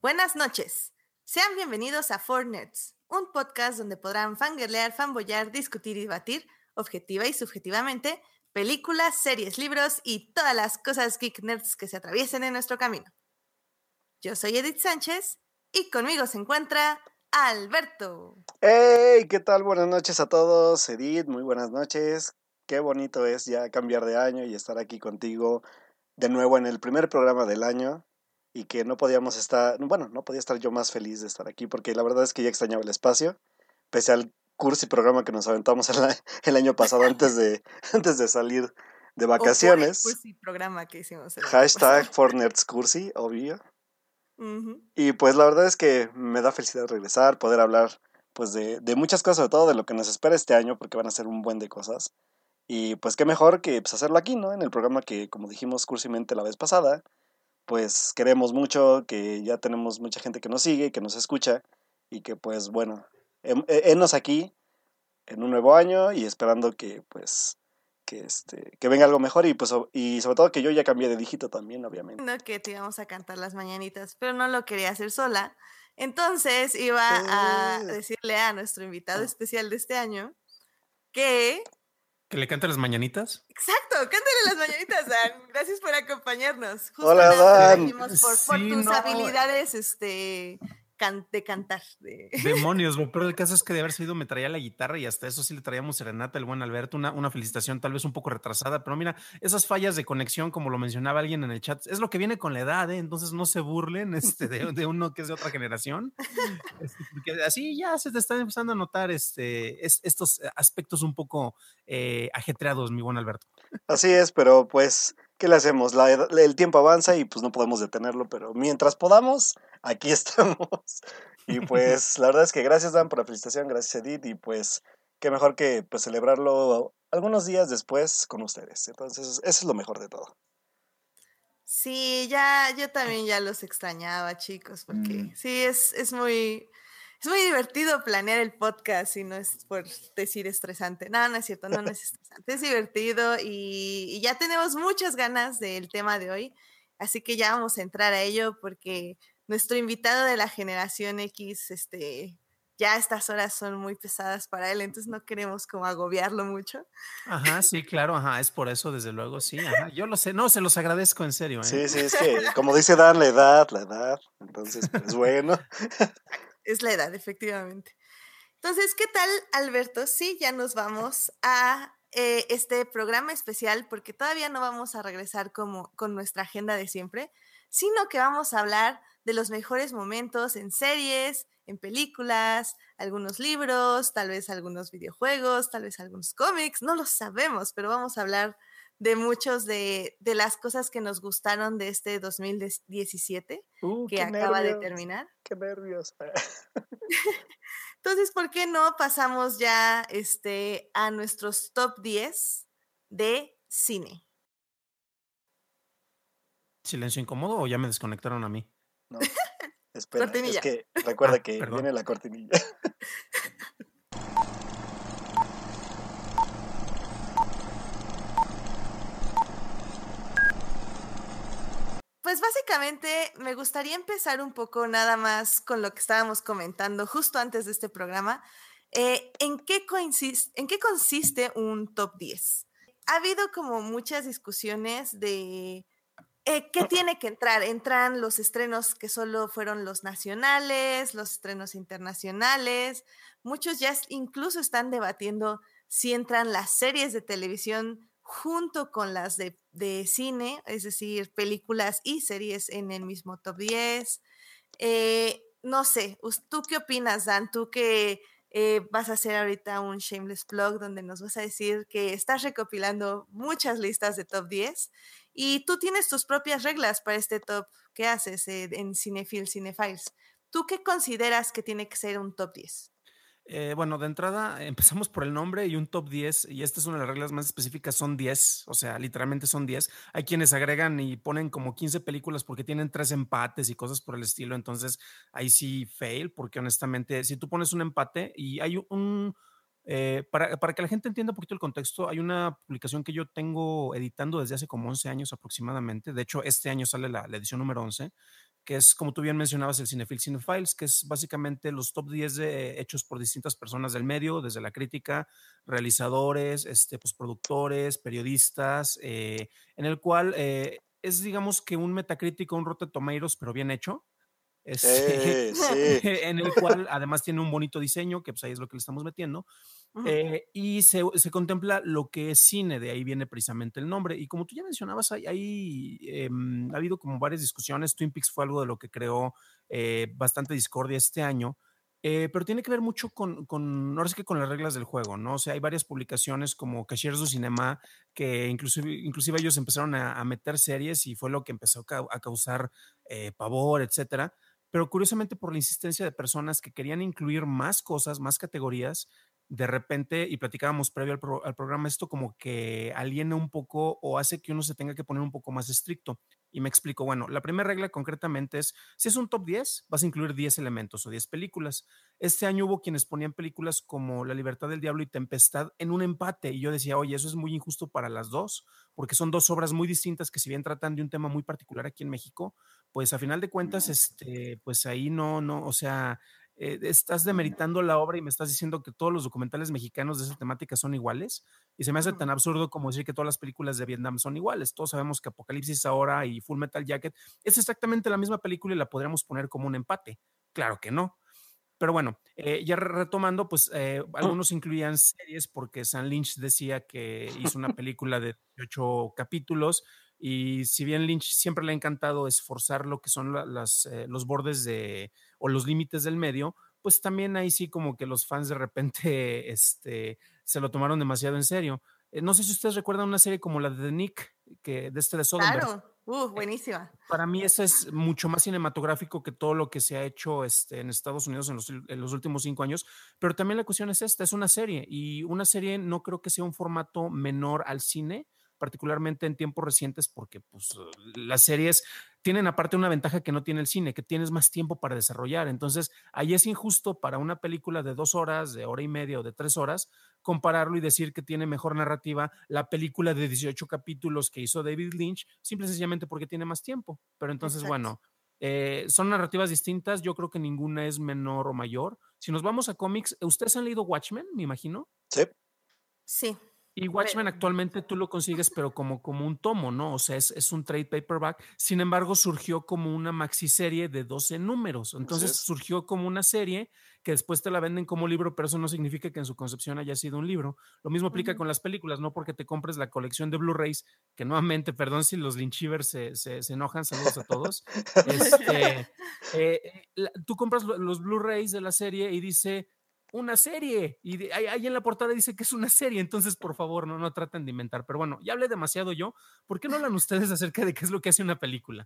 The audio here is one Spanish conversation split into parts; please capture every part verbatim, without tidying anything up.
Buenas noches. Sean bienvenidos a Four Nerds, un podcast donde podrán fangirlear, fanboyar, discutir y debatir, objetiva y subjetivamente, películas, series, libros y todas las cosas geek nerds que se atraviesen en nuestro camino. Yo soy Edith Sánchez y conmigo se encuentra Alberto. ¡Hey! ¿Qué tal? Buenas noches a todos. Edith, muy buenas noches. Qué bonito es ya cambiar de año y estar aquí contigo de nuevo en el primer programa del año y que no podíamos estar, bueno, no podía estar yo más feliz de estar aquí porque la verdad es que ya extrañaba el espacio, pese al cursi programa que nos aventamos el, el año pasado antes de, antes de salir de vacaciones. O por el cursi programa que hicimos el Hashtag Four Nerds Cursi, obvio. Uh-huh. Y pues la verdad es que me da felicidad regresar, poder hablar pues de, de muchas cosas, sobre todo de lo que nos espera este año, porque van a ser un buen de cosas. Y pues qué mejor que pues, hacerlo aquí, ¿no? En el programa que, como dijimos cursimente la vez pasada, pues queremos mucho, que ya tenemos mucha gente que nos sigue, que nos escucha, y que pues bueno, enos aquí en un nuevo año y esperando que pues que este que venga algo mejor y pues y sobre todo que yo ya cambié de dígito también, obviamente. No, que te íbamos a cantar las mañanitas, pero no lo quería hacer sola. Entonces iba a decirle a nuestro invitado especial de este año que... ¿Que le cante las mañanitas? Exacto, cántale las mañanitas, Dan. Gracias por acompañarnos. Justo Hola, Dan. Por, por, por sí, tus no. habilidades este, can, de cantar. De... Demonios, pero el caso es que de haber sido me traía la guitarra y hasta eso sí le traíamos serenata el buen Alberto, una, una felicitación tal vez un poco retrasada, pero mira, esas fallas de conexión, como lo mencionaba alguien en el chat, es lo que viene con la edad, ¿eh? Entonces no se burlen este, de, de uno que es de otra generación, este, porque así ya se te están empezando a notar este, es, estos aspectos un poco eh, ajetreados, mi buen Alberto. Así es, pero pues, ¿qué le hacemos? La, el tiempo avanza y pues no podemos detenerlo, pero mientras podamos, aquí estamos. Y pues, la verdad es que gracias, Dan, por la felicitación, gracias, Edith, y pues, qué mejor que pues celebrarlo algunos días después con ustedes. Entonces, eso es lo mejor de todo. Sí, ya, yo también ya los extrañaba, chicos, porque mm. sí, es, es muy... Es muy divertido planear el podcast y no es por decir estresante. No, no es cierto, no, no es estresante. Es divertido y, y ya tenemos muchas ganas del tema de hoy. Así que ya vamos a entrar a ello porque nuestro invitado de la generación X, este, ya estas horas son muy pesadas para él, entonces no queremos como agobiarlo mucho. Ajá, sí, claro, ajá, es por eso, desde luego, sí, ajá, yo lo sé, no, se los agradezco en serio, ¿eh? Sí, sí, es que, como dice Dan, la edad, la edad, entonces, pues bueno. Es la edad, efectivamente. Entonces, ¿qué tal, Alberto? Sí, ya nos vamos a eh, este programa especial porque todavía no vamos a regresar como, con nuestra agenda de siempre, sino que vamos a hablar de los mejores momentos en series, en películas, algunos libros, tal vez algunos videojuegos, tal vez algunos cómics, no lo sabemos, pero vamos a hablar de muchos de, de las cosas que nos gustaron de este dos mil diecisiete uh, que acaba nervios, de terminar. ¡Qué nervios! Entonces, ¿por qué no pasamos ya este, a nuestros top diez de cine? ¿Silencio incómodo o ya me desconectaron a mí? No, espera, cortinilla. Es que recuerda ah, que perdón. viene la cortinilla. Pues básicamente me gustaría empezar un poco nada más con lo que estábamos comentando justo antes de este programa. Eh, ¿en, qué consiste, ¿En qué consiste un top diez? Ha habido como muchas discusiones de eh, qué tiene que entrar. Entran los estrenos que solo fueron los nacionales, los estrenos internacionales. Muchos ya incluso están debatiendo si entran las series de televisión junto con las de, de cine, es decir, películas y series en el mismo top diez. Eh, no sé, ¿tú qué opinas, Dan? Tú que eh, vas a hacer ahorita un shameless plug donde nos vas a decir que estás recopilando muchas listas de top diez y tú tienes tus propias reglas para este top que haces eh, en Cinephile, Cinefiles. ¿Tú qué consideras que tiene que ser un top diez? Eh, bueno, de entrada empezamos por el nombre y un top diez, y esta es una de las reglas más específicas, son diez, o sea, literalmente son diez. Hay quienes agregan y ponen como quince películas porque tienen tres empates y cosas por el estilo, entonces ahí sí fail, porque honestamente si tú pones un empate y hay un... Eh, para, para que la gente entienda un poquito el contexto, hay una publicación que yo tengo editando desde hace como once años aproximadamente, de hecho este año sale la, la edición número once, que es, como tú bien mencionabas, el Cinefil Cinefiles, que es básicamente los top diez de, hechos por distintas personas del medio, desde la crítica, realizadores, este, pues, productores, periodistas, eh, en el cual eh, es, digamos, que un Metacritic, un Rotten Tomatoes, pero bien hecho. Este, Eh, sí. en el cual además tiene un bonito diseño, que pues ahí es lo que le estamos metiendo. Eh, y se, se, contempla lo que es cine, de ahí viene precisamente el nombre. Y como tú ya mencionabas, hay, hay eh, ha habido como varias discusiones. Twin Peaks fue algo de lo que creó eh, bastante discordia este año, eh, pero tiene que ver mucho con, con, ahora sí que con las reglas del juego, ¿no? O sea, hay varias publicaciones como Cashiers du Cinema, que inclusive, inclusive ellos empezaron a, a meter series y fue lo que empezó a, a causar eh, pavor, etcétera. Pero curiosamente, por la insistencia de personas que querían incluir más cosas, más categorías, de repente, y platicábamos previo al, pro, al, programa, esto como que aliena un poco o hace que uno se tenga que poner un poco más estricto. Y me explico, bueno, la primera regla concretamente es, si es un top diez, vas a incluir diez elementos o diez películas. Este año hubo quienes ponían películas como La Libertad del Diablo y Tempestad en un empate, y yo decía, oye, eso es muy injusto para las dos, porque son dos obras muy distintas que, si bien tratan de un tema muy particular aquí en México, pues a final de cuentas, este, pues ahí no, no, o sea, Eh, estás demeritando la obra y me estás diciendo que todos los documentales mexicanos de esa temática son iguales, y se me hace tan absurdo como decir que todas las películas de Vietnam son iguales. Todos sabemos que Apocalipsis Ahora y Full Metal Jacket es exactamente la misma película y la podríamos poner como un empate. Claro que no. Pero bueno, eh, ya retomando, pues eh, algunos incluían series porque Sam Lynch decía que hizo una película de dieciocho capítulos, y si bien Lynch siempre le ha encantado esforzar lo que son la, las, eh, los bordes de, o los límites del medio, pues también ahí sí como que los fans de repente este, se lo tomaron demasiado en serio. Eh, no sé si ustedes recuerdan una serie como la de The Nick, que de este de Soderbergh. Claro, uh, buenísima. Eh, para mí eso es mucho más cinematográfico que todo lo que se ha hecho este, en Estados Unidos en los, en los últimos cinco años, pero también la cuestión es esta, es una serie, y una serie no creo que sea un formato menor al cine, particularmente en tiempos recientes, porque pues las series tienen aparte una ventaja que no tiene el cine, que tienes más tiempo para desarrollar. Entonces ahí es injusto para una película de dos horas, de hora y media o de tres horas, compararlo y decir que tiene mejor narrativa la película de dieciocho capítulos que hizo David Lynch, simple y sencillamente porque tiene más tiempo. Pero entonces, Exacto. bueno, eh, son narrativas distintas, yo creo que ninguna es menor o mayor. Si nos vamos a cómics, ¿ustedes han leído Watchmen, me imagino? Sí. Sí. Y Watchmen Pero, actualmente tú lo consigues, pero como, como un tomo, ¿no? O sea, es, es un trade paperback. Sin embargo, surgió como una maxiserie de doce números. Entonces surgió como una serie que después te la venden como libro, pero eso no significa que en su concepción haya sido un libro. Lo mismo aplica uh-huh. con las películas, no porque te compres la colección de Blu-rays, que nuevamente, perdón si los Lynchivers se, se, se enojan, saludos a todos. este, eh, la, tú compras los Blu-rays de la serie y dice una serie, y de, ahí, ahí en la portada dice que es una serie, entonces por favor no, no traten de inventar, pero bueno, ya hablé demasiado yo, ¿por qué no hablan ustedes acerca de qué es lo que hace una película?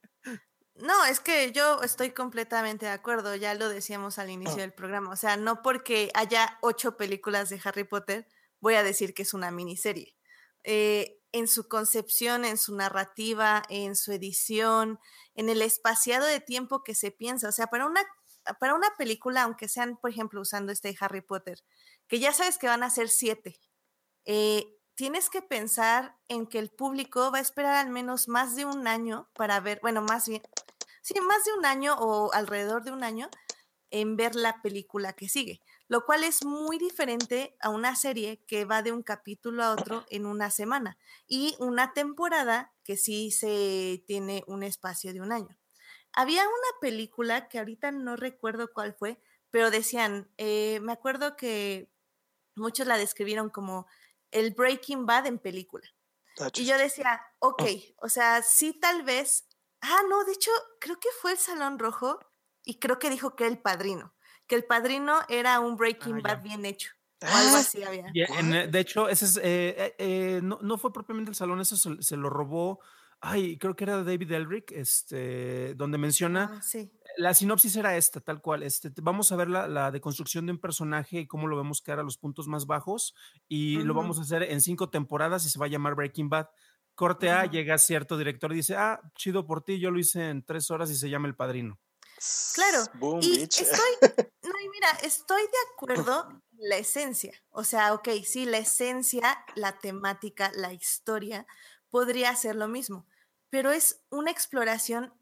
No, es que yo estoy completamente de acuerdo, ya lo decíamos al inicio del programa, o sea, no porque haya ocho películas de Harry Potter voy a decir que es una miniserie. Eh, en su concepción, en su narrativa, en su edición, en el espaciado de tiempo que se piensa, o sea, para una para una película, aunque sean, por ejemplo, usando este Harry Potter, que ya sabes que van a ser siete, eh, tienes que pensar en que el público va a esperar al menos más de un año para ver, bueno, más bien, sí, más de un año o alrededor de un año en ver la película que sigue, lo cual es muy diferente a una serie que va de un capítulo a otro en una semana y una temporada que sí se tiene un espacio de un año. Había una película que ahorita no recuerdo cuál fue, pero decían, eh, me acuerdo que muchos la describieron como el Breaking Bad en película. Ah, y yo decía, ok, o sea, sí tal vez, ah, no, de hecho, creo que fue El Salón Rojo y creo que dijo que El Padrino, que El Padrino era un Breaking ah, Bad bien hecho. O algo así había. Y en, de hecho, ese es, eh, eh, no, no fue propiamente El Salón, eso se, se lo robó. Ay, creo que era David Elric, este, donde menciona, ah, sí. la sinopsis era esta, tal cual, este, vamos a ver la, la deconstrucción de un personaje y cómo lo vemos caer a los puntos más bajos, y uh-huh. lo vamos a hacer en cinco temporadas y se va a llamar Breaking Bad. Corte uh-huh. A, llega cierto director y dice, ah, chido por ti, yo lo hice en tres horas y se llama El Padrino. Claro, Boom, y bitch. estoy, no, y mira, estoy de acuerdo en la esencia, o sea, ok, sí, la esencia, la temática, la historia, podría ser lo mismo, pero es una exploración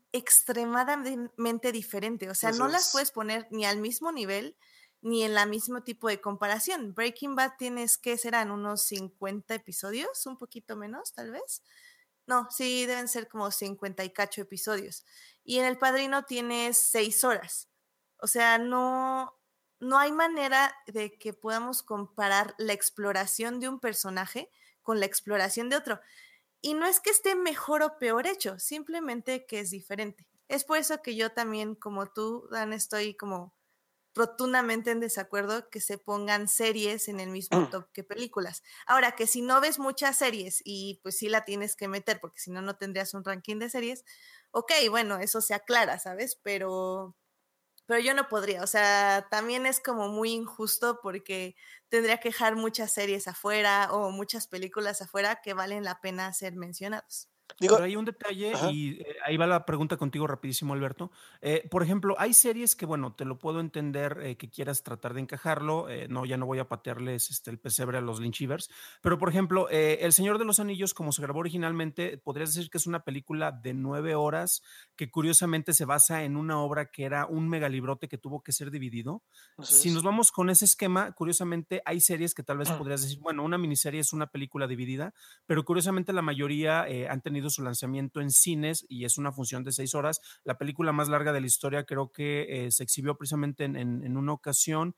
extremadamente diferente. O sea, Así no las es. puedes poner ni al mismo nivel ni en la mismo tipo de comparación. Breaking Bad tienes que serán unos cincuenta episodios, un poquito menos, tal vez. No, sí, deben ser como cincuenta y cacho episodios. Y en El Padrino tienes seis horas. O sea, no, no hay manera de que podamos comparar la exploración de un personaje con la exploración de otro. Y no es que esté mejor o peor hecho, simplemente que es diferente. Es por eso que yo también, como tú, Dan, estoy como rotundamente en desacuerdo que se pongan series en el mismo top que películas. Ahora, que si no ves muchas series y pues sí la tienes que meter, porque si no, no tendrías un ranking de series, ok, bueno, eso se aclara, ¿sabes? Pero, pero yo no podría, o sea, también es como muy injusto porque tendría que dejar muchas series afuera o muchas películas afuera que valen la pena ser mencionados. Digo, Pero hay un detalle ajá. y eh, ahí va la pregunta contigo rapidísimo, Alberto. Eh, por ejemplo, hay series que, bueno, te lo puedo entender eh, que quieras tratar de encajarlo. Eh, no, ya no voy a patearles este, el pesebre a los Lynchivers. Pero, por ejemplo, eh, El Señor de los Anillos, como se grabó originalmente, podrías decir que es una película de nueve horas que curiosamente se basa en una obra que era un megalibrote que tuvo que ser dividido. Así Si es. nos vamos con ese esquema, curiosamente hay series que tal vez podrías decir, bueno, una miniserie es una película dividida, pero curiosamente la mayoría eh, han tenido su lanzamiento en cines y es una función de seis horas. La película más larga de la historia creo que eh, se exhibió precisamente en, en, en una ocasión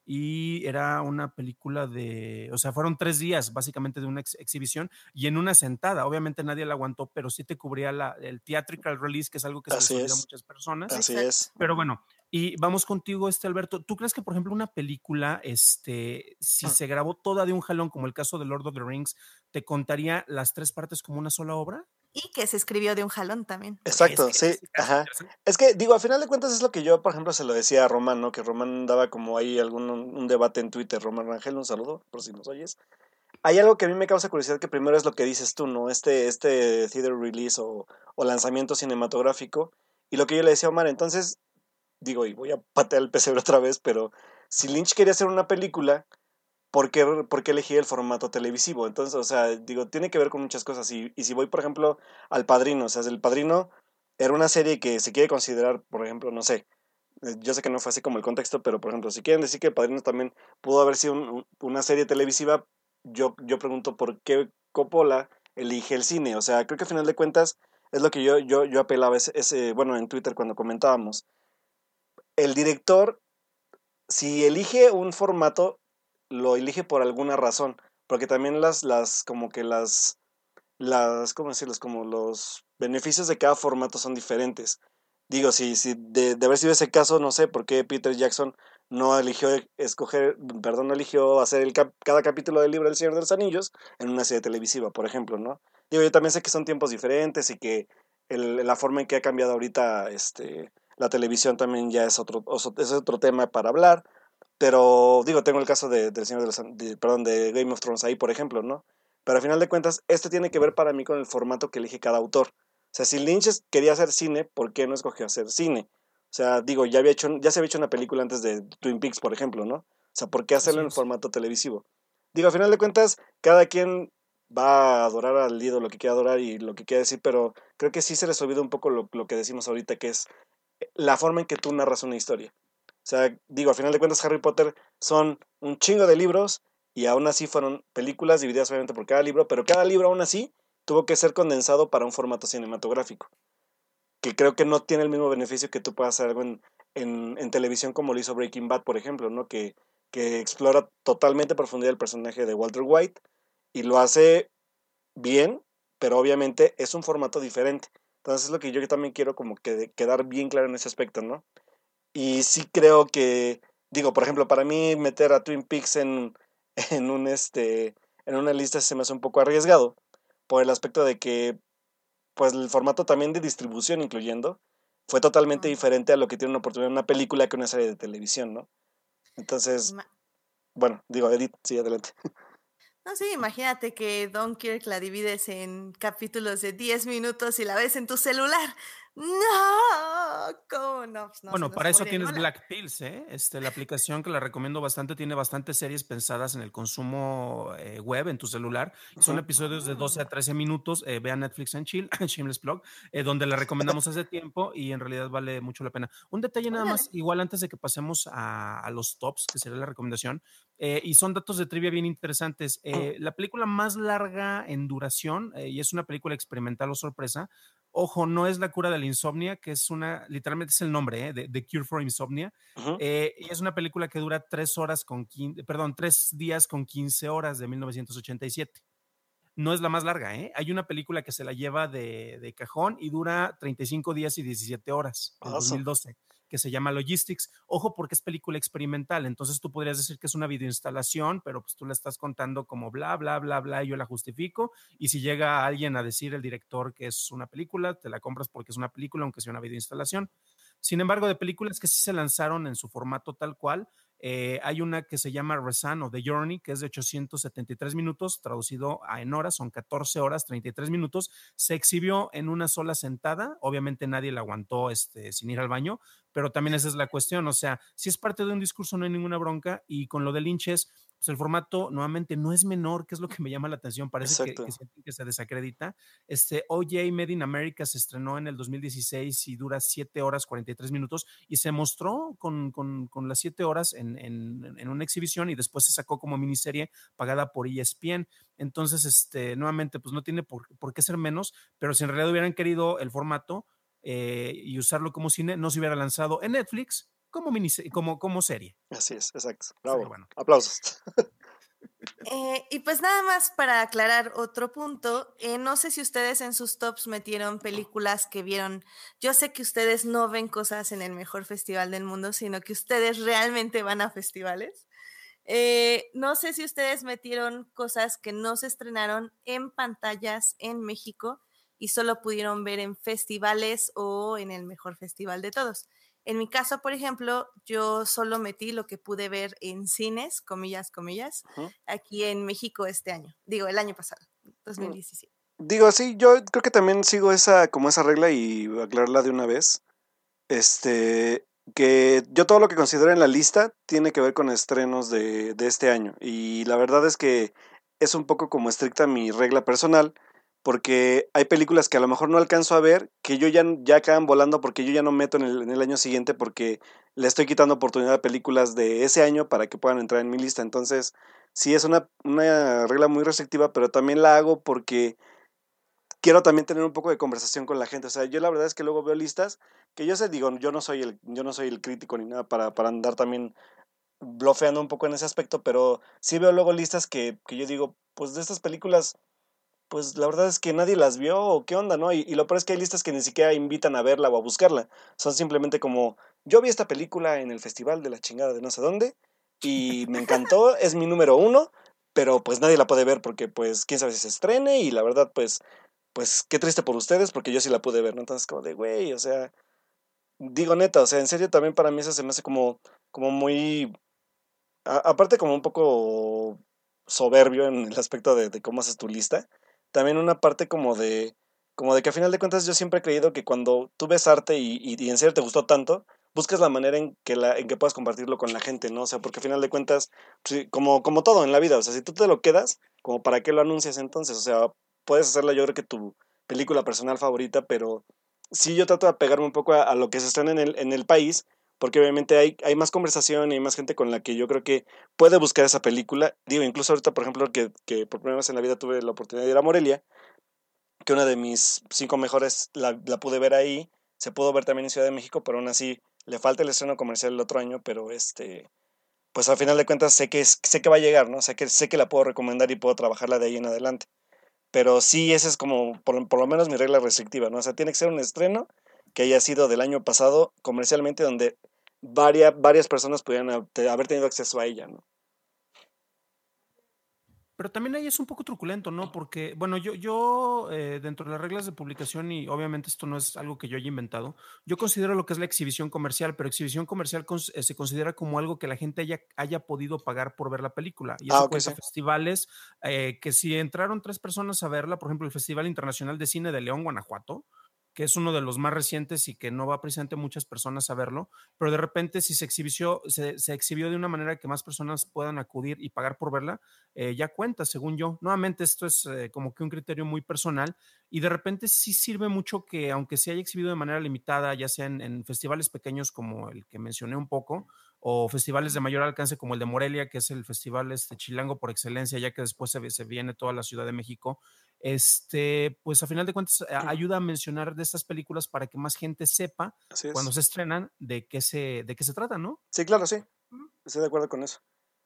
y era una película de, o sea, fueron tres días básicamente de una ex exhibición y en una sentada. Obviamente nadie la aguantó, pero sí te cubría la, el theatrical release, que es algo que se les Así olvida a es. muchas personas. Así Exacto. es. Pero bueno, y vamos contigo, este Alberto. ¿Tú crees que, por ejemplo, una película, este, si se grabó toda de un jalón, como el caso de Lord of the Rings, te contaría las tres partes como una sola obra? Y que se escribió de un jalón también. Es Exacto, que sí, ese caso ajá. interesante. Es que, digo, a final de cuentas es lo que yo, por ejemplo, se lo decía a Román, ¿no? Que Román daba como ahí algún un debate en Twitter. Román Rangel, un saludo, por si nos oyes. Hay algo que a mí me causa curiosidad, que primero es lo que dices tú, ¿no? Este, este theater release o, o lanzamiento cinematográfico. Y lo que yo le decía a Omar, entonces, digo, y voy a patear el pesebre otra vez, pero si Lynch quería hacer una película, ¿por qué, por qué elegir el formato televisivo? Entonces, o sea, digo, tiene que ver con muchas cosas. Y, y si voy, por ejemplo, al Padrino, o sea, El Padrino era una serie que se quiere considerar, por ejemplo, no sé, eh, yo sé que no fue así como el contexto, pero por ejemplo, si quieren decir que El Padrino también pudo haber sido un- un- una serie televisiva, yo, yo pregunto por qué Coppola elige el cine. O sea, creo que al final de cuentas es lo que yo, yo, yo apelaba ese, ese, bueno, en Twitter cuando comentábamos. El director, si elige un formato, lo elige por alguna razón, porque también las, las, como que las, las, ¿cómo decirlos? Como los beneficios de cada formato son diferentes. Digo, si, si de, de haber sido ese caso, no sé por qué Peter Jackson no eligió escoger, perdón, no eligió hacer el cap, cada capítulo del libro del Señor de los Anillos en una serie televisiva, por ejemplo, ¿no? Digo, yo también sé que son tiempos diferentes y que el, la forma en que ha cambiado ahorita este, la televisión también ya es otro, es otro tema para hablar, pero digo, tengo el caso de, del Señor de los, de, perdón, de Game of Thrones ahí, por ejemplo, ¿no? Pero al final de cuentas, esto tiene que ver para mí con el formato que elige cada autor. O sea, si Lynch quería hacer cine, ¿por qué no escogió hacer cine? O sea, digo, ya, había hecho, ya se había hecho una película antes de Twin Peaks, por ejemplo, ¿no? O sea, ¿por qué hacerlo Así en es. formato televisivo? Digo, al final de cuentas, cada quien va a adorar al ídolo lo que quiera adorar y lo que quiera decir, pero creo que sí se les olvida un poco lo, lo que decimos ahorita, que es la forma en que tú narras una historia. O sea, digo, al final de cuentas Harry Potter son un chingo de libros y aún así fueron películas divididas obviamente por cada libro, pero cada libro aún así tuvo que ser condensado para un formato cinematográfico, que creo que no tiene el mismo beneficio que tú puedas hacer algo en, en, en televisión como lo hizo Breaking Bad, por ejemplo, ¿no? Que, que explora totalmente a profundidad el personaje de Walter White y lo hace bien, pero obviamente es un formato diferente. Entonces es lo que yo también quiero como que quedar bien claro en ese aspecto, ¿no? Y sí creo que, digo, por ejemplo, para mí meter a Twin Peaks en, en un este en una lista se me hace un poco arriesgado por el aspecto de que pues el formato también de distribución incluyendo fue totalmente Mm. diferente a lo que tiene una oportunidad en una película que una serie de televisión, ¿no? Entonces, Ima- bueno, digo, Edith, sí, adelante. No, sí, imagínate que Dunkirk la divides en capítulos de diez minutos y la ves en tu celular. No, ¿cómo no? Pues no, se Bueno, nos para eso muere tienes Lola. Black Pills, ¿eh? Este, la aplicación que la recomiendo bastante, tiene bastantes series pensadas en el consumo eh, web, en tu celular. Son Ujú. episodios de doce a Ah, trece minutos. Eh, vean Netflix and Chill, Shameless Plug, eh, donde la recomendamos hace tiempo y en realidad vale mucho la pena. Un detalle nada órale. más, igual antes de que pasemos a, a los tops, que sería la recomendación, eh, y son datos de trivia bien interesantes. Eh, la película más larga en duración, eh, y es una película experimental o sorpresa. Ojo, no es La cura de la insomnia, que es una, literalmente es el nombre, ¿eh? de The Cure for Insomnia. Ujú. Eh, y es una película que dura tres horas con quince, perdón, tres días con quince horas de mil novecientos ochenta y siete. No es la más larga, ¿eh? Hay una película que se la lleva de, de cajón y dura treinta y cinco días y diecisiete horas, del Oso. dos mil doce, que se llama Logistics. Ojo, porque es película experimental, entonces tú podrías decir que es una videoinstalación, pero pues tú la estás contando como bla, bla, bla, bla, y yo la justifico, y si llega alguien a decir el director que es una película, te la compras porque es una película, aunque sea una videoinstalación. Sin embargo, de películas que sí se lanzaron en su formato tal cual, eh, hay una que se llama Resan o The Journey, que es de ochocientos setenta y tres minutos, traducido a en horas, son catorce horas, treinta y tres minutos. Se exhibió en una sola sentada. Obviamente nadie la aguantó este, sin ir al baño, pero también esa es la cuestión. O sea, si es parte de un discurso, no hay ninguna bronca. Y con lo de Lynch es, pues el formato nuevamente no es menor, que es lo que me llama la atención. Parece que, que, Exacto. sienten que se desacredita. Este O J Made in America se estrenó en el dos mil dieciséis y dura siete horas cuarenta y tres minutos y se mostró con, con, con las siete horas en, en, en, una exhibición y después se sacó como miniserie pagada por E S P N. Entonces, este, nuevamente, pues no tiene por, por qué ser menos, pero si en realidad hubieran querido el formato eh, y usarlo como cine, no se hubiera lanzado en Netflix como, miniserie, como, como serie. Así es, exacto. Sería Bravo. bueno. Aplausos. Eh, y pues nada más para aclarar otro punto, eh, no sé si ustedes en sus tops metieron películas que vieron. Yo sé que ustedes no ven cosas en el mejor festival del mundo, sino que ustedes realmente van a festivales. Eh, no sé si ustedes metieron cosas que no se estrenaron en pantallas en México y solo pudieron ver en festivales o en el mejor festival de todos. En mi caso, por ejemplo, yo solo metí lo que pude ver en cines, comillas, comillas, Ujú. aquí en México este año. Digo, el año pasado, Mm, dos mil diecisiete. Digo, sí, yo creo que también sigo esa, como esa regla y voy a aclararla de una vez. Este, que yo todo lo que considero en la lista tiene que ver con estrenos de, de este año. Y la verdad es que es un poco como estricta mi regla personal, porque hay películas que a lo mejor no alcanzo a ver, que yo ya, ya acaban volando porque yo ya no meto en el, en el año siguiente porque le estoy quitando oportunidad a películas de ese año para que puedan entrar en mi lista. Entonces, sí es una, una regla muy restrictiva, pero también la hago porque quiero también tener un poco de conversación con la gente. O sea, yo la verdad es que luego veo listas que yo sé, digo, yo no soy el, yo no soy el crítico ni nada para, para andar también blofeando un poco en ese aspecto, pero sí veo luego listas que, que yo digo, pues de estas películas, pues la verdad es que nadie las vio o qué onda, ¿no? Y, y lo peor es que hay listas que ni siquiera invitan a verla o a buscarla. Son simplemente como, yo vi esta película en el festival de la chingada de no sé dónde y me encantó, es mi número uno, pero pues nadie la puede ver porque pues quién sabe si se estrene y la verdad pues pues qué triste por ustedes, porque yo sí la pude ver, ¿no? Entonces, como de, güey, o sea, digo neta, o sea, en serio también para mí eso se me hace como, como muy, a- aparte como un poco soberbio en el aspecto de, de cómo haces tu lista, también una parte como de, como de que a final de cuentas yo siempre he creído que cuando tú ves arte y, y, y en serio te gustó tanto, buscas la manera en que, la, en que puedas compartirlo con la gente, ¿no? O sea, porque a final de cuentas, pues, sí, como, como todo en la vida, o sea, si tú te lo quedas, como para qué lo anuncias entonces, o sea, puedes hacerla yo creo que tu película personal favorita, pero sí yo trato de apegarme un poco a, a lo que se estrena en el, en el país, porque obviamente hay, hay más conversación y hay más gente con la que yo creo que puede buscar esa película. Digo, incluso ahorita, por ejemplo, que, que por primera vez en la vida tuve la oportunidad de ir a Morelia, que una de mis cinco mejores la, la pude ver ahí, se pudo ver también en Ciudad de México, pero aún así le falta el estreno comercial el otro año, pero este, pues al final de cuentas sé que, es, sé que va a llegar, ¿no? Sé que, sé que la puedo recomendar y puedo trabajarla de ahí en adelante. Pero sí, esa es como, por, por lo menos mi regla restrictiva, ¿no? O sea, tiene que ser un estreno que haya sido del año pasado comercialmente, donde varias, varias personas pudieran haber tenido acceso a ella, ¿no? Pero también ahí es un poco truculento, ¿no? Porque, bueno, yo, yo eh, dentro de las reglas de publicación, y obviamente esto no es algo que yo haya inventado, yo considero lo que es la exhibición comercial, pero exhibición comercial cons- eh, se considera como algo que la gente haya, haya podido pagar por ver la película. Y Ah, eso ok, cuenta sí. festivales eh, que si entraron tres personas a verla, por ejemplo, el Festival Internacional de Cine de León, Guanajuato, que es uno de los más recientes y que no va precisamente muchas personas a verlo, pero de repente si se exhibió, se, se exhibió de una manera que más personas puedan acudir y pagar por verla, eh, ya cuenta, según yo. Nuevamente, esto es eh, como que un criterio muy personal y de repente sí sirve mucho que, aunque se haya exhibido de manera limitada, ya sea en, en festivales pequeños como el que mencioné un poco, o festivales de mayor alcance como el de Morelia, que es el festival este, chilango por excelencia, ya que después se, se viene toda la Ciudad de México, este, pues a final de cuentas ayuda a mencionar de estas películas para que más gente sepa Así cuando es. se estrenan de qué se, de qué se trata, ¿no? Sí, claro, sí. Estoy de acuerdo con eso.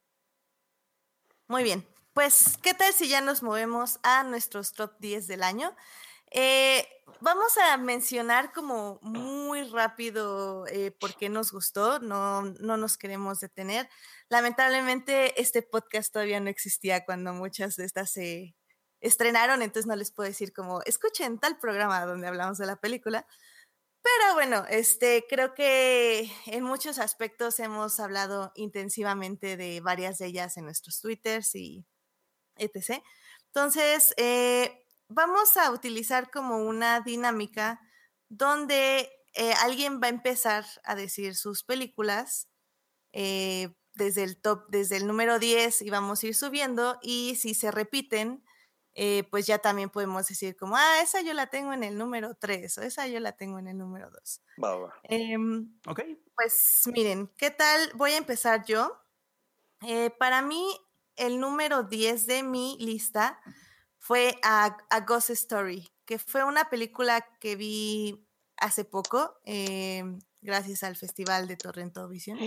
Muy bien. Pues, ¿qué tal si ya nos movemos a nuestros top diez del año? Eh, vamos a mencionar como muy rápido eh, por qué nos gustó, no, no nos queremos detener. Lamentablemente este podcast todavía no existía cuando muchas de estas se estrenaron, entonces no les puedo decir como, escuchen tal programa donde hablamos de la película. Pero bueno, este, creo que en muchos aspectos hemos hablado intensivamente de varias de ellas en nuestros twitters y etcétera. Entonces, eh, vamos a utilizar como una dinámica donde eh, alguien va a empezar a decir sus películas eh, desde el top, desde el número diez y vamos a ir subiendo y si se repiten, eh, pues ya también podemos decir como, ah, esa yo la tengo en el número tres o esa yo la tengo en el número dos. Va, va. Eh, Ok. Pues miren, ¿qué tal? Voy a empezar yo. Eh, para mí, el número diez de mi lista fue a, a Ghost Story, que fue una película que vi hace poco, eh, gracias al Festival de Torrento Visión.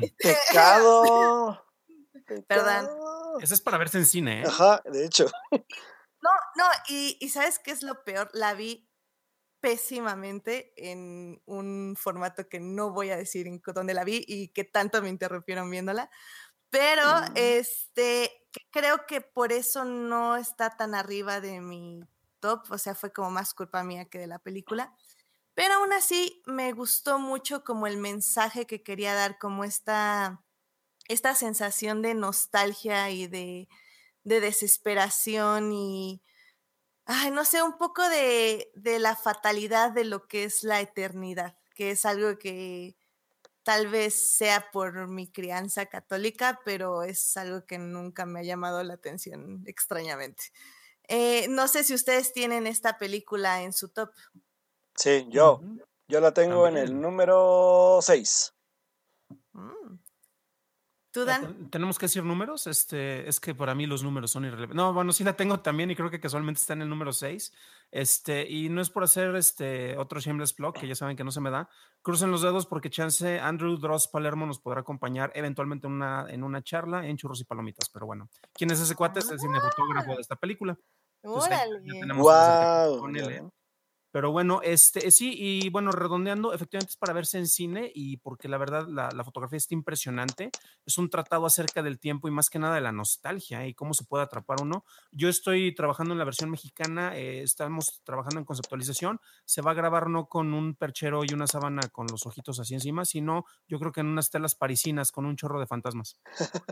¡Pecado! Perdón. ¡Pecado! Esa es para verse en cine, ¿eh? Ajá, de hecho. No, no, y, y ¿sabes qué es lo peor? La vi pésimamente en un formato que no voy a decir en dónde la vi y que tanto me interrumpieron viéndola. Pero Mm. este, creo que por eso no está tan arriba de mi top, o sea, fue como más culpa mía que de la película. Pero aún así me gustó mucho como el mensaje que quería dar, como esta, esta sensación de nostalgia y de, de desesperación y, ay, no sé, un poco de, de la fatalidad de lo que es la eternidad, que es algo que tal vez sea por mi crianza católica, pero es algo que nunca me ha llamado la atención extrañamente. Eh, no sé si ustedes tienen esta película en su top. Sí, yo. Ujú. Yo la tengo en el También. número seis. Mm. ¿Tú, Ah, Dan? ten- ¿Tenemos que decir números? Este, es que para mí los números son irrelevantes. No, bueno, sí la tengo también y creo que casualmente está en el número seis. Este, y no es por hacer este otro shameless plug, que ya saben que no se me da. Crucen los dedos porque chance Andrew Dross Palermo nos podrá acompañar eventualmente en una, en una charla en Churros y Palomitas. Pero bueno, ¿quién es ese cuate? Es el cinefotógrafo de esta película. Entonces ahí ya Órale. tenemos el acercamiento ¡Guau! con ¿Ya él, ¿eh? ven? Pero bueno, este sí, y bueno, redondeando, efectivamente es para verse en cine y porque la verdad la, la fotografía está impresionante. Es un tratado acerca del tiempo y más que nada de la nostalgia y cómo se puede atrapar uno. Yo estoy trabajando en la versión mexicana, eh, estamos trabajando en conceptualización. Se va a grabar no con un perchero y una sábana con los ojitos así encima, sino yo creo que en unas telas parisinas con un chorro de fantasmas.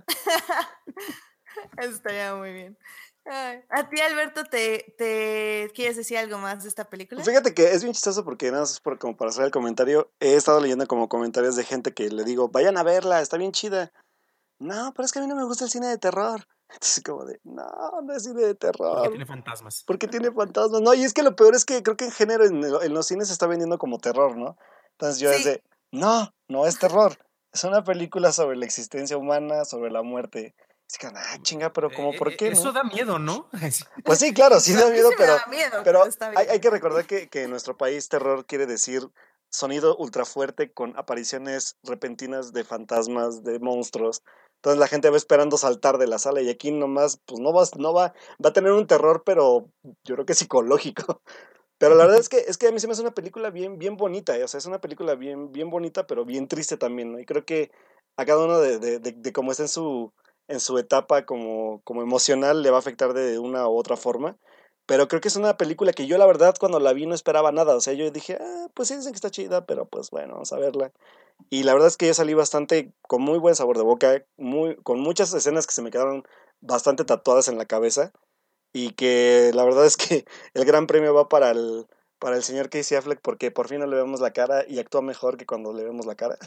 Estaría muy bien. Ay. A ti, Alberto, ¿te, ¿te quieres decir algo más de esta película? Fíjate que es bien chistoso porque nada más es por, como para hacer el comentario. He estado leyendo como comentarios de gente que le digo, vayan a verla, está bien chida. No, pero es que a mí no me gusta el cine de terror. Entonces como de, no, no es cine de Porque terror. tiene fantasmas. Porque tiene fantasmas. No, y es que lo peor es que creo que en género en, en los cines se está vendiendo como terror, ¿no? Entonces yo es Sí. de, no, no es terror. Es una película sobre la existencia humana, sobre la muerte. Es que, ah, chinga, pero como, ¿por Eh, qué, eh, eso no? da miedo, ¿no? Pues sí, claro, sí A da mí miedo, sí me pero, daba miedo, pero pero está hay, bien. hay que recordar que, que en nuestro país terror quiere decir sonido ultra fuerte con apariciones repentinas de fantasmas, de monstruos. Entonces la gente va esperando saltar de la sala y aquí nomás, pues no va, no va, va a tener un terror, pero yo creo que psicológico. Pero la verdad es que, es que a mí se me hace una película bien, bien bonita, ¿eh? O sea, es una película bien, bien bonita, pero bien triste también, ¿no? Y creo que a cada uno de, de, de, de cómo está en su, en su etapa como, como emocional le va a afectar de una u otra forma. Pero creo que es una película que yo la verdad cuando la vi no esperaba nada. O sea, yo dije, ah, pues sí dicen que está chida, pero pues bueno, vamos a verla. Y la verdad es que yo salí bastante con muy buen sabor de boca, muy, con muchas escenas que se me quedaron bastante tatuadas en la cabeza y que la verdad es que el gran premio va para el, para el señor Casey Affleck porque por fin no le vemos la cara y actúa mejor que cuando le vemos la cara.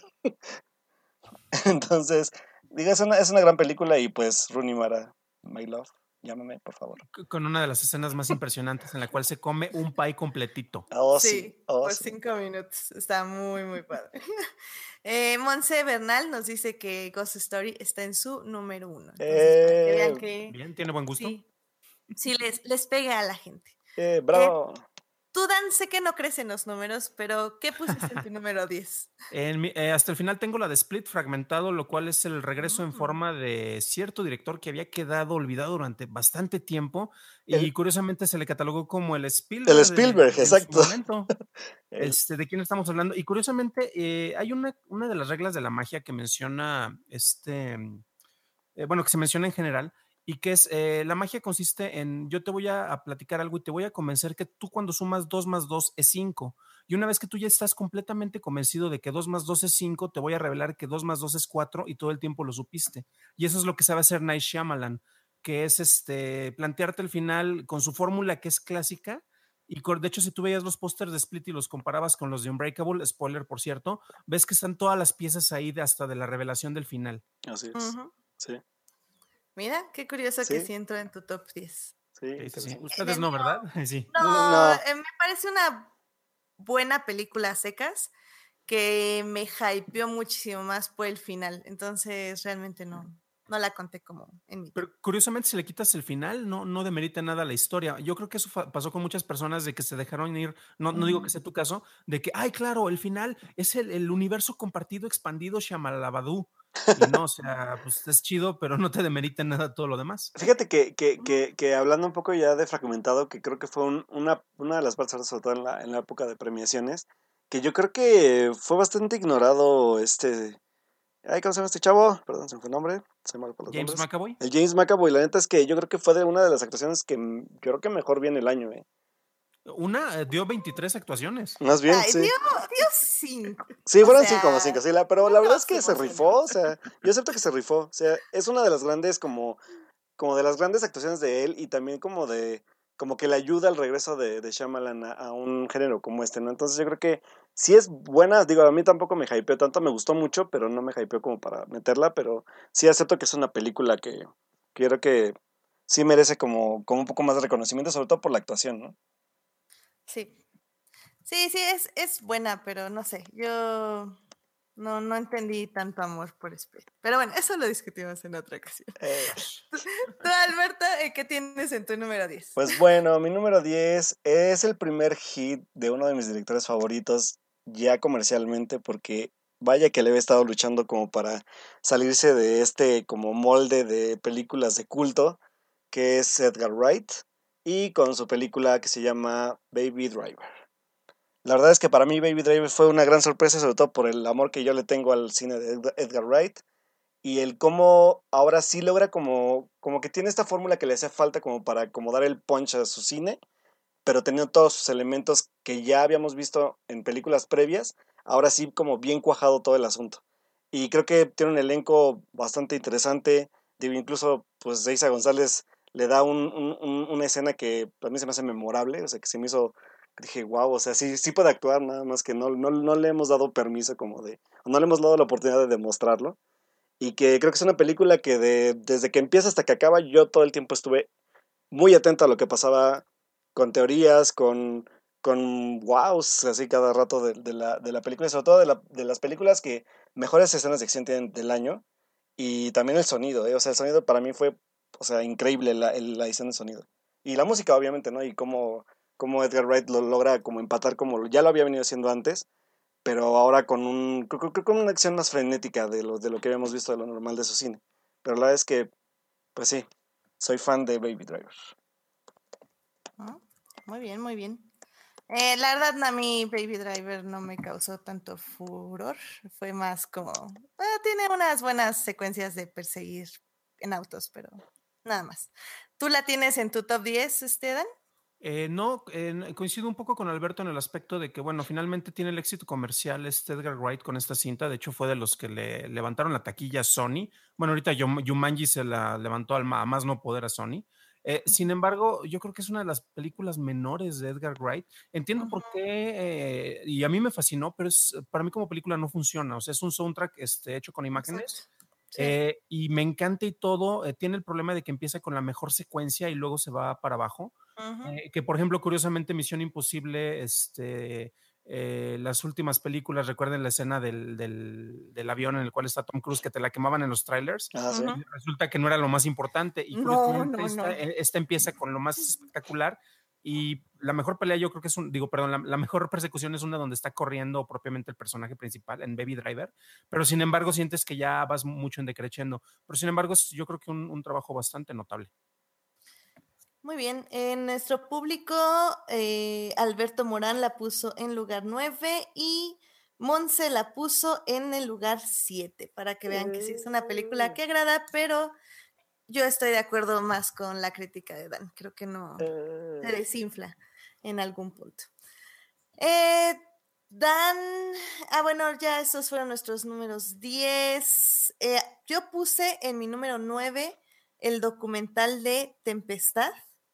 Entonces, digo, es una, es una gran película y pues Rooney Mara, my love, llámame, por favor. Con una de las escenas más impresionantes en la cual se come un pie completito. Oh, sí, Sí, oh, por sí. cinco minutos. Está muy, muy padre. eh, Monse Bernal nos dice que Ghost Story está en su número uno. Entonces, para que vean Eh, que Bien, tiene buen gusto. sí, sí les, les pega a la gente. eh, Eh, bravo. tú, Dan, sé que no crees en los números, pero ¿qué pusiste en tu número diez? En mi- eh, hasta el final tengo la de Split fragmentado, lo cual es el regreso en Mm. forma de cierto director que había quedado olvidado durante bastante tiempo y El- curiosamente se le catalogó como el Spielberg, El Spielberg, en, en su exacto. momento. El- Este, ¿de quién estamos hablando? Y curiosamente eh, hay una, una de las reglas de la magia que menciona este, eh, bueno, que se menciona en general, y que es, eh, la magia consiste en, yo te voy a, a platicar algo y te voy a convencer que tú cuando sumas dos más dos es cinco. Y una vez que tú ya estás completamente convencido de que dos más dos es cinco, te voy a revelar que dos más dos es cuatro y todo el tiempo lo supiste. Y eso es lo que sabe hacer Night Shyamalan, que es este, plantearte el final con su fórmula que es clásica. Y de hecho, si tú veías los pósters de Split y los comparabas con los de Unbreakable, spoiler por cierto, ves que están todas las piezas ahí de hasta de la revelación del final. Así es. Ujú. Sí, Mira, qué curioso que sí, sí entró en tu top diez. sí, Sí, sí, sí. interesante. En Ustedes el no, mío, ¿verdad? Sí. no, No, eh, me parece una buena película a secas que me hypeó muchísimo más por el final. Entonces, realmente no, no la conté como en mi top. Pero curiosamente, si le quitas el final, no, no demerita nada la historia. Yo creo que eso fa- pasó con muchas personas de que se dejaron ir, no, no digo que sea tu caso, de que, ay, claro, el final es el, el universo compartido, expandido, Shamalabadú. Y no, o sea, pues es chido, pero no te demerita en nada todo lo demás. fíjate que, que, que, que hablando un poco ya de fragmentado, que creo que fue un- una, una de las partes, sobre todo en la, en la época de premiaciones, que yo creo que fue bastante ignorado este... Ay, ¿cómo se llama este chavo? Perdón, se me fue el nombre. Soy malo para los James nombres. McAvoy. El James McAvoy, la neta es que yo creo que fue de una de las actuaciones que mm, yo creo que mejor viene el año, ¿eh? Una eh, dio veintitrés actuaciones. Más bien, Ay, sí. Dios, Dios cinco. Sí, O fueron sea, cinco más cinco, sí, la, pero no la verdad es nos que se rifó, emocionemos. o sea, yo acepto que se rifó, o sea, es una de las grandes como, como de las grandes actuaciones de él y también como de, como que le ayuda al regreso de, de Shyamalan a, a un género como este, ¿no? Entonces yo creo que sí es buena, digo, a mí tampoco me hypeó tanto, me gustó mucho, pero no me hypeó como para meterla, pero sí acepto que es una película que, que yo creo que sí merece como, como un poco más de reconocimiento, sobre todo por la actuación, ¿no? Sí. Sí, sí, es, es buena, pero no sé, yo no, no entendí tanto amor por Split. Pero bueno, eso lo discutimos en otra ocasión. Eh, Tú, Alberto, eh, ¿qué tienes en tu número diez? Pues bueno, mi número diez es el primer hit de uno de mis directores favoritos ya comercialmente porque vaya que le he estado luchando como para salirse de este como molde de películas de culto que es Edgar Wright y con su película que se llama Baby Driver. La verdad es que para mí Baby Driver fue una gran sorpresa, sobre todo por el amor que yo le tengo al cine de Edgar- Edgar Wright y el cómo ahora sí logra como, como que tiene esta fórmula que le hace falta como para como dar el punch a su cine, pero teniendo todos sus elementos que ya habíamos visto en películas previas, ahora sí como bien cuajado todo el asunto. Y creo que tiene un elenco bastante interesante, digo, incluso pues Eiza González le da un, un- un- una escena que a mí se me hace memorable, o sea, que se me hizo, dije, wow, o sea, sí, sí puede actuar, nada más que no, no, no le hemos dado permiso como de, no le hemos dado la oportunidad de demostrarlo y que creo que es una película que de, desde que empieza hasta que acaba yo todo el tiempo estuve muy atento a lo que pasaba con teorías, con, con wows, así cada rato de, de la, de la película, y sobre todo de, la, de las películas que mejores escenas de acción tienen del año y también el sonido, ¿eh? O sea, el sonido para mí fue, o sea, increíble la, el- la edición de sonido. Y la música, obviamente, ¿no? Y cómo, cómo Edgar Wright lo logra como empatar como ya lo había venido haciendo antes, pero ahora con un creo, creo con una acción más frenética de lo, de lo que habíamos visto de lo normal de su cine. Pero la verdad es que, pues sí, soy fan de Baby Driver. Ah, muy bien, muy bien. Eh, la verdad, a mí Baby Driver no me causó tanto furor. Fue más como, ah, tiene unas buenas secuencias de perseguir en autos, pero nada más. ¿Tú la tienes en tu top diez, este, Dan? Eh, no, eh, coincido un poco con Alberto en el aspecto de que, bueno, finalmente tiene el éxito comercial este Edgar Wright con esta cinta. De hecho, fue de los que le levantaron la taquilla a Sony. Bueno, ahorita Yum- Jumanji se la levantó al ma- a más no poder a Sony. Eh, sin embargo, yo creo que es una de las películas menores de Edgar Wright. Entiendo por Ujú. qué, eh, y a mí me fascinó, pero es, para mí como película no funciona. O sea, es un soundtrack este, hecho con Exacto. imágenes Sí. eh, y me encanta y todo. Eh, tiene el problema de que empieza con la mejor secuencia y luego se va para abajo. Ujú. Eh, que por ejemplo, curiosamente, Misión Imposible, este, eh, las últimas películas, recuerden la escena del, del, del avión en el cual está Tom Cruise, que te la quemaban en los trailers, Ah, sí. Ujú. y resulta que no era lo más importante, y No, curiosamente no, esta, no. eh, esta empieza con lo más espectacular, y la mejor pelea yo creo que es un, digo, perdón, la, la mejor persecución es una donde está corriendo propiamente el personaje principal en Baby Driver, pero sin embargo sientes que ya vas mucho en decreciendo, pero sin embargo es, yo creo que un, un trabajo bastante notable. Muy bien, en nuestro público, eh, Alberto Morán la puso en lugar nueve y Monse la puso en el lugar siete, para que vean que sí es una película que agrada, pero yo estoy de acuerdo más con la crítica de Dan. Creo que no se Eh, desinfla en algún punto. Eh, Dan, ah, bueno, ya esos fueron nuestros números diez. Eh, yo puse en mi número nueve el documental de Tempestad,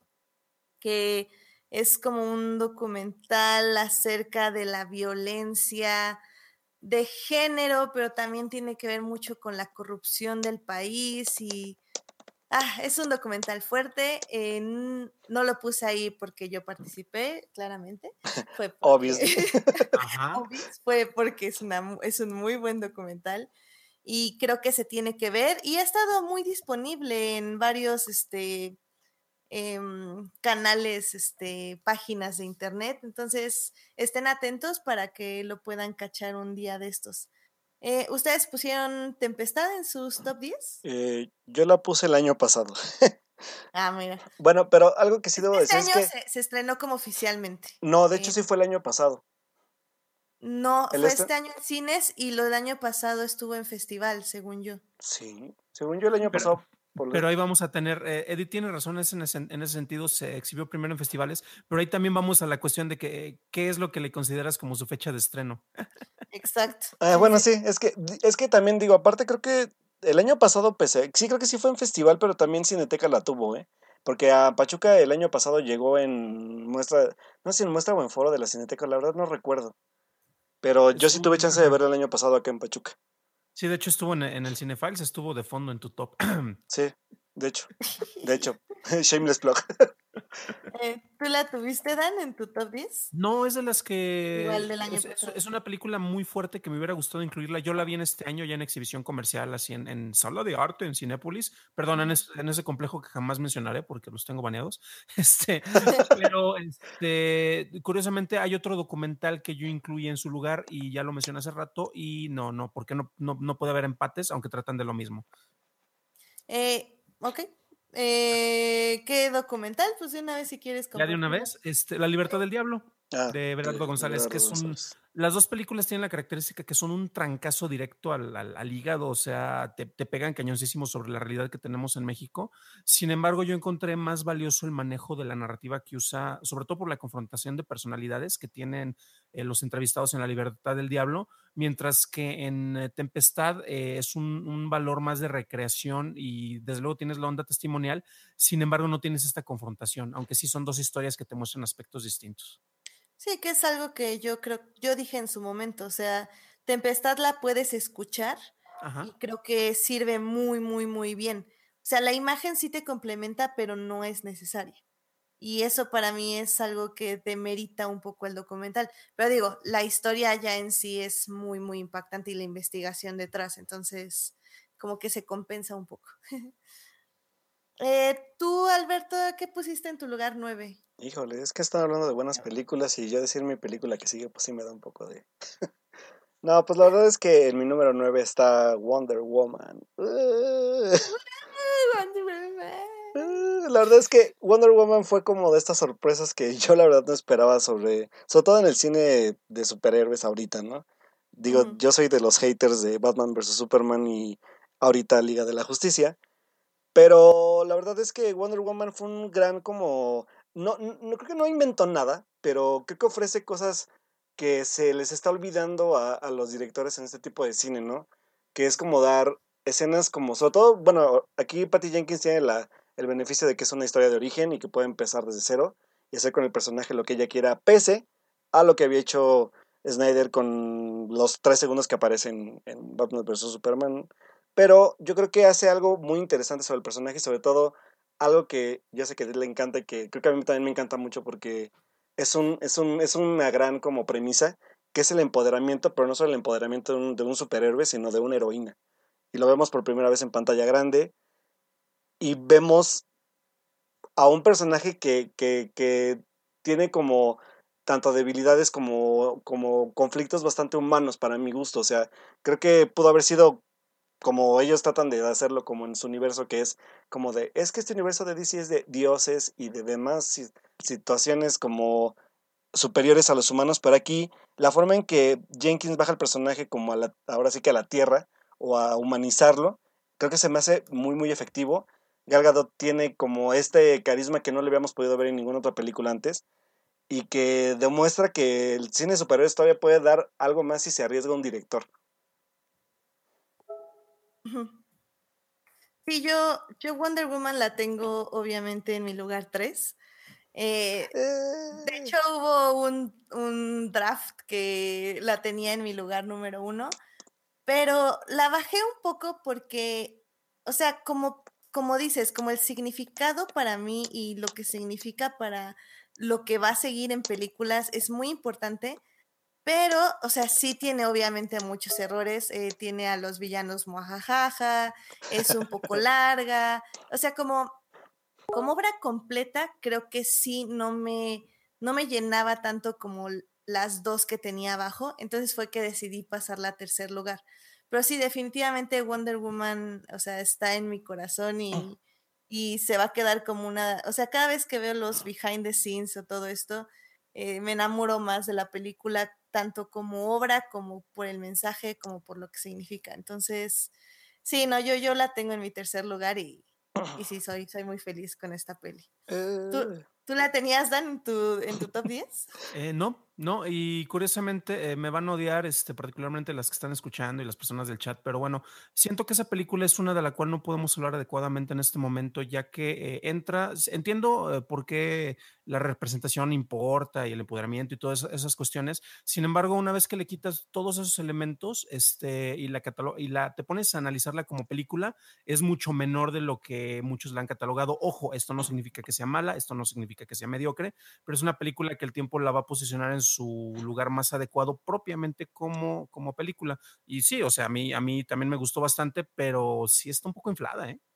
que es como un documental acerca de la violencia de género, pero también tiene que ver mucho con la corrupción del país y ah, es un documental fuerte. Eh, no lo puse ahí porque yo participé, claramente. Fue porque Obviously. Ajá. obvis, fue porque es, una, es un muy buen documental y creo que se tiene que ver y ha estado muy disponible en varios este, eh, canales, este, páginas de internet. Entonces, estén atentos para que lo puedan cachar un día de estos. Eh, ¿Ustedes pusieron Tempestad en sus top diez? Eh, yo la puse el año pasado. Ah, mira. Bueno, pero algo que sí Es que debo este decir es año que se, se estrenó como oficialmente. no, de hecho Eh, sí fue el año pasado. no, El fue este, este año en cines y lo del año pasado estuvo en festival, según yo. sí, según yo el año Pero, pasado. Por la- pero ahí vamos a tener, eh, Edith tiene razón es en ese, en ese sentido, se exhibió primero en festivales, pero ahí también vamos a la cuestión de que, qué es lo que le consideras como su fecha de estreno. Exacto. Ah, Sí, bueno, sí. sí, es que, es que también digo, aparte creo que el año pasado pese, sí creo que sí fue en festival, pero también Cineteca la tuvo, ¿eh? Porque a Pachuca el año pasado llegó en muestra, no sé si en muestra o en foro de la Cineteca, la verdad no recuerdo. Pero yo sí Estuvo, tuve chance de ajá. ver el año pasado acá en Pachuca. Sí, de hecho estuvo en, en el Cinefiles, estuvo de fondo en tu top. Sí, de hecho, de hecho, shameless plug. Eh, ¿Tú la tuviste, Dan, en tu top diez? No, es de las Igual que del año es, es- pasado. es una película muy fuerte que me hubiera gustado incluirla. Yo la vi en este año ya en exhibición comercial, así en, en sala de arte en Cinépolis. Perdón, en, Ujú. es- en ese complejo que jamás mencionaré porque los tengo baneados. Este, pero este, curiosamente hay otro documental que yo incluí en su lugar y ya lo mencioné hace rato y no, no, porque no, no, no puede haber empates, aunque tratan de lo mismo. Eh, ok. Eh, ¿qué documental? Pues de una vez si quieres Ya de una compartirlo. vez, este, La Libertad del Diablo Ah, de Berardo de González, que Eduardo es un, González. las dos películas tienen la característica que son un trancazo directo al, al, al hígado, o sea, te, te pegan cañoncísimo sobre la realidad que tenemos en México. Sin embargo, yo encontré más valioso el manejo de la narrativa que usa, sobre todo por la confrontación de personalidades que tienen eh, los entrevistados en La Libertad del Diablo, mientras que en eh, Tempestad eh, es un, un valor más de recreación y desde luego tienes la onda testimonial, sin embargo no tienes esta confrontación, aunque sí son dos historias que te muestran aspectos distintos. Sí, que es algo que yo creo, yo dije en su momento, o sea, Tempestad la puedes escuchar Ajá. y creo que sirve muy, muy, muy bien. O sea, la imagen sí te complementa, pero no es necesaria. Y eso para mí es algo que demerita un poco el documental. Pero digo, la historia ya en sí es muy, muy impactante y la investigación detrás, entonces como que se compensa un poco. Eh, tú, Alberto, ¿qué pusiste en tu lugar nueve? Híjole, es que están hablando de buenas películas y yo decir mi película que sigue, pues sí me da un poco de... No, pues la verdad es que en mi número nueve está Wonder Woman. Uh, uh, la verdad es que Wonder Woman fue como de estas sorpresas que yo la verdad no esperaba sobre, sobre todo en el cine de superhéroes ahorita, ¿no? Digo, Ujú. yo soy de los haters de Batman versus Superman y ahorita Liga de la Justicia, pero la verdad es que Wonder Woman fue un gran como... No, no no creo que no inventó nada, pero creo que ofrece cosas que se les está olvidando a, a los directores en este tipo de cine, ¿no? Que es como dar escenas como, sobre todo, bueno, aquí Patty Jenkins tiene la, el beneficio de que es una historia de origen y que puede empezar desde cero y hacer con el personaje lo que ella quiera, pese a lo que había hecho Snyder con los tres segundos que aparecen en Batman versus. Superman. Pero yo creo que hace algo muy interesante sobre el personaje y sobre todo algo que yo sé que a él le encanta y que creo que a mí también me encanta mucho porque es, un, es, un, es una gran como premisa, que es el empoderamiento, pero no solo el empoderamiento de un, de un superhéroe, sino de una heroína. Y lo vemos por primera vez en pantalla grande y vemos a un personaje que, que, que tiene como tanto debilidades como, como conflictos bastante humanos para mi gusto. O sea, creo que pudo haber sido como ellos tratan de hacerlo como en su universo, que es como de, es que este universo de D C es de dioses y de demás situaciones como superiores a los humanos, pero aquí la forma en que Jenkins baja el personaje como a la, ahora sí que a la tierra o a humanizarlo, creo que se me hace muy muy efectivo. Gal Gadot tiene como este carisma que no le habíamos podido ver en ninguna otra película antes y que demuestra que el cine de superhéroes todavía puede dar algo más si se arriesga un director. Sí, yo, yo Wonder Woman la tengo obviamente en mi lugar tres. Eh, de hecho, hubo un, un draft que la tenía en mi lugar número uno, pero la bajé un poco porque, o sea, como, como dices, como el significado para mí y lo que significa para lo que va a seguir en películas es muy importante, pero, o sea, sí tiene obviamente muchos errores, eh, tiene a los villanos mojajaja, es un poco larga, o sea, como... Como obra completa, creo que sí no me, no me llenaba tanto como las dos que tenía abajo, entonces fue que decidí pasarla a tercer lugar. Pero sí, definitivamente Wonder Woman, o sea, está en mi corazón y, y se va a quedar como una, o sea, cada vez que veo los behind the scenes o todo esto, eh, me enamoro más de la película, tanto como obra, como por el mensaje, como por lo que significa. Entonces, sí, no, yo, yo la tengo en mi tercer lugar y, y sí, soy, soy muy feliz con esta peli. ¿Tú, ¿tú la tenías, Dan, en tu, en tu top diez? Eh, no, no, y curiosamente eh, me van a odiar, este, particularmente las que están escuchando y las personas del chat, pero bueno, siento que esa película es una de la cual no podemos hablar adecuadamente en este momento, ya que eh, entra, entiendo eh, por qué la representación importa y el empoderamiento y todas esas cuestiones, sin embargo, una vez que le quitas todos esos elementos este, y, la y la te pones a analizarla como película, es mucho menor de lo que muchos la han catalogado. Ojo, esto no significa que sea mala, esto no significa que sea mediocre, pero es una película que el tiempo la va a posicionar en su lugar más adecuado propiamente como, como película. Y sí, o sea, a mí, a mí también me gustó bastante, pero sí está un poco inflada, ¿eh?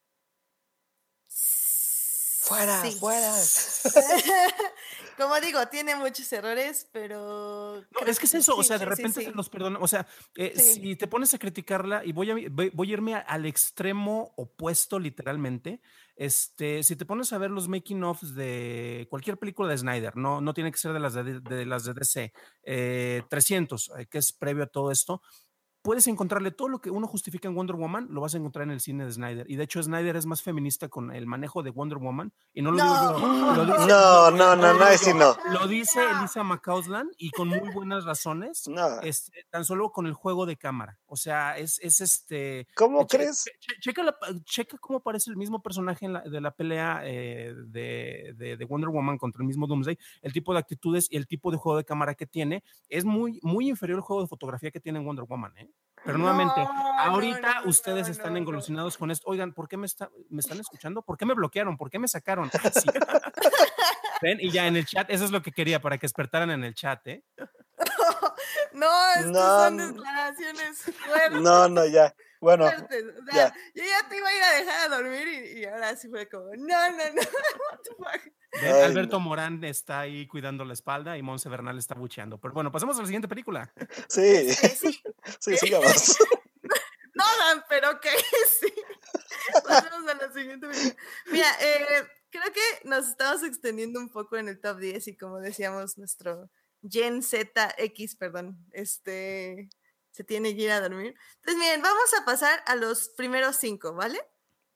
¡Fuera, sí. fuera! Como digo, tiene muchos errores, pero... No, creo es que es sí, eso, o sí, sea, de sí, repente sí, se sí. nos perdona, o sea, eh, Sí. si te pones a criticarla y voy a, voy a irme al extremo opuesto literalmente, este, si te pones a ver los making ofs de cualquier película de Snyder, no, no tiene que ser de las de, de las de D C, eh, trescientos, eh, que es previo a todo esto, puedes encontrarle todo lo que uno justifica en Wonder Woman, lo vas a encontrar en el cine de Snyder. Y de hecho, Snyder es más feminista con el manejo de Wonder Woman. Y no lo No. digo yo, lo dice, No, lo, no, no no, lo no, digo sí yo, no. lo dice Elisa McCausland y con muy buenas razones, No. este, tan solo con el juego de cámara. O sea, es, es este. ¿Cómo che, crees? che, checa, la, checa cómo aparece el mismo personaje en la, de la pelea eh, de, de, de Wonder Woman contra el mismo Doomsday. El tipo de actitudes y el tipo de juego de cámara que tiene es muy, muy inferior al juego de fotografía que tiene en Wonder Woman, ¿eh? Pero nuevamente, No, ahorita no, no, ustedes no, están no, no. engolosinados con esto. Oigan, ¿por qué me, está, me están escuchando? ¿Por qué me bloquearon? ¿Por qué me sacaron? Ay, sí. ¿Ven? Y ya en el chat, eso es lo que quería, para que despertaran en el chat, ¿eh? No, estas No, son declaraciones fuertes. no, no, ya. Bueno, fuertes. O sea, ya. yo ya te iba a ir a dejar a dormir y, y ahora sí fue como, no, no, no. What the fuck? Ven, Ay, Alberto no. Morán está ahí cuidando la espalda y Monse Bernal está bucheando. Pero bueno, pasemos a la siguiente película. Sí, Este, sí. sí, sigamos. No, Dan, pero que sí. Pasemos a la siguiente película. Mira, eh, creo que nos estamos extendiendo un poco en el top diez y como decíamos, nuestro Gen Z X, perdón, este se tiene que ir a dormir. Entonces, miren, vamos a pasar a los primeros cinco, ¿vale?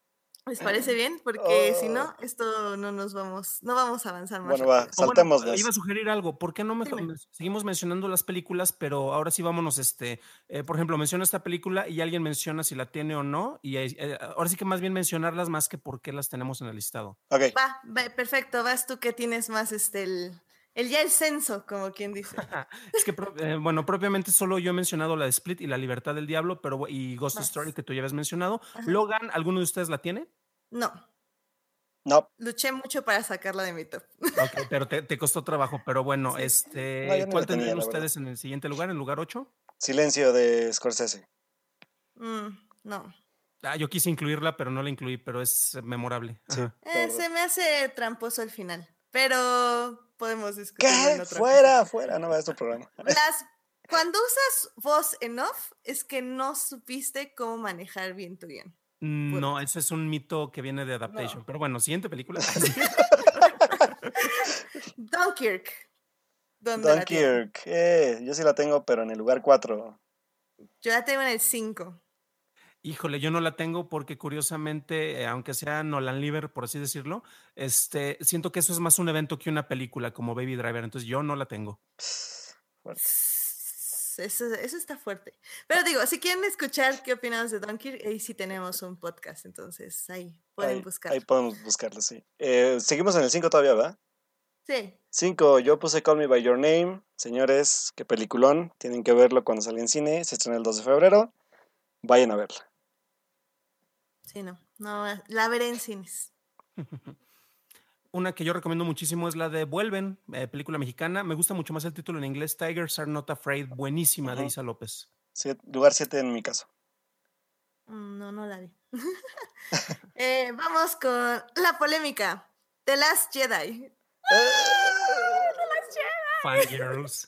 ¿Les parece bien? Porque si no, esto no nos vamos, no vamos a avanzar más Bueno, va, rápido. O bueno, saltémoslas. iba a sugerir algo. ¿Por qué no mejor Dime. seguimos mencionando las películas, pero ahora sí vámonos, este, eh, por ejemplo, menciona esta película y alguien menciona si la tiene o no, y eh, ahora sí que más bien mencionarlas más que por qué las tenemos en el listado. Ok. Va, va, perfecto, vas tú que tienes más este el, el ya el censo, como quien dice. Es que, pro- eh, bueno, propiamente solo yo he mencionado la de Split y La Libertad del Diablo, pero bu- y Ghost Story Vas. que tú ya habías mencionado. Ajá. Logan, ¿alguno de ustedes la tiene? No, No. luché mucho para sacarla de mi top. Ok, pero te, te costó trabajo. Pero bueno, Sí. No, yo este, ni ¿cuál la tenía, tendrían la verdad. ustedes en el siguiente lugar, en lugar ocho? Silencio de Scorsese. Mm, no. Ah, yo quise incluirla, pero no la incluí, pero es memorable. Sí, Ajá. la Eh, verdad. se me hace tramposo el final, pero podemos discutirlo en ¿Qué? otra ocasión. Fuera, fuera, no veas tu programa. Las, cuando usas voz en off, es que no supiste cómo manejar bien tu guión. No, Punto. eso es un mito que viene de Adaptation. No. Pero bueno, siguiente película. Dunkirk. ¿Dónde la tienen? Dunkirk. Eh, yo sí la tengo, pero en el lugar cuatro. Yo la tengo en el cinco. Híjole, yo no la tengo porque curiosamente, eh, aunque sea Nolan Liver, por así decirlo, este, siento que eso es más un evento que una película como Baby Driver, entonces yo no la tengo. Fuerte. Eso, eso está fuerte. Pero digo, si quieren escuchar qué opinamos de Dunkirk, ahí sí tenemos un podcast, entonces ahí pueden Ahí, buscar. ahí podemos buscarlo, sí. Eh, seguimos en el cinco todavía, ¿verdad? Sí. cinco, yo puse Call Me By Your Name. Señores, qué peliculón. Tienen que verlo cuando salga en cine. Se estrena el dos de febrero. Vayan a verla. Sí, no. No, la veré en cines. Una que yo recomiendo muchísimo es la de Vuelven, eh, película mexicana. Me gusta mucho más el título en inglés, Tigers Are Not Afraid, buenísima, uh-huh. de Isa López. Siete, lugar siete en mi caso. No, no la vi. eh, vamos con la polémica. The Last Jedi. ¡Ah! The Last Jedi. Fan girls.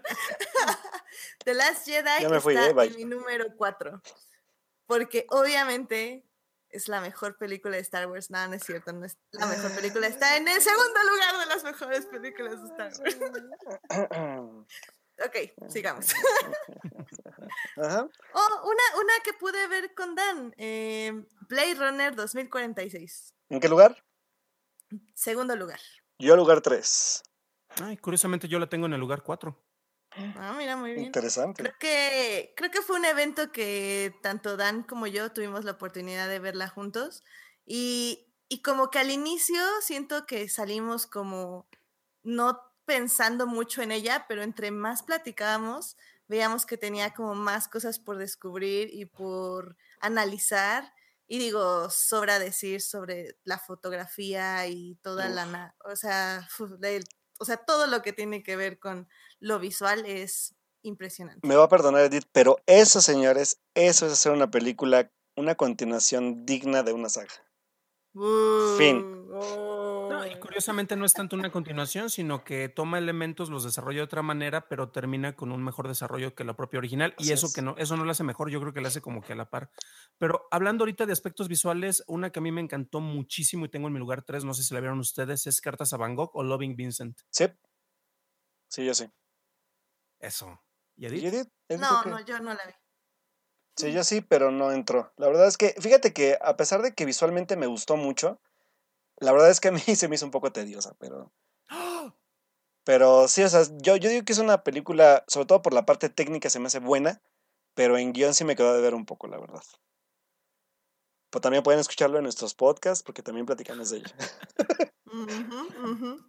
The Last Jedi ya me fui, está eh, en mi número cuatro. Porque obviamente es la mejor película de Star Wars. No, no es cierto, no es la mejor película. Está en el segundo lugar de las mejores películas de Star Wars. Ok, sigamos. Ajá. Oh, una, una que pude ver con Dan. Eh, Blade Runner dos mil cuarenta y seis. ¿En qué lugar? Segundo lugar. Yo lugar tres. Ay, curiosamente yo la tengo en el lugar cuatro. Ah, mira, muy bien. Interesante. Creo que, creo que fue un evento que tanto Dan como yo tuvimos la oportunidad de verla juntos. Y, y como que al inicio siento que salimos como no pensando mucho en ella, pero entre más platicábamos, veíamos que tenía como más cosas por descubrir y por analizar. Y digo, sobra decir sobre la fotografía y toda Uf. la... O sea, el, o sea, todo lo que tiene que ver con lo visual es impresionante. Me va a perdonar Edith, pero eso, señores, eso es hacer una película, una continuación digna de una saga. Uh, fin. Oh. No, y curiosamente no es tanto una continuación, sino que toma elementos, los desarrolla de otra manera, pero termina con un mejor desarrollo que la propia original. Así y eso es. que no, eso no lo hace mejor, yo creo que lo hace como que a la par. Pero hablando ahorita de aspectos visuales, una que a mí me encantó muchísimo y tengo en mi lugar tres, no sé si la vieron ustedes, es Cartas a Van Gogh o Loving Vincent. Sí. Sí, yo sí. Eso. ¿Y Edith? ¿Y Edith? ¿Edith no, no, yo no la vi. Sí, yo sí, pero no entró. La verdad es que, fíjate que a pesar de que visualmente me gustó mucho, la verdad es que a mí se me hizo un poco tediosa, pero... ¡Oh! Pero sí, o sea, yo, yo digo que es una película, sobre todo por la parte técnica se me hace buena, pero en guión sí me quedó de ver un poco, la verdad. Pues también pueden escucharlo en nuestros podcasts, porque también platicamos de ella. uh-huh, uh-huh.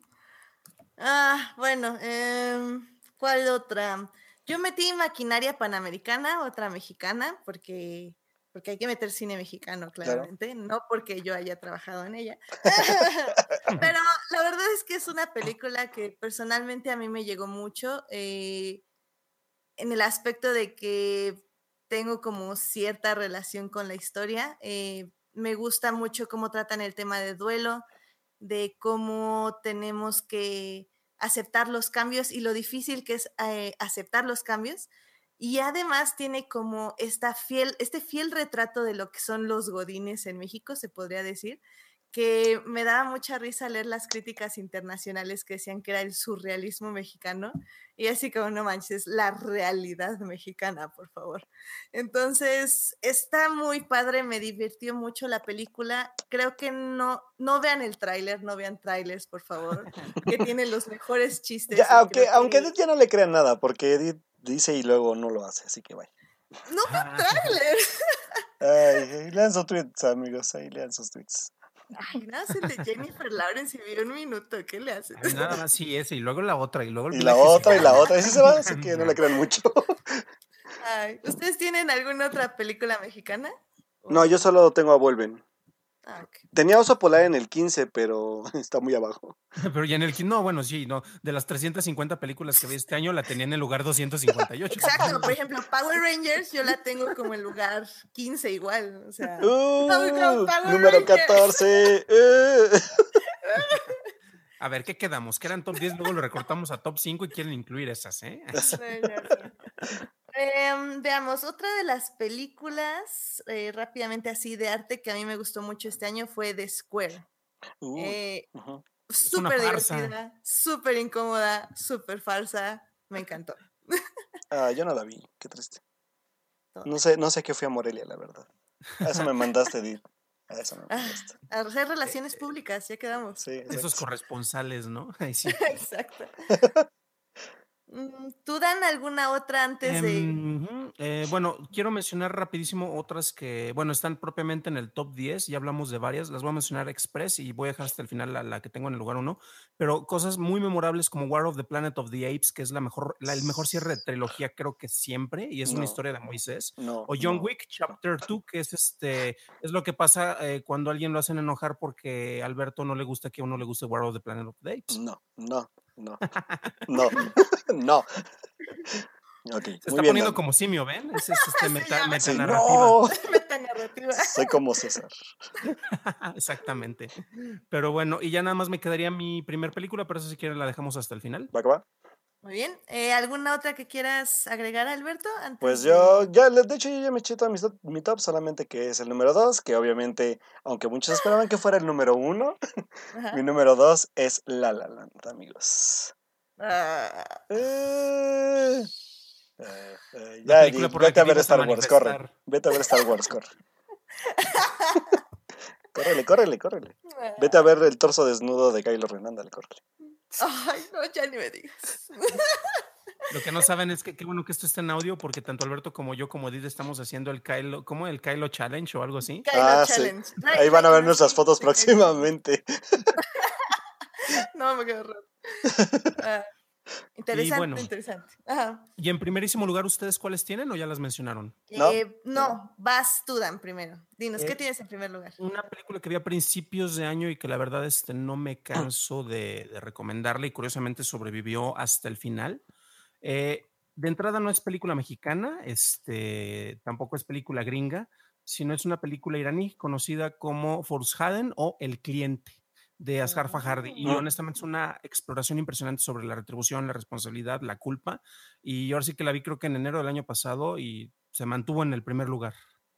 Ah, bueno, eh, ¿cuál otra? Yo metí Maquinaria Panamericana, otra mexicana, porque, porque hay que meter cine mexicano, claramente, claro. No porque yo haya trabajado en ella. Pero la verdad es que es una película que personalmente a mí me llegó mucho, eh, en el aspecto de que tengo como cierta relación con la historia. Eh, me gusta mucho cómo tratan el tema de duelo, de cómo tenemos que aceptar los cambios y lo difícil que es eh, aceptar los cambios. Y además tiene como esta fiel, este fiel retrato de lo que son los godines en México, se podría decir, que me daba mucha risa leer las críticas internacionales que decían que era el surrealismo mexicano, y así como no manches, la realidad mexicana, por favor. Entonces, está muy padre, me divirtió mucho la película. Creo que no, no vean el tráiler, no vean trailers, por favor, que tiene los mejores chistes. Ya, y aunque, creo que... aunque Edith ya no le crean nada, porque Edith dice y luego no lo hace, así que vaya. No vean tráiler. Ay, lean sus tweets, amigos, ahí lean sus tweets. Ay, nada, es el de Jennifer Lawrence y vi un minuto, ¿qué le haces? Ay, nada más, sí, ese, y luego la otra, y luego el Y la Black otra, ese. y la otra, así se va, así que no le crean mucho. Ay, ¿ustedes tienen alguna otra película mexicana? No, yo solo tengo a Vuelven. Ah, ok. Tenía Oso Polar en el quince, pero está muy abajo. Pero ya en el no, bueno, sí, no, de las trescientas cincuenta películas que vi este año, la tenía en el lugar doscientos cincuenta y ocho. Exacto, por ejemplo, Power Rangers yo la tengo como en lugar quince igual, o sea... Uh, Power número Rangers. catorce. Uh. A ver, ¿qué quedamos? Que eran top diez, luego lo recortamos a top cinco y quieren incluir esas, ¿eh? Sí, ya sé. Eh, veamos, otra de las películas, eh, rápidamente así, de arte que a mí me gustó mucho este año fue The Square. Uh, Eh, uh-huh. Súper farsa. divertida, súper incómoda, súper farsa, me encantó. Ah, yo no la vi, qué triste. Toda. No sé, no sé qué fui a Morelia, la verdad. A eso me mandaste, Edith. A eso me Ah, mandaste. a hacer relaciones públicas, ya quedamos. Sí, exacto. Esos corresponsales, ¿no? Ay, sí. Exacto. Mm, ¿Tú, Dan, alguna otra antes de...? Em, ujú, eh, bueno, quiero mencionar rapidísimo otras que, bueno, están propiamente en el top diez, ya hablamos de varias, las voy a mencionar express y voy a dejar hasta el final la, la que tengo en el lugar uno, pero cosas muy memorables como War of the Planet of the Apes, que es la mejor, la, el mejor cierre de trilogía creo que siempre, y es No, una historia de Moisés, no, o John no, Wick Chapter dos, que es este, es lo que pasa eh, cuando a alguien lo hacen enojar porque a Alberto no le gusta que a uno le guste War of the Planet of the Apes. no, no, no, no, no. Ok, Se muy está bien, poniendo Dan. como simio, ¿ven? Es, es este Sí, meta, ya me- Sí, metanarrativa. no, Metanarrativa. soy como César. Exactamente. Pero bueno, y ya nada más me quedaría mi primer película, pero eso si quieren la dejamos hasta el final. ¿Va que va? Muy bien. Eh, ¿Alguna otra que quieras agregar, Alberto? Antes Pues de- yo, ya, le- de hecho yo ya me eché toda mi top, mi top, solamente que es el número dos, que obviamente, aunque muchos esperaban que fuera el número uno, Ajá. mi número dos es La La Land, amigos. Ah, Eh, eh, eh, La ya, película Edith, por la vete que a ver te ibas a Star Wars, corre. manifestar. Vete a ver Star Wars, corre. Córrele, córrele, córrele. Vete a ver el torso desnudo de Kylo Ren, ándale, córrele. Ay, no, ya ni me digas. Lo que no saben es que qué bueno que esto está en audio, porque tanto Alberto como yo, como Edith, estamos haciendo el Kylo, ¿cómo? El Kylo Challenge o algo así. Kylo Ah, sí. Challenge. Ahí van a ver No, nuestras sí, fotos sí, próximamente. No, me quedo raro. Ah, interesante, bueno. interesante. Ajá. Y en primerísimo lugar, ¿ustedes cuáles tienen o ya las mencionaron? ¿No? Eh, no, vas tú, Dan, primero. Dinos, ¿qué Eh, tienes en primer lugar? Una película que vi a principios de año y que la verdad este, no me canso de, de recomendarla y curiosamente sobrevivió hasta el final. Eh, de entrada no es película mexicana, este, tampoco es película gringa, sino es una película iraní conocida como Forzhaden o El Cliente de Asghar Farhadi. Y Mm. honestamente es una exploración impresionante sobre la retribución, la responsabilidad, la culpa. Y ahora sí que la vi creo que en enero del año pasado y se mantuvo en el primer lugar.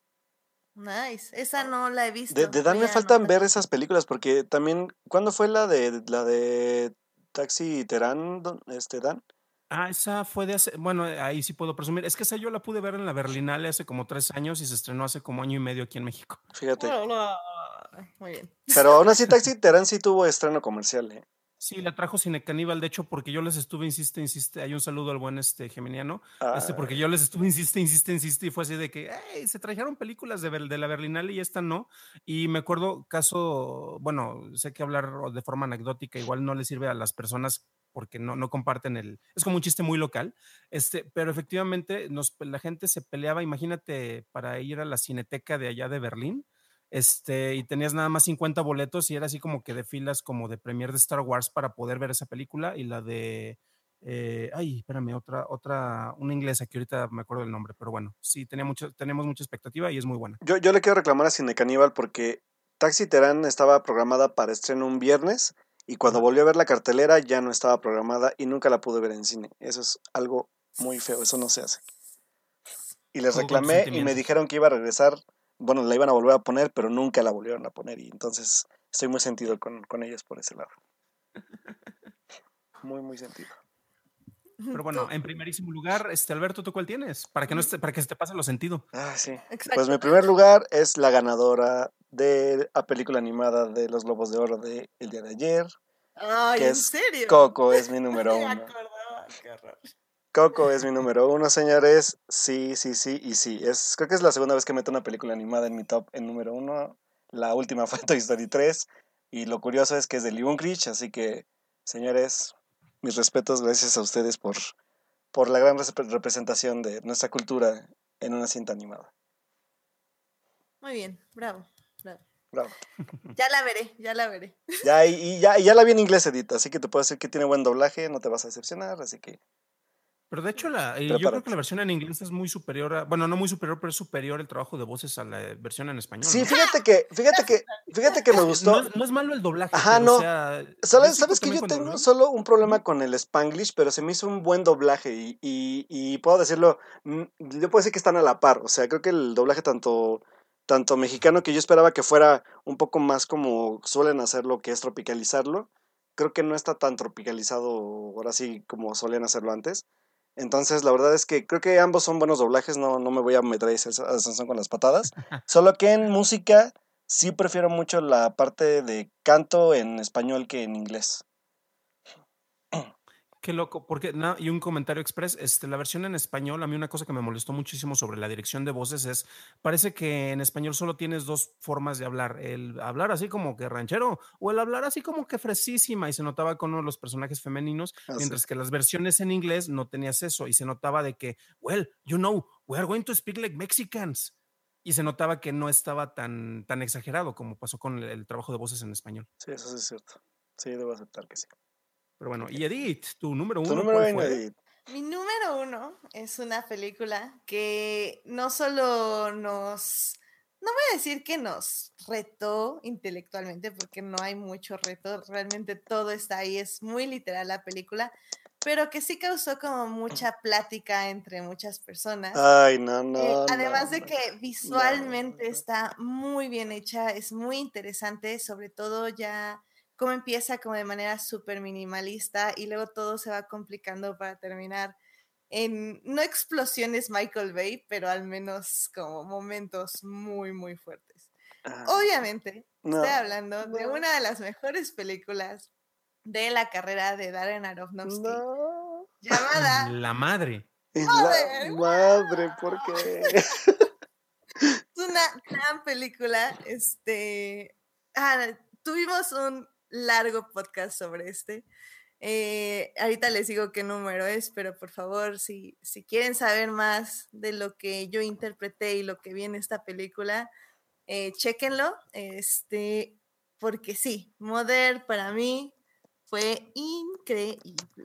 Nice. Esa no la he visto. De, de Dan Voy me a faltan anotar. ver esas películas porque también, ¿cuándo fue la de la de Taxi Terán, don- este Dan? Ah, esa fue de hace, bueno, ahí sí puedo presumir. Es que esa yo la pude ver en la Berlinale hace como tres años y se estrenó hace como año y medio aquí en México. Fíjate. No, no. Muy bien. Pero aún así Taxi Terán sí tuvo estreno comercial, ¿eh? Sí, la trajo Cine Caníbal, de hecho, porque yo les estuve, insiste, insiste, hay un saludo al buen este Geminiano, este, porque Ah, yo les estuve, insiste, insiste, insiste, y fue así de que, hey, se trajeron películas de, Ber- de la Berlinale y esta no, y me acuerdo caso, bueno, sé que hablar de forma anecdótica igual no le sirve a las personas porque no, no comparten el, es como un chiste muy local, este, pero efectivamente nos, la gente se peleaba, imagínate, para ir a la Cineteca de allá de Berlín, este, y tenías nada más cincuenta boletos y era así como que de filas como de premier de Star Wars para poder ver esa película y la de, eh, ay, espérame, otra, otra, una inglesa que ahorita me acuerdo del nombre, pero bueno, sí, tenía mucho, tenemos mucha expectativa y es muy buena. yo, yo le quiero reclamar a Cine Caníbal porque Taxi Terán estaba programada para estreno un viernes y cuando Ajá. volvió a ver la cartelera ya no estaba programada y nunca la pude ver en cine. Eso es algo muy feo, eso no se hace. Y les Juego con tus reclamé y me sentimientos. dijeron que iba a regresar, bueno, la iban a volver a poner, pero nunca la volvieron a poner y entonces estoy muy sentido con, con ellos por ese lado. Muy, muy sentido. Pero bueno, en primerísimo lugar, este Alberto, ¿tú cuál tienes? Para que no esté, para que se te pase lo sentido. Ah, sí. Exacto. Pues mi primer lugar es la ganadora de la película animada de los Globos de Oro de el día de ayer. Ay, que ¿en es serio? Coco, es mi número Me uno. acordaba, qué horror. Coco es mi número uno, señores. Sí, sí, sí, y sí. Es, creo que es la segunda vez que meto una película animada en mi top en número uno. La última fue Toy Story tres. Y lo curioso es que es de Lee Unkrich, así que, señores, mis respetos, gracias a ustedes por, por la gran rep- representación de nuestra cultura en una cinta animada. Muy bien, bravo, bravo. Bravo. Ya la veré, ya la veré. Ya, y, y ya, y ya la vi en inglés, Edith, así que te puedo decir que tiene buen doblaje, no te vas a decepcionar, así que Pero de hecho, la, y yo creo prepárate. que la versión en inglés es muy superior a, bueno, no muy superior, pero es superior el trabajo de voces a la versión en español, Sí, ¿no? fíjate que, fíjate que, fíjate que me Es que no gustó. es, no es malo el doblaje, Ajá, pero o no. sea, yo ¿Sabes, sí sabes que también yo cuando lo tengo vi, solo un problema ujú, con el Spanglish, pero se me hizo un buen doblaje y, y, y puedo decirlo, mm, yo puedo decir que están a la par, o sea, creo que el doblaje tanto, tanto mexicano, que yo esperaba que fuera un poco más como suelen hacerlo, que es tropicalizarlo, creo que no está tan tropicalizado ahora sí como solían hacerlo antes. Entonces, la verdad es que creo que ambos son buenos doblajes, no, no me voy a meter a Sansón con las patadas, solo que en música sí prefiero mucho la parte de canto en español que en inglés. qué loco, porque, na- y un comentario express, este, la versión en español, a mí una cosa que me molestó muchísimo sobre la dirección de voces es, parece que en español solo tienes dos formas de hablar, el hablar así como que ranchero o el hablar así como que fresísima y se notaba con uno de los personajes femeninos, Así. mientras que las versiones en inglés no tenías eso y se notaba de que, well, you know, we are going to speak like Mexicans. Y se notaba que no estaba tan, tan exagerado como pasó con el, el trabajo de voces en español. Sí, eso sí es cierto. Sí, debo aceptar que sí. Pero bueno, Ok. y Edith, tu número Tu uno, número ¿cuál uno, fue? Edith. Mi número uno es una película que no solo nos, no voy a decir que nos retó intelectualmente, porque no hay mucho reto, realmente todo está ahí, es muy literal la película, pero que sí causó como mucha plática entre muchas personas. Ay, no, Eh, no, además no, de no. que No, visualmente no. está muy bien hecha, es muy interesante, sobre todo ya cómo empieza como de manera súper minimalista y luego todo se va complicando para terminar en, no explosiones Michael Bay, pero al menos como momentos muy, muy fuertes. Ay, Obviamente, estoy no, hablando de no, una de las mejores películas de la carrera de Darren Aronofsky, no. llamada La madre. En la Mother. madre, ¿por qué? Es una gran película. Este, ah, tuvimos un largo podcast sobre este. Eh, ahorita les digo qué número es, pero por favor, si, si quieren saber más de lo que yo interpreté y lo que vi en esta película, eh, chéquenlo. Este, porque sí, Mother para mí fue increíble.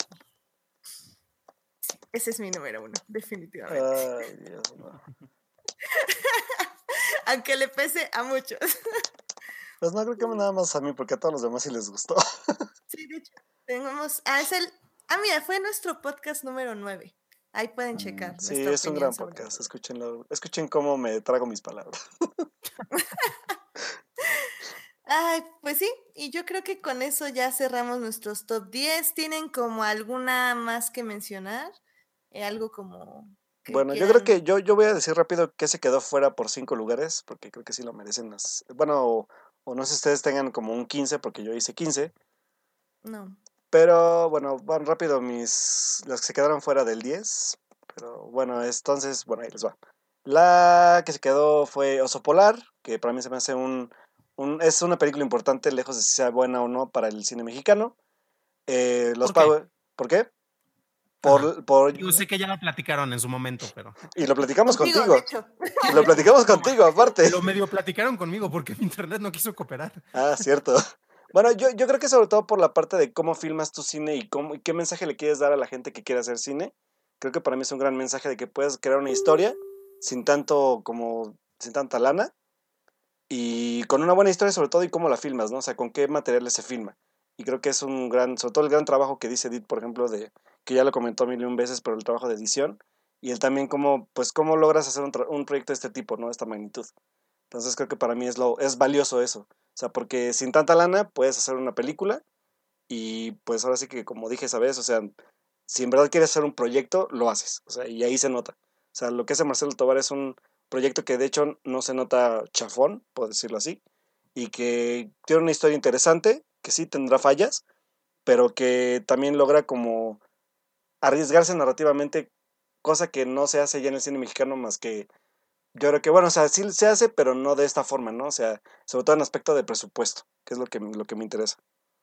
Ese es mi número uno, definitivamente. Ay, Dios, no. Aunque le pese a muchos. Pues no creo que nada más a mí, porque a todos los demás sí les gustó. Sí, de hecho, tenemos. Ah, es el. Ah, mira, fue nuestro podcast número nueve. Ahí pueden checar Sí, nuestra es un opinión gran sobre podcast. esto. Escúchenlo. Escuchen cómo me trago mis palabras. Ay, pues sí, y yo creo que con eso ya cerramos nuestros top diez. ¿Tienen como alguna más que mencionar? Eh, algo como que Bueno, yo creo quieran. que yo, yo voy a decir rápido que se quedó fuera por cinco lugares, porque creo que sí lo merecen las... Bueno, o, o no sé si ustedes tengan como un quince, porque yo hice quince. No. Pero bueno, van rápido mis... Las que se quedaron fuera del diez. Pero bueno, entonces, bueno, ahí les va. La que se quedó fue Oso Polar, que para mí se me hace un... un es una película importante, lejos de si sea buena o no para el cine mexicano. Eh, los ¿Por qué? Power... ¿Por qué? Ajá. Por, por, Yo sé que ya lo platicaron en su momento, pero y lo platicamos Contigo, de contigo. hecho. Y lo platicamos no, contigo, aparte. lo medio platicaron conmigo porque mi internet no quiso cooperar. Ah, cierto. Bueno, yo, yo creo que sobre todo por la parte de cómo filmas tu cine y cómo, y qué mensaje le quieres dar a la gente que quiere hacer cine. Creo que para mí es un gran mensaje de que puedes crear una historia sin tanto como, sin tanta lana y con una buena historia sobre todo y cómo la filmas, ¿no? O sea, con qué materiales se filma. Y creo que es un gran, sobre todo el gran trabajo que dice Edith, por ejemplo, de, que ya lo comentó mil y un veces, pero el trabajo de edición y el también cómo, pues cómo logras hacer un, tra- un proyecto de este tipo, ¿no? De esta magnitud. Entonces creo que para mí es lo, es valioso eso. sea, porque sin tanta lana puedes hacer una película y pues ahora sí que como dije esa vez, o sea, si en verdad quieres hacer un proyecto, lo haces, o sea, y ahí se nota. O sea, lo que hace Marcelo Tovar es un proyecto que de hecho no se nota chafón, por decirlo así, y que tiene una historia interesante, que sí tendrá fallas, pero que también logra como arriesgarse narrativamente, cosa que no se hace ya en el cine mexicano más que, yo creo que, bueno, o sea, sí se hace, pero no de esta forma, ¿no? O sea, sobre todo en aspecto de presupuesto, que es lo que, lo que me interesa.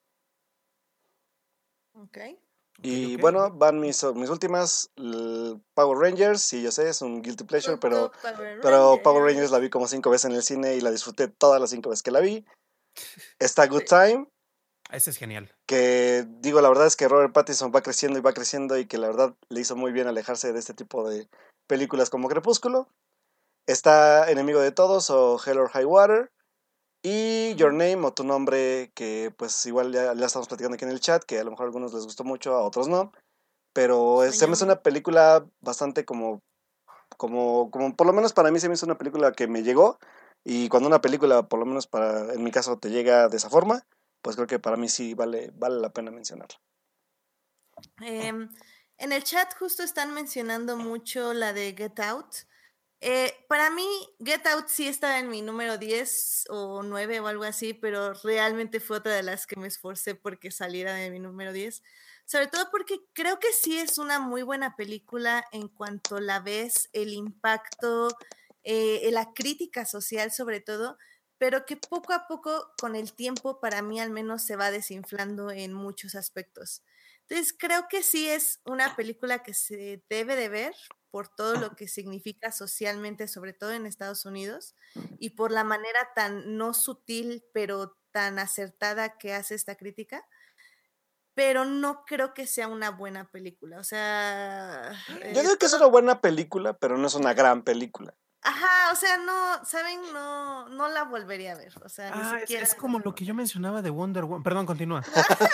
Ok. Y Ok, ok. bueno, van mis, mis últimas, l- Power Rangers, sí, yo sé, es un guilty pleasure, pero, Poco Power pero Power Rangers la Rangers. vi como cinco veces en el cine y la disfruté todas las cinco veces que la vi. Está Good Sí. Time, Ese es genial. que digo, la verdad es que Robert Pattinson va creciendo y va creciendo y que la verdad le hizo muy bien alejarse de este tipo de películas como Crepúsculo. Está Enemigo de Todos o Hell or High Water. Y Your Ujú. Name o Tu Nombre, que pues igual ya, ya estamos platicando aquí en el chat, que a lo mejor a algunos les gustó mucho, a otros no. Pero es- se me hace Sueñame. una película bastante como, como, como, por lo menos para mí se me hizo una película que me llegó. Y cuando una película, por lo menos para, en mi caso, te llega de esa forma, pues creo que para mí sí vale, vale la pena mencionarla. Em, en el chat justo están mencionando mucho la de Get Out. Eh, para mí, Get Out sí está en mi número diez o nueve o algo así, pero realmente fue otra de las que me esforcé porque saliera de mi número diez. Sobre todo porque creo que sí es una muy buena película en cuanto la ves, el impacto, eh, la crítica social sobre todo, pero que poco a poco, con el tiempo, para mí al menos se va desinflando en muchos aspectos. Entonces, creo que sí es una película que se debe de ver por todo lo que significa socialmente, sobre todo en Estados Unidos, y por la manera tan no sutil, pero tan acertada que hace esta crítica, pero no creo que sea una buena película. O sea, Yo eh, digo que es todo, una buena película, pero no es una gran película. ajá, o sea, no, ¿saben? No, no la volvería a ver, o sea, ni Ah, es, siquiera. es como lo que yo mencionaba de Wonder Woman. Perdón, continúa.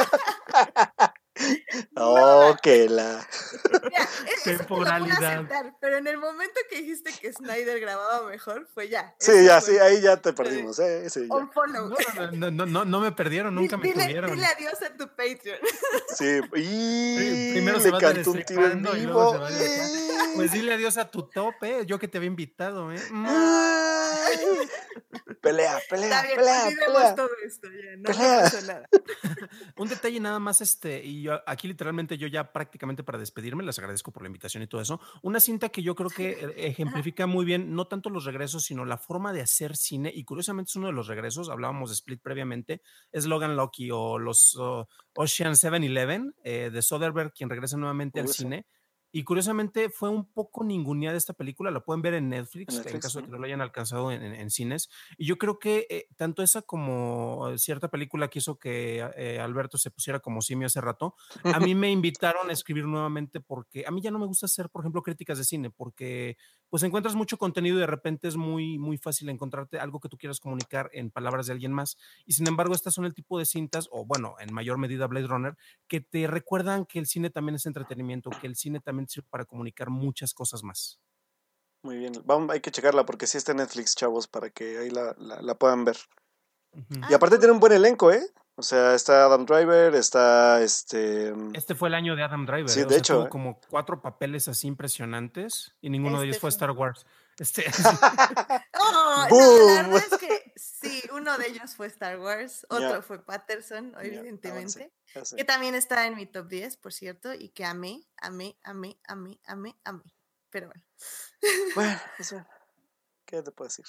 Oh, No, que la... mira, e- eso te lo puedo Temporalidad. aceptar, pero en el momento que dijiste que Snyder grababa mejor, fue ya, Sí, eso ya, sí, fue ahí ya te eh, perdimos, ¿eh? Sí, ya. unfollow. No, no, no, no, no, no me perdieron, nunca Dile, me dile, dile tuvieron. adiós a tu Patreon. Sí, Pri- y Primero se le va cantó un tiro en destripando y luego se vivo. va de acá. Pues dile adiós a tu tope, yo que te había invitado, ¿eh? Ah, Pelea, está pelea, bien, pelea, olvidemos pelea, todo esto, ya, no, no pelea. pasó nada. Un detalle nada más, este, y yo aquí literalmente yo ya prácticamente para despedirme, les agradezco por la invitación y todo eso. Una cinta que yo creo que eh, Ajá. ejemplifica muy bien, no tanto los regresos, sino la forma de hacer cine, y curiosamente es uno de los regresos, hablábamos de Split previamente, es Logan Lucky o los uh, Ocean seven eleven eh, de Soderbergh, quien regresa nuevamente al Uy, sí, cine. Y curiosamente fue un poco ninguneada esta película, la pueden ver en en Netflix, en Netflix. caso de ¿No? que no lo hayan alcanzado en, en, en cines. Y yo creo que eh, tanto esa como cierta película que hizo que eh, Alberto se pusiera como simio hace rato, a mí me invitaron a escribir nuevamente porque a mí ya no me gusta hacer, por ejemplo, críticas de cine, porque pues encuentras mucho contenido y de repente es muy, muy fácil encontrarte algo que tú quieras comunicar en palabras de alguien más. Y sin embargo, estas son el tipo de cintas, o bueno, en mayor medida Blade Runner, que te recuerdan que el cine también es entretenimiento, que el cine también sirve para comunicar muchas cosas más. Muy bien, vamos, hay que checarla porque sí está en Netflix, chavos, para que ahí la, la, la puedan ver. Ujú. Y Ah, aparte cool. tiene un buen elenco, ¿eh? O sea, está Adam Driver, está este... Este fue el año de Adam Driver, Sí, ¿eh? O de sea, hecho, tuvo ¿eh? como cuatro papeles así impresionantes y ninguno de ellos Este fue fue. Star Wars. Este, sí. Oh, no, la ¡Boom! verdad es que sí, uno de ellos fue Star Wars, Ya, otro fue Patterson, ya, avance, evidentemente, ya sé. que también está en mi top diez, por cierto, y que amé, amé, amé, amé, amé, amé. Pero bueno. Bueno, pues bueno, ¿qué te puedo decir?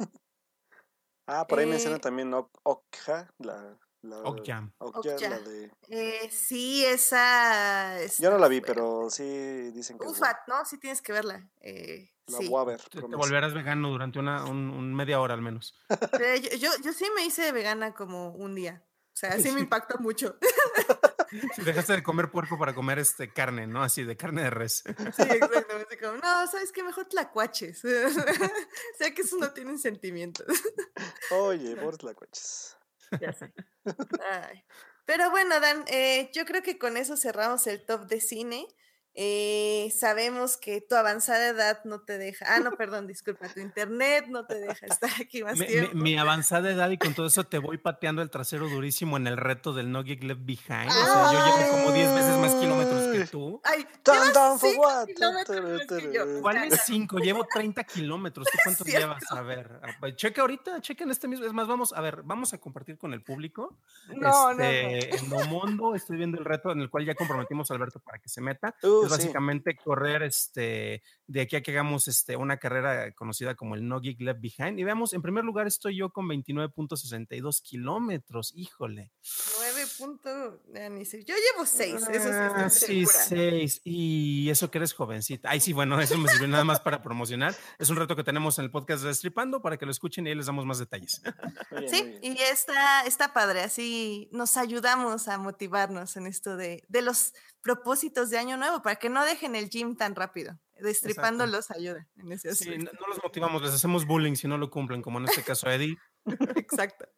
Ah, por ahí mencionan Eh, también Ok- Okja, la, la Okja. Okja, la Okja. de... Eh, sí, esa Yo no está la vi, fuerte. pero sí dicen que es buena. Ufat, ¿no? Sí tienes que verla. Eh, La voy a sí. ver, Te, te promesa. volverás vegano durante una un, un media hora al menos. Pero yo, yo, yo sí me hice vegana como un día. O sea, sí me Sí, impactó mucho. sí, dejaste de comer puerco para comer este carne, ¿no? Así de carne de res. Sí, exactamente. Como, no, ¿sabes qué? Mejor tlacuaches. O sea que eso no tienen sentimientos. Oye, pobres lacuaches. Ya sé. Ay. Pero bueno, Dan, eh, yo creo que con eso cerramos el top de cine. Eh, sabemos que tu avanzada edad no te deja. Ah, no, perdón, disculpa, tu internet no te deja estar aquí más Mi, tiempo. Mi, mi avanzada edad y con todo eso te voy pateando el trasero durísimo en el reto del No Geek Left Behind. O sea, yo llevo como diez veces más kilómetros que tú. Ay, Tan, tan, llevas for cinco what? kilómetros más que yo. ¿Cuáles cinco? Llevo treinta kilómetros. ¿Tú cuántos Cierto. llevas? A ver, a- checa ahorita, checa en este mismo. Es más, vamos a ver, vamos a compartir con el público. No, este, no, En Nomondo estoy viendo el reto en el cual ya comprometimos a Alberto para que se meta. Uh, es sí. básicamente correr este, de aquí a que hagamos este, una carrera conocida como el No Geek Left Behind. Y veamos, en primer lugar estoy yo con veintinueve punto sesenta y dos kilómetros. Híjole. nueve puntos. Yo llevo seis, eso sí estoy Ah, sí, segura. seis. Y eso que eres jovencita. Ay, sí, bueno, eso me sirvió nada más para promocionar. Es un reto que tenemos en el podcast de Destripando para que lo escuchen y ahí les damos más detalles. Muy bien, muy Sí, bien. y está, está padre, así nos ayudamos a motivarnos en esto de, de los propósitos de año nuevo, para que no dejen el gym tan rápido. Destripando Exacto. los ayuda en ese Sí, aspecto. no, no los motivamos, les hacemos bullying si no lo cumplen, como en este caso a Eddie. Exacto.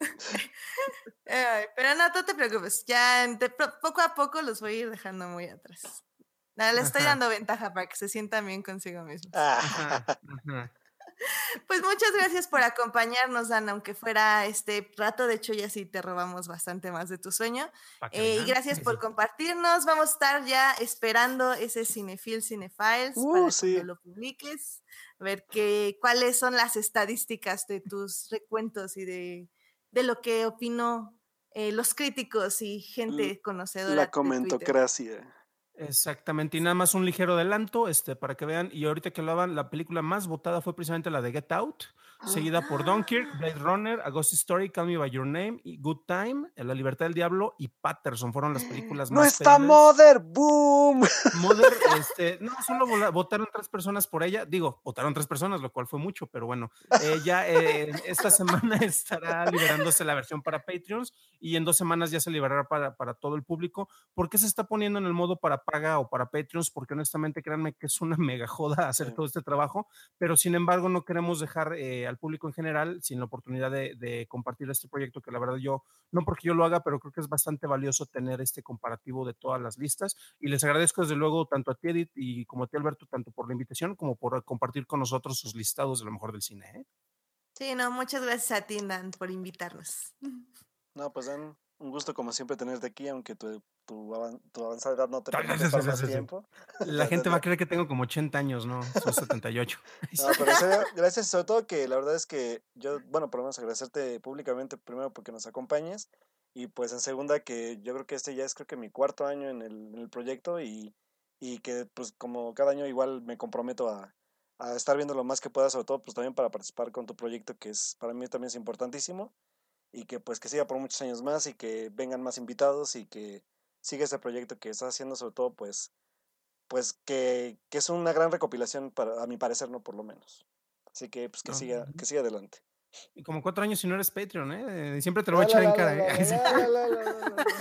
Ay, pero no, no te preocupes, ya de pro- poco a poco los voy a ir dejando muy atrás. Nada, les estoy Ajá. dando ventaja para que se sientan bien consigo mismos. Ah, Ajá, ajá. Pues muchas gracias por acompañarnos, Dan, aunque fuera este rato, de hecho ya sí te robamos bastante más de tu sueño. Pa' que Eh, y vean. gracias por Sí. compartirnos, vamos a estar ya esperando ese Cinefil Cinefiles Uh, para sí. cuando lo publiques, ver que, cuáles son las estadísticas de tus recuentos y de, de lo que opinó eh, los críticos y gente conocedora la de Twitter. comentocracia. Exactamente, y nada más un ligero adelanto, este, para que vean, y ahorita que lo hagan, la película más votada fue precisamente la de Get Out, seguida por Dunkirk, Blade Runner, A Ghost Story, Call Me By Your Name, y Good Time, La Libertad del Diablo y Patterson fueron las películas ¡No más está pedidas. Mother! ¡Boom! Mother, este, no, solo vola- votaron tres personas por ella, digo, votaron tres personas, lo cual fue mucho, pero bueno, eh, ya eh, esta semana estará liberándose la versión para Patreons y en dos semanas ya se liberará para, para todo el público. ¿Por qué se está poniendo en el modo para paga o para Patreons? Porque honestamente créanme que es una mega joda hacer Sí. todo este trabajo, pero sin embargo no queremos dejar eh, al público en general sin la oportunidad de, de compartir este proyecto que la verdad yo, no porque yo lo haga, pero creo que es bastante valioso tener este comparativo de todas las listas y les agradezco desde luego tanto a ti Edith y como a ti Alberto, tanto por la invitación como por compartir con nosotros sus listados de lo mejor del cine. ¿eh? Sí, no, muchas gracias a ti, Dan, por invitarnos. No, pues Dan, un gusto como siempre tenerte aquí, aunque tu, tu, avan- tu avanzada edad no te Ah, permite sí, estar sí, más sí, sí. tiempo. La gente va a creer que tengo como ochenta años, ¿no? Son setenta y ocho. No, pero en serio, gracias, sobre todo que la verdad es que yo, bueno, por lo menos agradecerte públicamente primero porque nos acompañes y pues en segunda que yo creo que este ya es creo que mi cuarto año en el, en el proyecto y, y que pues como cada año igual me comprometo a, a estar viendo lo más que pueda, sobre todo pues también para participar con tu proyecto que es para mí también es importantísimo y que pues que siga por muchos años más y que vengan más invitados y que siga ese proyecto que estás haciendo sobre todo pues pues que, que es una gran recopilación para, a mi parecer, no por lo menos. Así que pues que No. siga, que siga adelante. Y como cuatro años si no eres Patreon, ¿eh? Siempre te lo voy a La, echar la, en cara, la, ¿eh? la, la, la, la, la, la.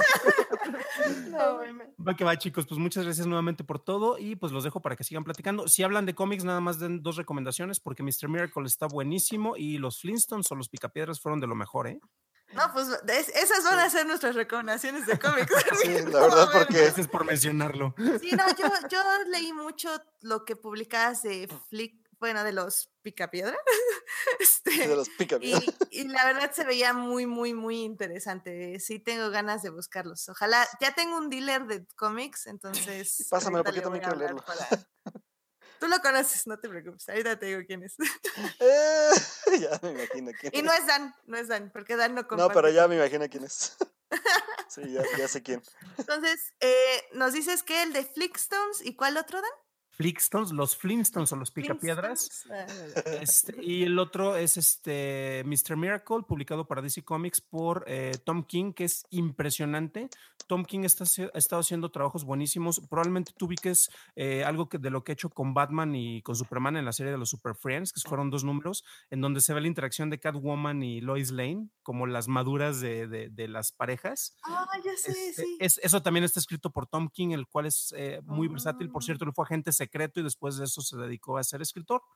No, bueno. Va que va, chicos, pues muchas gracias nuevamente por todo y pues los dejo para que sigan platicando. Si hablan de cómics, nada más den dos recomendaciones porque mister Miracle está buenísimo y los Flintstones o los Picapiedras fueron de lo mejor, ¿eh? No, pues es- esas van a ser nuestras recomendaciones de cómics. Sí, la No, verdad, a ver, porque Gracias por mencionarlo. Sí, no, yo, yo leí mucho lo que publicabas de Flick, bueno, de los Picapiedra. Este, sí, de los pica. y, y la verdad se veía muy, muy, muy interesante. Sí tengo ganas de buscarlos. Ojalá, ya tengo un dealer de cómics, entonces. Pásamelo, ahorita porque le yo también voy a quiero hablar leerlo. para- Tú lo conoces, no te preocupes. Ahorita te digo quién es. Eh, ya me imagino quién Y no es Dan, no es Dan, porque Dan no comparte. No, pero ya con- me imagino quién es. Sí, ya, ya sé quién. Entonces, eh, nos dices que el de Flickstones, ¿y cuál otro, Dan? Flintstones, los Flintstones o los Picapiedras. Flintstones. Ah, Este, y el otro es este mister Miracle, publicado para D C Comics por eh, Tom King, que es impresionante. Tom King está, ha estado haciendo trabajos buenísimos. Probablemente tú ubiques eh, algo que, de lo que ha hecho con Batman y con Superman en la serie de los Super Friends, que fueron dos números, en donde se ve la interacción de Catwoman y Lois Lane, como las maduras de, de, de las parejas. Ah, ya sé, Este, sí. es, eso también está escrito por Tom King, el cual es eh, muy Ah. versátil. Por cierto, él fue agente secreto y después de eso se dedicó a ser escritor.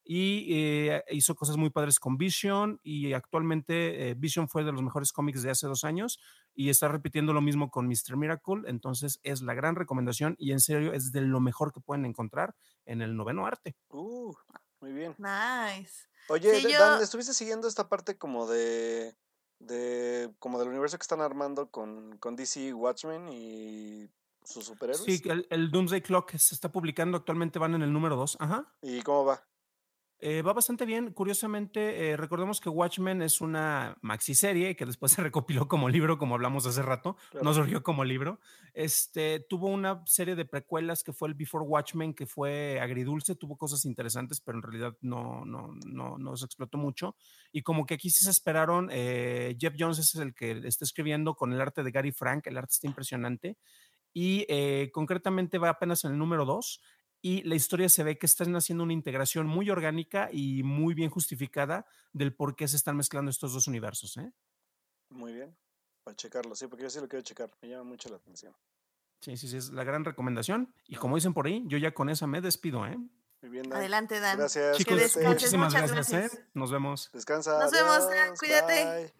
y eh, hizo cosas muy padres con Vision y actualmente eh, Vision fue de los mejores cómics de hace dos años y está repitiendo lo mismo con mister Miracle, entonces es la gran recomendación y en serio es de lo mejor que pueden encontrar en el noveno arte. Uh, muy bien. Nice. Oye, Sí, de- yo, Dan, ¿estuviste siguiendo esta parte como de, de como del universo que están armando con, con D C Watchmen y sus Sí, superhéroes? el, el Doomsday Clock se está publicando, actualmente van en el número dos, ajá. ¿Y cómo va? Eh, va bastante bien. Curiosamente, eh, recordemos que Watchmen es una maxiserie que después se recopiló como libro, como hablamos hace rato. No Claro. surgió como libro. Este tuvo una serie de precuelas que fue el Before Watchmen, que fue agridulce, tuvo cosas interesantes, pero en realidad no, no, no, no se explotó mucho. Y como que aquí sí se esperaron, eh, Jeff Jones es el que está escribiendo con el arte de Gary Frank. El arte está impresionante. Y eh, concretamente va apenas en el número dos y la historia se ve que están haciendo una integración muy orgánica y muy bien justificada del por qué se están mezclando estos dos universos. ¿eh? Muy bien. Para checarlo, sí, porque yo sí lo quiero checar. Me llama mucho la atención. Sí, sí, sí, es la gran recomendación. Y como dicen por ahí, yo ya con esa me despido. ¿eh? Muy bien, Dan. adelante, Dan. Gracias, Que Chicos, cuídate. descanses, muchísimas muchas gracias. ¿eh? gracias. Nos vemos. Descansa, Nos vemos, Dan, adiós, cuídate. bye.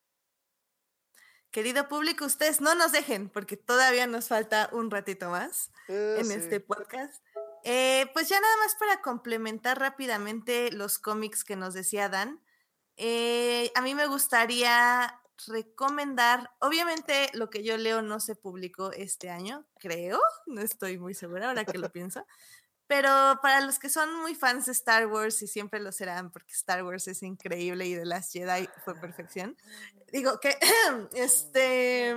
Querido público, ustedes no nos dejen, porque todavía nos falta un ratito más Eh, en sí. este podcast. Eh, pues ya nada más para complementar rápidamente los cómics que nos decía Dan. Eh, a mí me gustaría recomendar, obviamente lo que yo leo no se publicó este año, creo, no estoy muy segura ahora que lo pienso, pero para los que son muy fans de Star Wars y siempre lo serán porque Star Wars es increíble y The Last Jedi fue perfección, digo que este...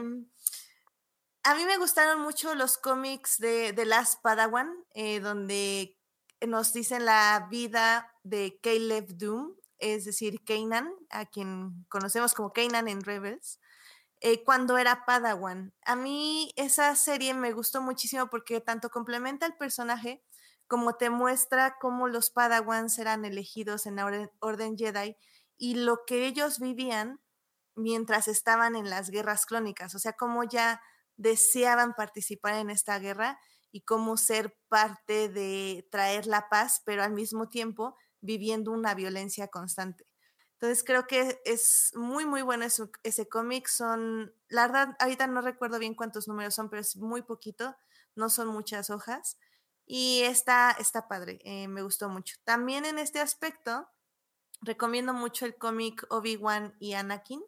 A mí me gustaron mucho los cómics de The Last Padawan, eh, donde nos dicen la vida de Caleb Doom, es decir, Kanan, a quien conocemos como Kanan en Rebels, eh, cuando era Padawan. A mí esa serie me gustó muchísimo porque tanto complementa el personaje como te muestra cómo los Padawans eran elegidos en la Orden, Orden Jedi y lo que ellos vivían mientras estaban en las guerras clónicas, o sea, cómo ya deseaban participar en esta guerra y cómo ser parte de traer la paz, pero al mismo tiempo viviendo una violencia constante. Entonces creo que es muy, muy bueno ese, ese cómic. Son, la verdad, ahorita no recuerdo bien cuántos números son, pero es muy poquito, no son muchas hojas. Y está, está padre, eh, me gustó mucho. También en este aspecto, recomiendo mucho el cómic Obi-Wan y Anakin,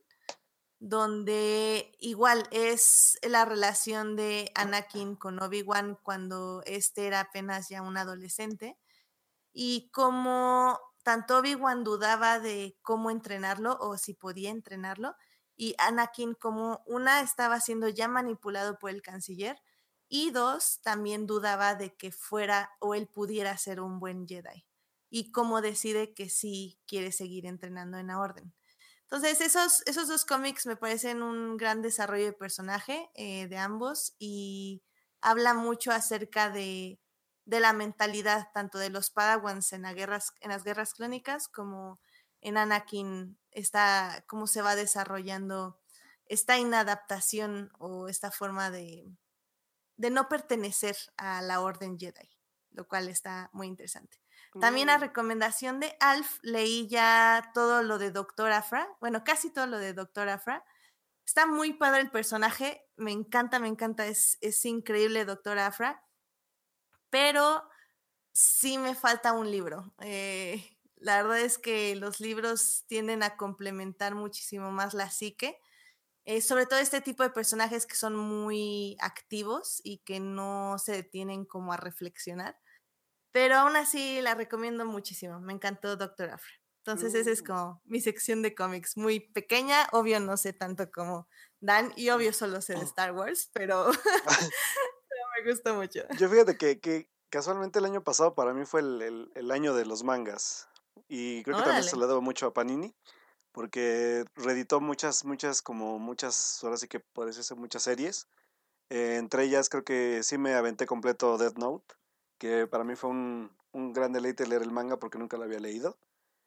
donde igual es la relación de Anakin con Obi-Wan cuando este era apenas ya un adolescente y cómo tanto Obi-Wan dudaba de cómo entrenarlo o si podía entrenarlo y Anakin como una estaba siendo ya manipulado por el canciller y dos también dudaba de que fuera o él pudiera ser un buen Jedi y cómo decide que sí quiere seguir entrenando en la orden. Entonces, esos, esos dos cómics me parecen un gran desarrollo de personaje eh, de ambos y habla mucho acerca de, de la mentalidad tanto de los Padawans en, la guerras, en las guerras clónicas como en Anakin, esta, cómo se va desarrollando esta inadaptación o esta forma de, de no pertenecer a la Orden Jedi, lo cual está muy interesante. También a recomendación de Alf leí ya todo lo de Doctor Afra, bueno, casi todo lo de Doctor Afra. Está muy padre el personaje, me encanta, me encanta, es, es increíble Doctor Afra, pero sí me falta un libro. Eh, la verdad es que los libros tienden a complementar muchísimo más la psique, eh, sobre todo este tipo de personajes que son muy activos y que no se detienen como a reflexionar. Pero aún así la recomiendo muchísimo. Me encantó Doctor Afra. Entonces esa es como mi sección de cómics, muy pequeña. Obvio no sé tanto como Dan y obvio solo sé de Star Wars, pero, pero me gusta mucho. Yo fíjate que, que casualmente el año pasado para mí fue el, el, el año de los mangas. Y creo que también se Órale. lo debo mucho a Panini, porque reeditó muchas, muchas, como muchas, ahora sí que podría ser muchas series. Eh, entre ellas creo que sí me aventé completo Death Note, que para mí fue un, un gran deleite leer el manga porque nunca lo había leído.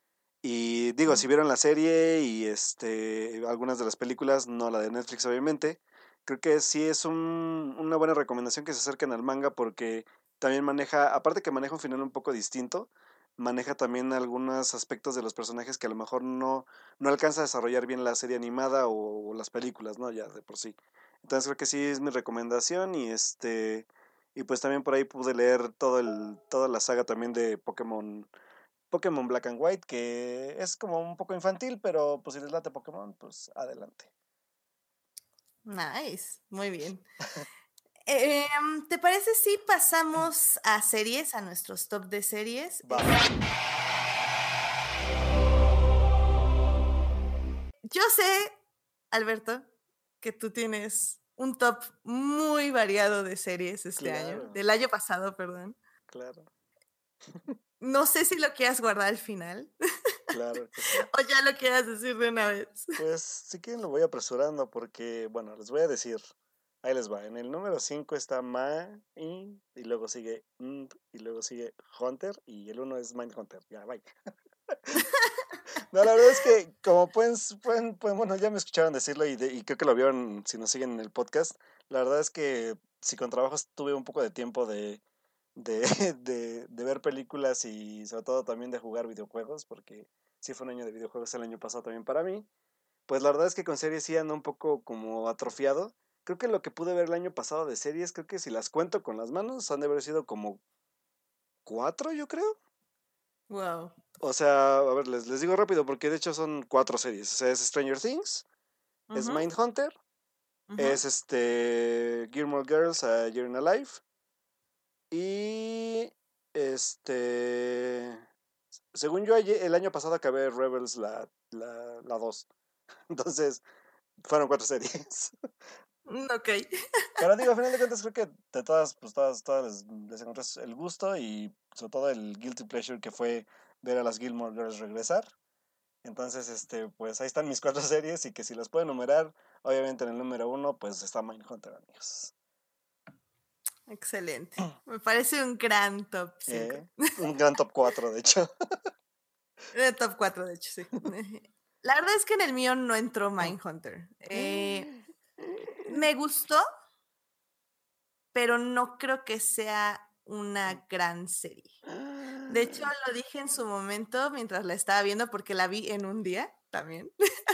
Y digo, si vieron la serie y este algunas de las películas, no la de Netflix obviamente, creo que sí es un, una buena recomendación que se acerquen al manga porque también maneja, aparte que maneja un final un poco distinto, maneja también algunos aspectos de los personajes que a lo mejor no, no alcanza a desarrollar bien la serie animada o, o las películas, ¿no? Ya de por sí. Entonces creo que sí es mi recomendación y este y pues también por ahí pude leer todo el toda la saga también de Pokémon Pokémon Black and White, que es como un poco infantil, pero pues si les late Pokémon, pues adelante. Nice, muy bien. Eh, ¿Te parece si pasamos a series, a nuestros top de series? Va. Yo sé, Alberto, que tú tienes un top muy variado de series este año, Claro, del año pasado, perdón. claro, No sé si lo quieras guardar al final claro que sí. o ya lo quieras decir de una vez. Pues sí que lo voy apresurando porque, bueno, les voy a decir, ahí les va, en el número cinco está Ma y, y luego sigue Nd, y luego sigue Hunter y el uno es Mindhunter, ya, bye. No, la verdad es que como pueden, pueden, pueden- bueno, ya me escucharon decirlo y, de- y creo que lo vieron si nos siguen en el podcast, la verdad es que si con trabajos tuve un poco de tiempo de, de, de, de ver películas y sobre todo también de jugar videojuegos, porque sí fue un año de videojuegos el año pasado también para mí. Pues la verdad es que con series sí ando un poco como atrofiado. Creo que lo que pude ver el año pasado de series, creo que si las cuento con las manos, han de haber sido como cuatro, yo creo. Wow. O sea, a ver, les, les digo rápido, porque de hecho son cuatro series. O sea, es Stranger Things, es Ujú, Mindhunter, ujú. es este Gilmore Girls, a Year in a Life, y este... Según yo, ayer- el año pasado acabé Rebels la, la, la dos. Entonces, fueron cuatro series. Mm, Ok. Pero digo, al final de cuentas creo que de todas, pues todas, todas les, les encontré el gusto y sobre todo el guilty pleasure que fue ver a las Gilmore Girls regresar. Entonces, este, pues ahí están mis cuatro series y que si las puedo enumerar, obviamente en el número uno, pues está Mindhunter, amigos. Excelente. Me parece un gran top cinco. Eh, un gran top cuatro, de hecho. Eh, top cuatro, de hecho, sí. La verdad es que en el mío no entró Mindhunter. Eh, me gustó, pero no creo que sea una gran serie. De hecho, lo dije en su momento mientras la estaba viendo porque la vi en un día también.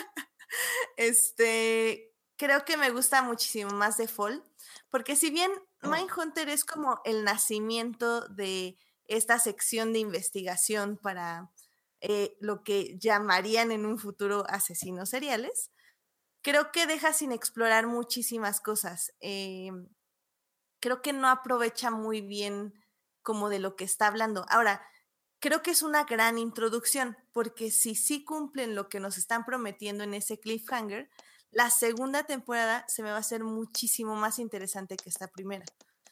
Este, creo que me gusta muchísimo más The Fall, porque si bien Mindhunter es como el nacimiento de esta sección de investigación para eh, lo que llamarían en un futuro asesinos seriales, creo que deja sin explorar muchísimas cosas. Eh, creo que no aprovecha muy bien como de lo que está hablando. Ahora, creo que es una gran introducción, porque si sí cumplen lo que nos están prometiendo en ese cliffhanger, la segunda temporada se me va a hacer muchísimo más interesante que esta primera.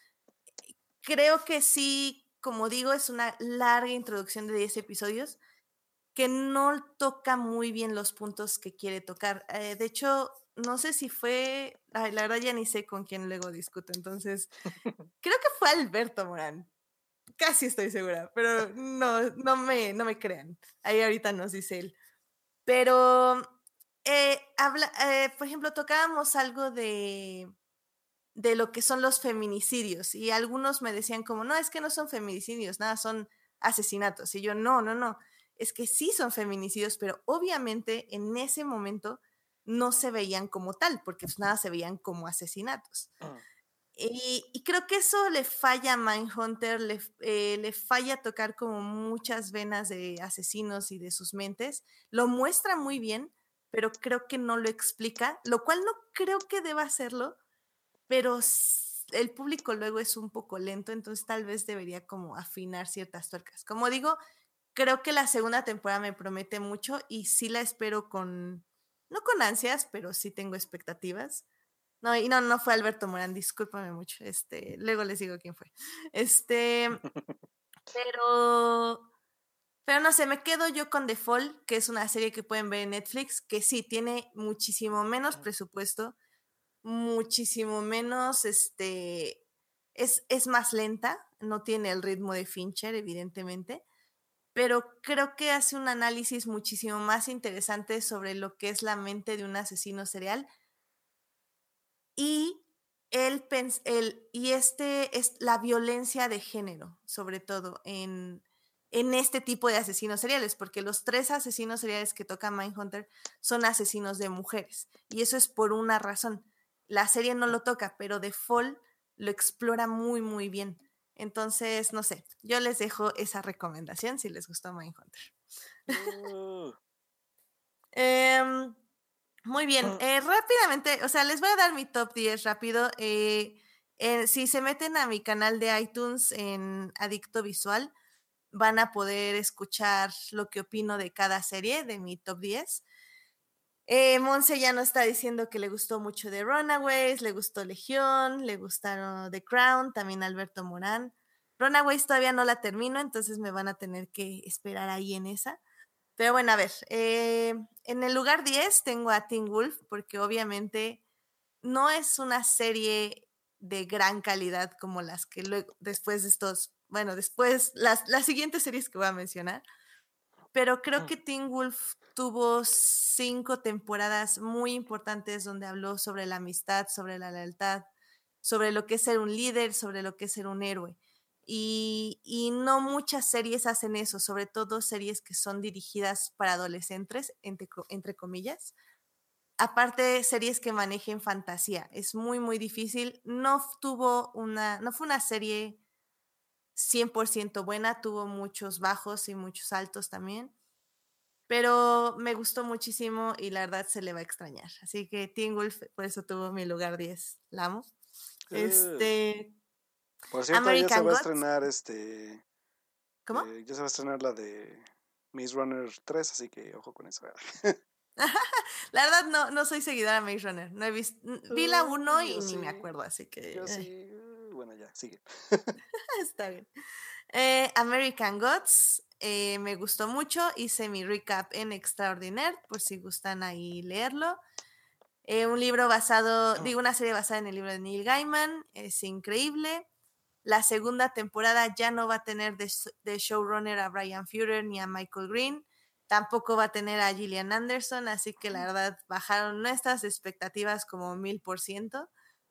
Creo que sí, como digo, es una larga introducción de diez episodios que no toca muy bien los puntos que quiere tocar. Eh, de hecho, no sé si fue, ay, la verdad ya ni sé con quién luego discuto, entonces creo que fue Alberto Morán. Casi estoy segura, pero no, no me, no me crean. Ahí ahorita nos dice él. Pero, eh, habla, eh, por ejemplo, tocábamos algo de, de lo que son los feminicidios y algunos me decían como, no, es que no son feminicidios, nada, son asesinatos. Y yo, no, no, no, es que sí son feminicidios, pero obviamente en ese momento no se veían como tal, porque pues nada, se veían como asesinatos. Y, y creo que eso le falla a Mindhunter, le, eh, le falla tocar como muchas venas de asesinos y de sus mentes. Lo muestra muy bien, pero creo que no lo explica, lo cual no creo que deba hacerlo, pero s- el público luego es un poco lento, entonces tal vez debería como afinar ciertas tuercas. Como digo, creo que la segunda temporada me promete mucho y sí la espero con, no con ansias, pero sí tengo expectativas. No, y no, no fue Alberto Morán, discúlpame mucho. Este, luego les digo quién fue. Este, pero, pero no sé, me quedo yo con The Fall, que es una serie que pueden ver en Netflix, que sí, tiene muchísimo menos presupuesto, muchísimo menos, este, es, es más lenta, no tiene el ritmo de Fincher, evidentemente, pero creo que hace un análisis muchísimo más interesante sobre lo que es la mente de un asesino serial y el, el, y este es la violencia de género, sobre todo en, en este tipo de asesinos seriales, porque los tres asesinos seriales que toca Mindhunter son asesinos de mujeres, y eso es por una razón. La serie no lo toca, pero The Fall lo explora muy, muy bien. Entonces, no sé, yo les dejo esa recomendación si les gustó Mindhunter. Uh. eh, muy bien, eh, rápidamente, o sea, les voy a dar mi top diez rápido. Eh, eh, si se meten a mi canal de iTunes en Adicto Visual, van a poder escuchar lo que opino de cada serie de mi top diez. Eh, Monse ya nos está diciendo que le gustó mucho de Runaways, le gustó Legión, le gustaron The Crown, también Alberto Morán. Runaways todavía no la termino, entonces me van a tener que esperar ahí en esa. Pero bueno, a ver, eh, en el lugar diez tengo a Teen Wolf, porque obviamente no es una serie de gran calidad como las que luego, después de estos, bueno, después, las, las siguientes series que voy a mencionar, pero creo que Teen Wolf tuvo cinco temporadas muy importantes donde habló sobre la amistad, sobre la lealtad, sobre lo que es ser un líder, sobre lo que es ser un héroe. Y, y no muchas series hacen eso, sobre todo series que son dirigidas para adolescentes, entre, entre comillas. Aparte, series que manejen fantasía. Es muy, muy difícil. No tuvo una, no fue una serie cien por ciento buena, tuvo muchos bajos y muchos altos también. Pero me gustó muchísimo y la verdad se le va a extrañar. Así que Teen Wolf, por eso tuvo mi lugar diez. La amo. Uh. Este. Por cierto, ya se American va a Gods. estrenar este. ¿Cómo? Eh, ya se va a estrenar la de Maze Runner tres, así que ojo con eso. La verdad no, no soy seguidora de Maze Runner. No he visto, vi la uno Uh, y yo ni sí, me acuerdo, así que. yo eh, sí. Uh, bueno, ya, sigue. Está bien. Eh, American Gods. Eh, me gustó mucho. Hice mi recap en Extraordinaire, por si gustan ahí leerlo. Eh, un libro basado, digo, una serie basada en el libro de Neil Gaiman. Es increíble. La segunda temporada ya no va a tener de, de showrunner a Brian Fuller ni a Michael Green. Tampoco va a tener a Gillian Anderson, así que la verdad bajaron nuestras expectativas como mil por ciento.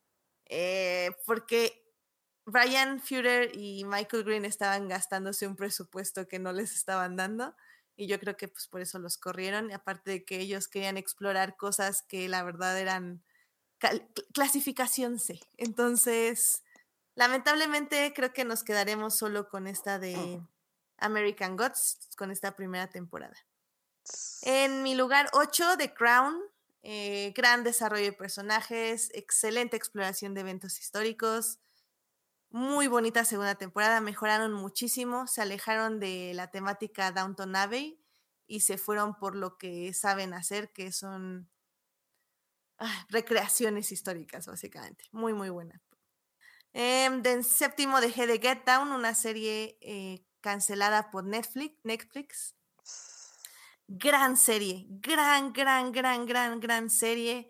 Eh, porque Brian Fuller y Michael Green estaban gastándose un presupuesto que no les estaban dando. Y yo creo que pues por eso los corrieron. Y aparte de que ellos querían explorar cosas que la verdad eran clasificación C. Entonces, lamentablemente creo que nos quedaremos solo con esta de American Gods, con esta primera temporada. En mi lugar ocho, The Crown. Eh, gran desarrollo de personajes, excelente exploración de eventos históricos, muy bonita segunda temporada, mejoraron muchísimo, se alejaron de la temática Downton Abbey y se fueron por lo que saben hacer, que son ah, recreaciones históricas, básicamente. Muy, muy buena. Eh, de séptimo dejé de Get Down, una serie eh, cancelada por Netflix. Netflix. Gran serie, gran, gran, gran, gran, gran serie.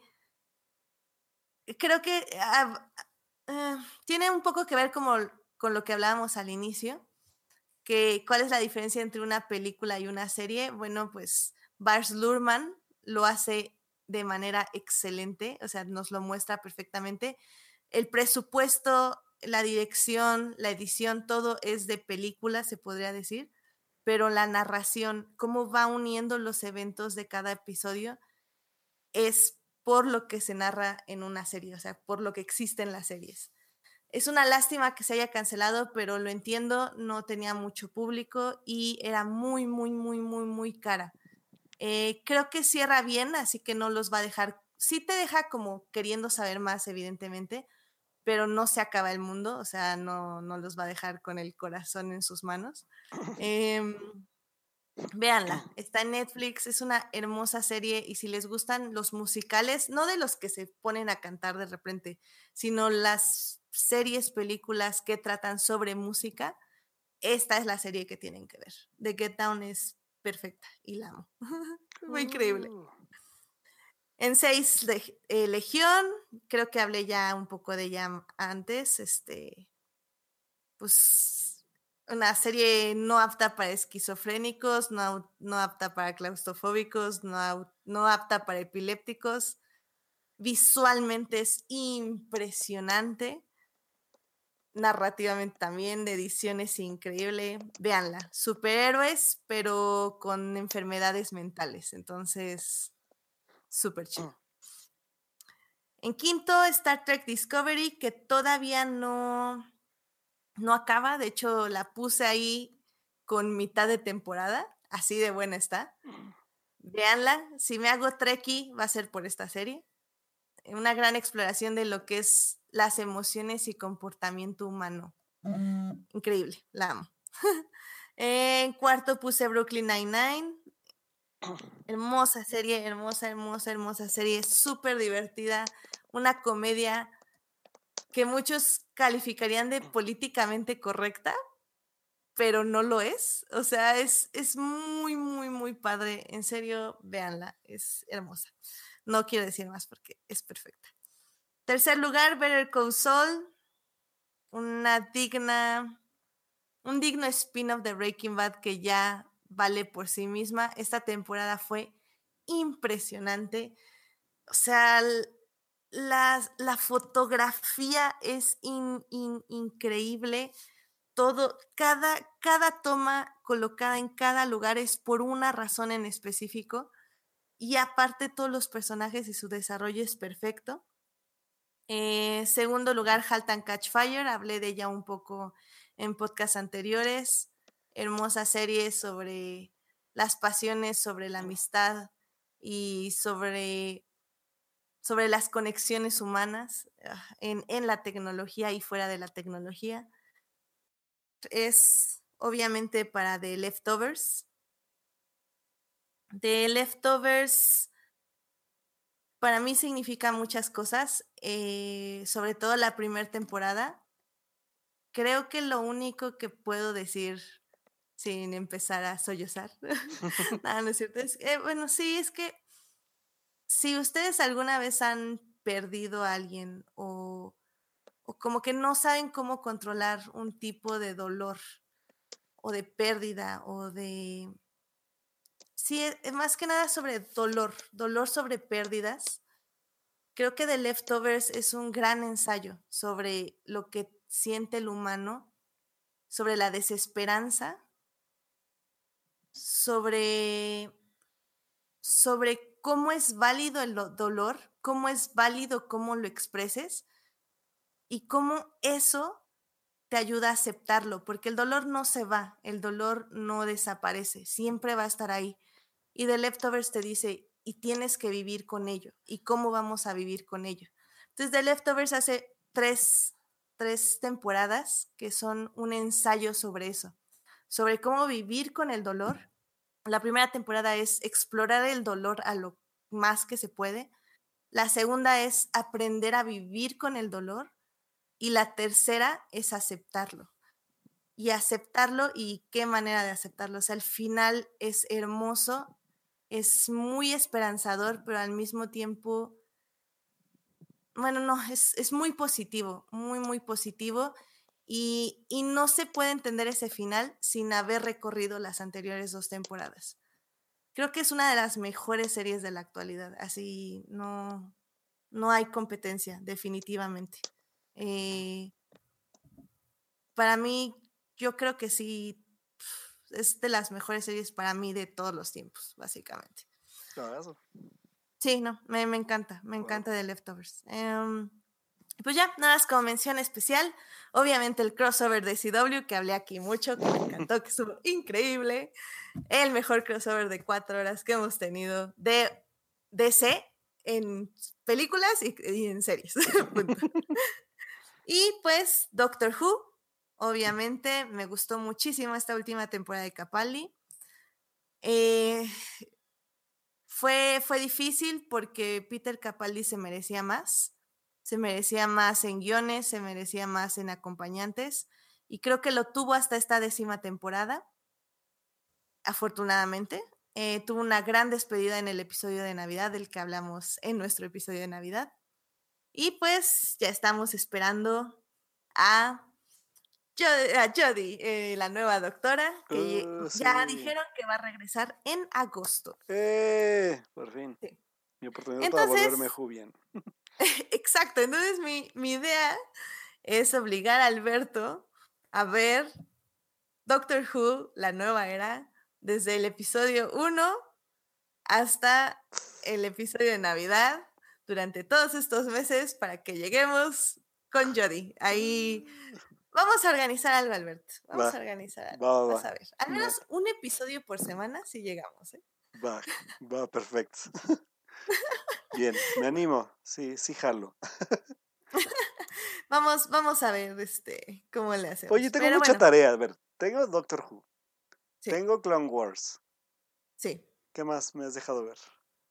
Creo que uh, uh, tiene un poco que ver como con lo que hablábamos al inicio, que cuál es la diferencia entre una película y una serie. Bueno, pues Baz Luhrmann lo hace de manera excelente, o sea, nos lo muestra perfectamente. El presupuesto, la dirección, la edición, todo es de película, se podría decir, pero la narración, cómo va uniendo los eventos de cada episodio, es por lo que se narra en una serie, o sea, por lo que existen las series. Es una lástima que se haya cancelado, pero lo entiendo, no tenía mucho público y era muy, muy, muy, muy, muy cara. Eh, creo que cierra bien, así que no los va a dejar, sí te deja como queriendo saber más, evidentemente, pero no se acaba el mundo, o sea, no, no los va a dejar con el corazón en sus manos. Eh, véanla, está en Netflix, es una hermosa serie y si les gustan los musicales, no de los que se ponen a cantar de repente, sino las series, películas que tratan sobre música, esta es la serie que tienen que ver. The Get Down es perfecta y la amo. Fue increíble. En seis, eh, Legión, creo que hablé ya un poco de ella antes, este, pues una serie no apta para esquizofrénicos, no, no apta para claustrofóbicos, no, no apta para epilépticos. Visualmente es impresionante. narrativamente también, de edición es increíble. Véanla, superhéroes, pero con enfermedades mentales, entonces, súper chido. En quinto, Star Trek Discovery, que todavía no, no acaba, de hecho la puse ahí con mitad de temporada, así de buena está. Véanla, si me hago Trekkie va a ser por esta serie. Una gran exploración de lo que es las emociones y comportamiento humano. Increíble, la amo. En cuarto puse Brooklyn Nine-Nine. Hermosa serie, hermosa, hermosa, hermosa serie, súper divertida. Una comedia que muchos calificarían de políticamente correcta, pero no lo es. O sea, es, es muy, muy, muy padre. En serio, véanla, es hermosa. No quiero decir más porque es perfecta. Tercer lugar, Better Call Saul. Una digna, un digno spin-off de Breaking Bad que ya vale por sí misma. Esta temporada fue impresionante. O sea, la, la fotografía es in, in, increíble. Todo, cada, cada toma colocada en cada lugar es por una razón en específico. Y aparte todos los personajes y su desarrollo es perfecto. Eh, segundo lugar, Halt and Catch Fire. Hablé de ella un poco en podcasts anteriores. Hermosa serie sobre las pasiones, sobre la amistad y sobre, sobre las conexiones humanas en, en la tecnología y fuera de la tecnología. Es obviamente para The Leftovers. The Leftovers para mí significa muchas cosas, eh, sobre todo la primera temporada. Creo que lo único que puedo decir sin empezar a sollozar, nada, no es cierto, es, eh, bueno, sí, es que si ustedes alguna vez han perdido a alguien o, o como que no saben cómo controlar un tipo de dolor o de pérdida o de... Sí, es más que nada sobre dolor, dolor sobre pérdidas. Creo que The Leftovers es un gran ensayo sobre lo que siente el humano, sobre la desesperanza, sobre, sobre cómo es válido el dolor, cómo es válido cómo lo expreses y cómo eso te ayuda a aceptarlo, porque el dolor no se va, el dolor no desaparece, siempre va a estar ahí. Y The Leftovers te dice, y tienes que vivir con ello, y cómo vamos a vivir con ello. Entonces The Leftovers hace tres, tres temporadas que son un ensayo sobre eso, sobre cómo vivir con el dolor. La primera temporada es explorar el dolor a lo más que se puede. La segunda es aprender a vivir con el dolor. Y la tercera es aceptarlo. Y aceptarlo, y qué manera de aceptarlo. O sea, al final es hermoso, es muy esperanzador, pero al mismo tiempo, bueno, no, es, es muy positivo, muy, muy positivo. Y, y no se puede entender ese final sin haber recorrido las anteriores dos temporadas. Creo que es una de las mejores series de la actualidad. Así no, no hay competencia, definitivamente. Eh, para mí, yo creo que sí, es de las mejores series para mí de todos los tiempos, básicamente. Claro. Sí, no, me, me encanta, me encanta wow. The Leftovers. Um, pues ya, nada más como mención especial, obviamente el crossover de C W, que hablé aquí mucho, que me encantó, que estuvo increíble. El mejor crossover de cuatro horas que hemos tenido de D C en películas y, y en series. Y pues Doctor Who, obviamente me gustó muchísimo esta última temporada de Capaldi. Eh, fue, fue difícil porque Peter Capaldi se merecía más. Se merecía más en guiones, se merecía más en acompañantes. Y creo que lo tuvo hasta esta décima temporada. Afortunadamente. Eh, tuvo una gran despedida en el episodio de Navidad, del que hablamos en nuestro episodio de Navidad. Y pues ya estamos esperando a... a Jodie, eh, la nueva doctora, que uh, ya sí. dijeron que va a regresar en agosto. ¡Eh! Por fin. Sí. Mi oportunidad entonces, para volverme joven. Exacto, entonces mi, mi idea es obligar a Alberto a ver Doctor Who, la nueva era, desde el episodio uno hasta el episodio de Navidad, durante todos estos meses, para que lleguemos con Jodie. Ahí vamos a organizar algo, Alberto. Vamos Va, a organizar algo. va, va, Vas va. a ver. Al Me- menos un episodio por semana si llegamos, ¿eh? Va, va, perfecto. Bien, me animo. Sí, sí jalo. Vamos, vamos a ver este, cómo le hacemos. Oye, tengo Pero mucha bueno, tarea. A ver, tengo Doctor Who, sí, tengo Clone Wars. sí. ¿Qué más me has dejado ver?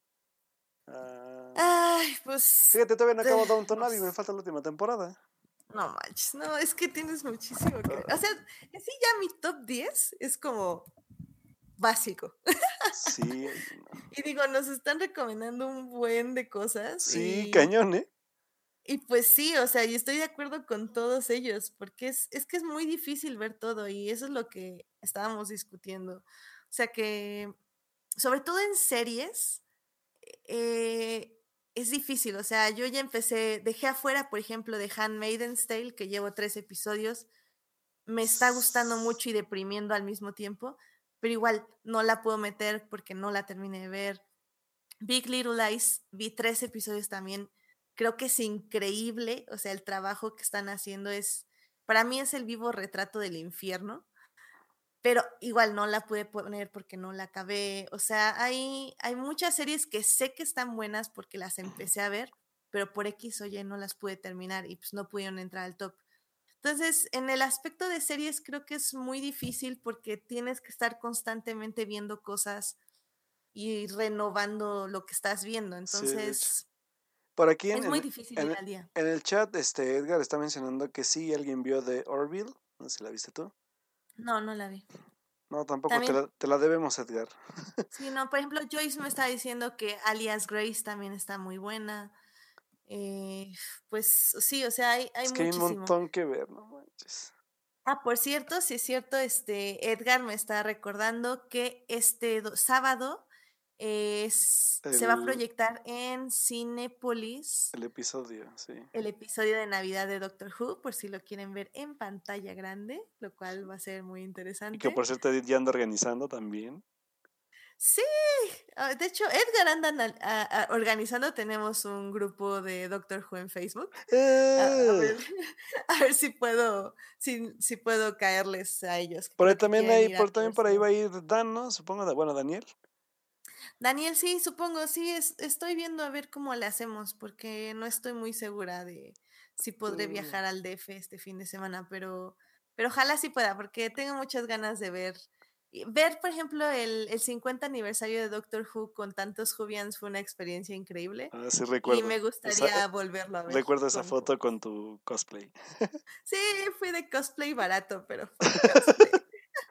Ah, Ay, pues. fíjate, todavía no acabo eh, Downton no, Abbey, me falta la última temporada. no manches, no, es que tienes muchísimo que ver. O Ah, sea, en sí ya mi top diez es como básico. sí, ay, no. Y digo, nos están recomendando un buen de cosas Sí, y, cañón, ¿eh? y pues sí, o sea, y estoy de acuerdo con todos ellos, porque es, es que es muy difícil ver todo y eso es lo que estábamos discutiendo. O sea que, sobre todo en series, eh, es difícil, o sea, yo ya empecé, dejé afuera, por ejemplo, de Handmaid's Tale, que llevo tres episodios, me está gustando mucho y deprimiendo al mismo tiempo, pero igual no la puedo meter porque no la terminé de ver. Big Little Lies, vi tres episodios también, creo que es increíble, o sea, el trabajo que están haciendo es, para mí es el vivo retrato del infierno, pero igual no la pude poner porque no la acabé. O sea, hay, hay muchas series que sé que están buenas porque las empecé a ver, pero por X o Y no las pude terminar y pues no pudieron entrar al top. Entonces, en el aspecto de series creo que es muy difícil porque tienes que estar constantemente viendo cosas y renovando lo que estás viendo. Sí, de hecho. Entonces, Por aquí en, es muy en, difícil ir en, al día. en el chat, este Edgar está mencionando que sí, alguien vio de Orville. No sé si la viste tú. No, no la vi. No, tampoco, te También, la, te la debemos, Edgar. sí, no, por ejemplo, Joyce me está diciendo que Alias Grace también está muy buena. Eh, pues sí, o sea, hay, hay Es que hay un muchísimo. montón que ver, no manches. Ah, por cierto, sí es cierto, este Edgar me está recordando que este do- sábado es, se va a El, proyectar en Cinépolis el episodio, sí. el episodio de Navidad de Doctor Who, por si lo quieren ver en pantalla grande, lo cual va a ser muy Y que interesante. por cierto Edith ya anda organizando también. Sí, ah, de hecho, Edgar anda anal- a- a- organizando, tenemos un grupo de Doctor Who en Facebook. A, a ¡Eh! ver, a ver si puedo, si, si puedo caerles a ellos, que Por ahí creo que también quieren hay, ir a por, también por ahí va a ir Dan, ¿no? Supongo, da- bueno, Daniel. Daniel, sí, supongo, sí, es, estoy viendo a ver cómo le hacemos, porque no estoy muy segura de si podré Mm, viajar al D F este fin de semana, pero, pero ojalá sí pueda, porque tengo muchas ganas de ver. y Ver, por ejemplo, el, el cincuenta aniversario de Doctor Who con tantos Whovians fue una experiencia increíble ah, sí y recuerdo. me Esa, eh, gustaría volverlo a ver recuerdo esa con foto todos. con tu cosplay. Sí, fui de cosplay barato, pero fue cosplay.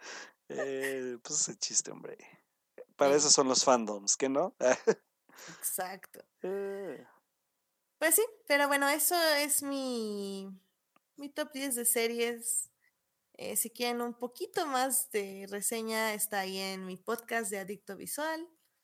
Eh, pues ese chiste, hombre. Para eso Ey, son los fandoms, ¿qué no? exacto. Eh, Pues sí, pero bueno, eso es mi, mi top diez de series. Eh, si quieren un poquito más de reseña, está ahí en mi podcast de Adicto Visual,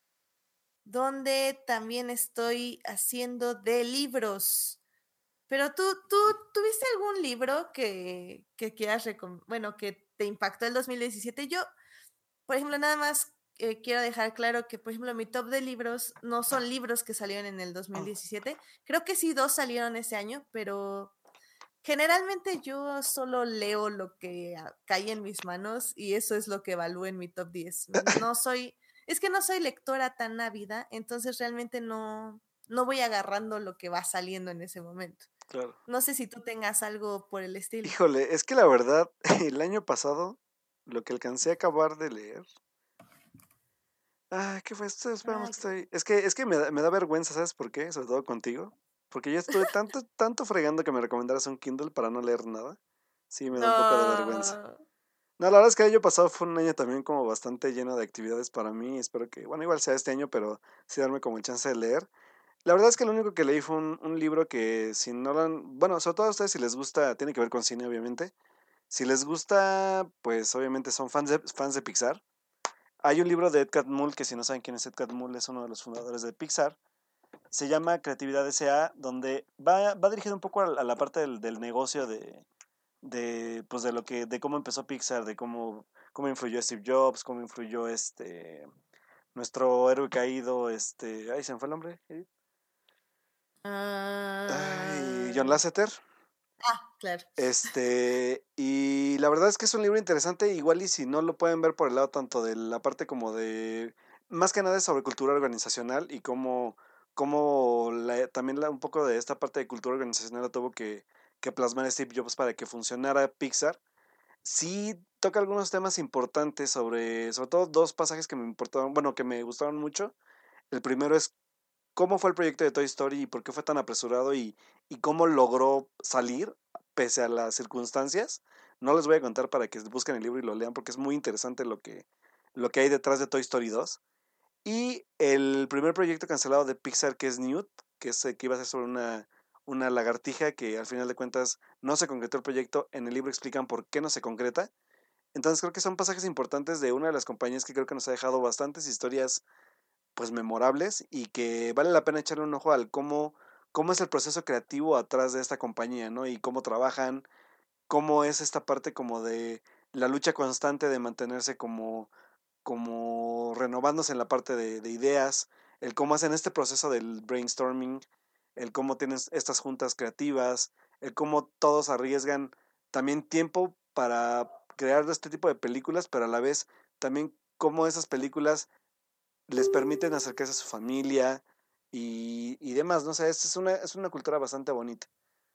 donde también estoy haciendo de libros. Pero tú, ¿tú tuviste algún libro que, que quieras recom- bueno, que te impactó el dos mil diecisiete? Yo, por ejemplo, nada más eh, quiero dejar claro que, por ejemplo, mi top de libros no son libros que salieron en el dos mil diecisiete. Creo que sí, dos salieron ese año, pero generalmente yo solo leo lo que ah, cae en mis manos y eso es lo que evalúo en mi top diez. No soy, es que no soy lectora tan ávida, entonces realmente no, no voy agarrando lo que va saliendo en ese momento. claro. No sé si tú tengas algo por el estilo. Híjole, es que la verdad, el año pasado, lo que alcancé a acabar de leer. Ah, ¿qué fue esto? Esperamos Ay, que qué bueno. estoy. Es que, es que me da, me da vergüenza, ¿sabes por qué? Sobre todo contigo. Porque yo estuve tanto, tanto fregando que me recomendaras un Kindle para no leer nada. Sí, me da un poco de vergüenza. No. No, la verdad es que el año pasado fue un año también como bastante lleno de actividades para mí. Espero que, bueno, igual sea este año, pero sí darme como el chance de leer. La verdad es que lo único que leí fue un, un libro que si no lo han, bueno, sobre todo a ustedes si les gusta, tiene que ver con cine, obviamente. Si les gusta, pues obviamente son fans de, fans de Pixar. Hay un libro de Ed Catmull, que si no saben quién es Ed Catmull, es uno de los fundadores de Pixar. Se llama Creatividad S A, donde va, va dirigido un poco a, a la parte del, del negocio de, de, pues de lo que, de cómo empezó Pixar, de cómo, cómo influyó Steve Jobs, cómo influyó este nuestro héroe caído, este, ay, se me fue el nombre, Edith. Ay, John Ah, Lasseter. ah, claro. Este, y la verdad es que es un libro interesante, igual y si no lo pueden ver por el lado tanto de la parte como de, más que nada es sobre cultura organizacional y cómo, cómo la- también la- un poco de esta parte de cultura organizacional la tuvo que, que plasmar Steve Jobs para que funcionara Pixar. Sí toca algunos temas importantes sobre, sobre todo dos pasajes que me importaron, bueno, que me gustaron mucho. El primero es cómo fue el proyecto de Toy Story y por qué fue tan apresurado y, y cómo logró salir pese a las circunstancias. No les voy a contar para que busquen el libro y lo lean porque es muy interesante lo que, lo que hay detrás de Toy Story dos. Y el primer proyecto cancelado de Pixar, que es Newt, que, es, que iba a ser sobre una, una lagartija que al final de cuentas no se concretó el proyecto. En el libro explican por qué no se concreta. Entonces creo que son pasajes importantes de una de las compañías que creo que nos ha dejado bastantes historias pues memorables y que vale la pena echarle un ojo al cómo, cómo es el proceso creativo atrás de esta compañía, ¿no? Y cómo trabajan, cómo es esta parte como de la lucha constante de mantenerse como, como renovándose en la parte de, de ideas, el cómo hacen este proceso del brainstorming, el cómo tienen estas juntas creativas, el cómo todos arriesgan también tiempo para crear este tipo de películas, pero a la vez también cómo esas películas les permiten acercarse a su familia y, y demás, ¿no? O sea, es, es, una, es una cultura bastante bonita.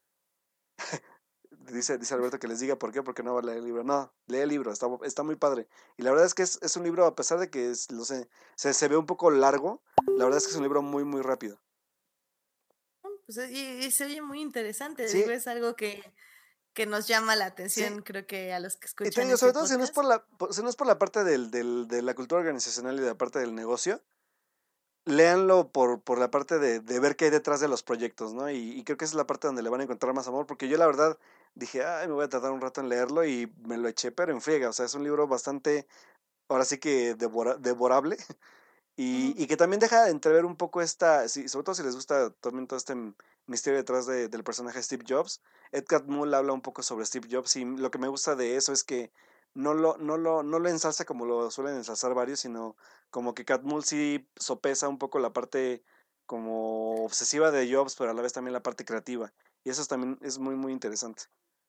Dice, dice Alberto que les diga por qué, porque no va a leer el libro. No, lee el libro, está, está muy padre. Y la verdad es que es, es un libro, a pesar de que es, lo sé, se, se ve un poco largo, la verdad es que es un libro muy, muy rápido. Pues, y, y se oye muy interesante, digo, Sí, es algo que, que nos llama la sí. atención, creo que a los que Y te escuchan digo, este sobre todo si no es por podcast. la, si no es por la parte del, del, de la cultura organizacional y de la parte del negocio, léanlo por, por la parte de, de ver qué hay detrás de los proyectos, ¿no? Y, y creo que esa es la parte donde le van a encontrar más amor, porque yo la verdad dije, ay, me voy a tardar un rato en leerlo y me lo eché, pero en friega, o sea, es un libro bastante, ahora sí que devora, devorable y, Ujú. y que también deja de entrever un poco esta, sí, sobre todo si les gusta también todo este misterio detrás de, del personaje Steve Jobs. Ed Catmull habla un poco sobre Steve Jobs y lo que me gusta de eso es que no lo, no lo, no lo ensalza como lo suelen ensalzar varios, sino como que Catmull sí sopesa un poco la parte como obsesiva de Jobs, pero a la vez también la parte creativa. Y eso también es muy, muy interesante.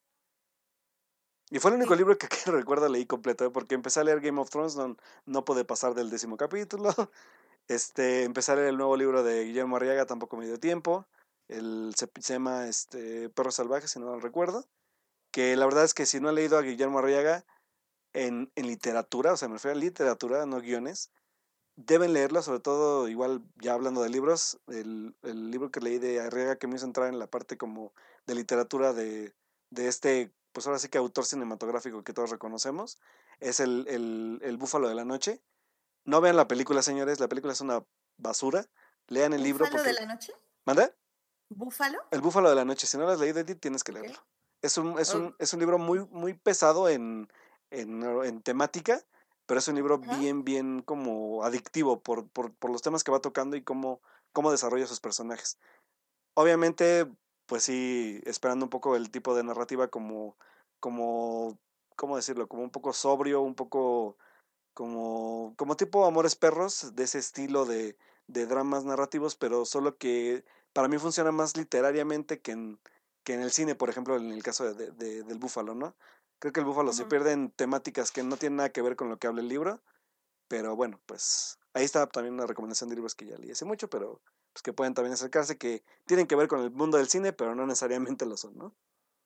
Y fue el único Sí. libro que, que recuerdo leí completo, ¿eh? Porque empecé a leer Game of Thrones, no, no pude pasar del décimo capítulo. Este, empecé a leer el nuevo libro de Guillermo Arriaga, tampoco me dio tiempo. El, se, se llama este, Perros Salvajes, si no lo recuerdo. Que la verdad es que si no he leído a Guillermo Arriaga en, en literatura, o sea, me refiero a literatura, no guiones, deben leerlo, sobre todo, igual ya hablando de libros, el, el libro que leí de Arriaga que me hizo entrar en la parte como de literatura de, de este, pues ahora sí que autor cinematográfico que todos reconocemos, es el, el, el Búfalo de la Noche. No vean la película, señores, la película es una basura. Lean el libro ¿Búfalo de porque... la noche? ¿Manda? ¿Búfalo? El Búfalo de la Noche. Si no lo has leído, Edith, tienes que Ok. leerlo. Es un, es O- un, es un libro muy, muy pesado en, en, en temática, pero es un libro ajá. bien, bien como adictivo por, por, por los temas que va tocando y cómo, cómo desarrolla sus personajes. Obviamente, pues sí, esperando un poco el tipo de narrativa como, como, ¿cómo decirlo? Como un poco sobrio, un poco como, como tipo Amores Perros, de ese estilo de, de dramas narrativos, pero solo que para mí funciona más literariamente que en, que en el cine, por ejemplo, en el caso de, de, del Búfalo, ¿no? Creo que el Búfalo se Ujú. pierde en temáticas que no tienen nada que ver con lo que habla el libro, pero bueno, pues ahí está también una recomendación de libros que ya leí hace mucho, pero pues que pueden también acercarse, que tienen que ver con el mundo del cine, pero no necesariamente lo son, ¿no?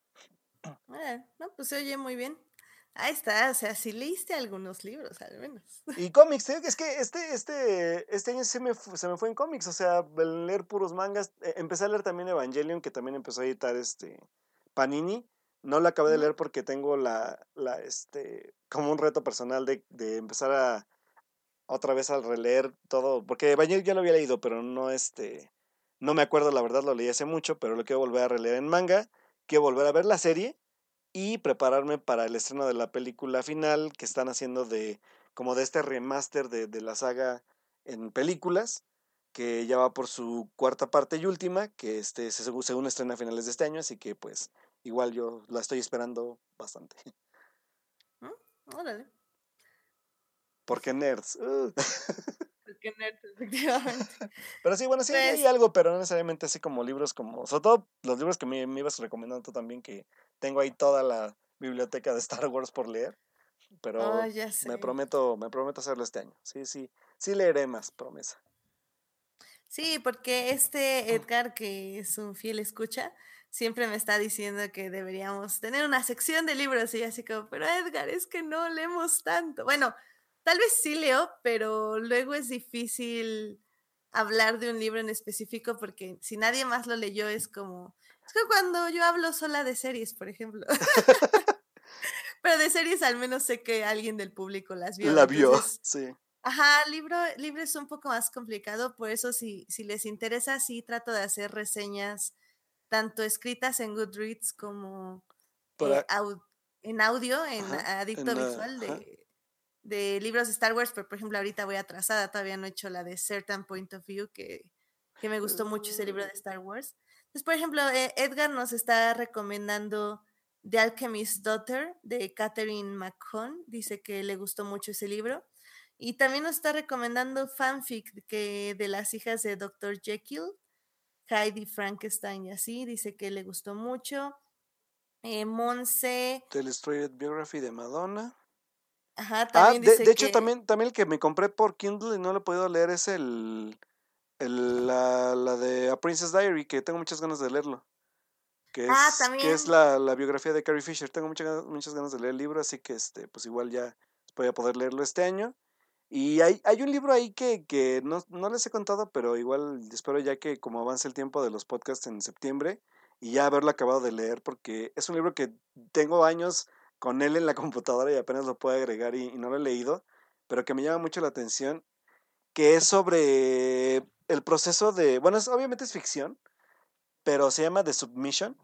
Eh, no, pues se oye muy bien. Ahí está, o sea, si leíste algunos libros, al menos. Y cómics, te digo que es que este, este, este año se me, fu- se me fue en cómics, o sea, el leer puros mangas. Eh, empecé a leer también Evangelion, que también empezó a editar este Panini. No lo acabé de Ujú. leer porque tengo la, la este, como un reto personal de, de empezar a otra vez a releer todo, porque Evangelion ya lo había leído, pero no este, no me acuerdo, la verdad, lo leí hace mucho, pero lo quiero volver a releer en manga, quiero volver a ver la serie y prepararme para el estreno de la película final que están haciendo de como de este remaster de, de la saga en películas que ya va por su cuarta parte y última, que este se- según estrena a finales de este año, así que pues igual yo la estoy esperando bastante. ¿Mm? Órale. Porque nerds. uh. Porque nerd, efectivamente. Pero sí, bueno, sí hay Pues, algo, pero no necesariamente así como libros como, sobre todo los libros que me, me ibas recomendando tú también, que tengo ahí toda la biblioteca de Star Wars por leer, oh, pero ya me sé. prometo, me prometo hacerlo este año. Sí, sí, sí leeré más, promesa. Sí, porque este Edgar, que es un fiel escucha, siempre me está diciendo que deberíamos tener una sección de libros y yo así como, pero Edgar, es que no leemos tanto. Bueno, tal vez sí leo, pero luego es difícil hablar de un libro en específico porque si nadie más lo leyó es como, es que cuando yo hablo sola de series, por ejemplo, pero de series al menos sé que alguien del público las vio, La vio, entonces sí. ajá, libro, libro es un poco más complicado, por eso si, si les interesa, sí trato de hacer reseñas tanto escritas en Goodreads como eh, Para, au- en audio, en ajá, Adicto en, uh, Visual ajá. de, de libros de Star Wars, pero por ejemplo ahorita voy atrasada, todavía no he hecho la de Certain Point of View, que, que me gustó mucho ese libro de Star Wars. Entonces, por ejemplo, eh, Edgar nos está recomendando The Alchemist's Daughter de Catherine McCone, dice que le gustó mucho ese libro. Y también nos está recomendando fanfic que de las hijas de doctor Jekyll, Heidi Frankenstein y así, dice que le gustó mucho. Eh, Monse, The Illustrated Biography de Madonna. ajá, Ah, también de, de dice hecho que, también, también el que me compré por Kindle y no lo he podido leer es el, el la, la de A Princess Diary, que tengo muchas ganas de leerlo. Que ah, es, que es también, la, la biografía de Carrie Fisher. Tengo muchas, ganas- muchas ganas de leer el libro, así que este, pues igual ya voy a poder leerlo este año. Y hay, hay un libro ahí que, que no, no les he contado, pero igual espero ya que como avance el tiempo de los podcasts en septiembre y ya haberlo acabado de leer, porque es un libro que tengo años con él en la computadora y apenas lo puedo agregar y, y no lo he leído, pero que me llama mucho la atención, que es sobre el proceso de, bueno, es, obviamente es ficción, pero se llama The Submission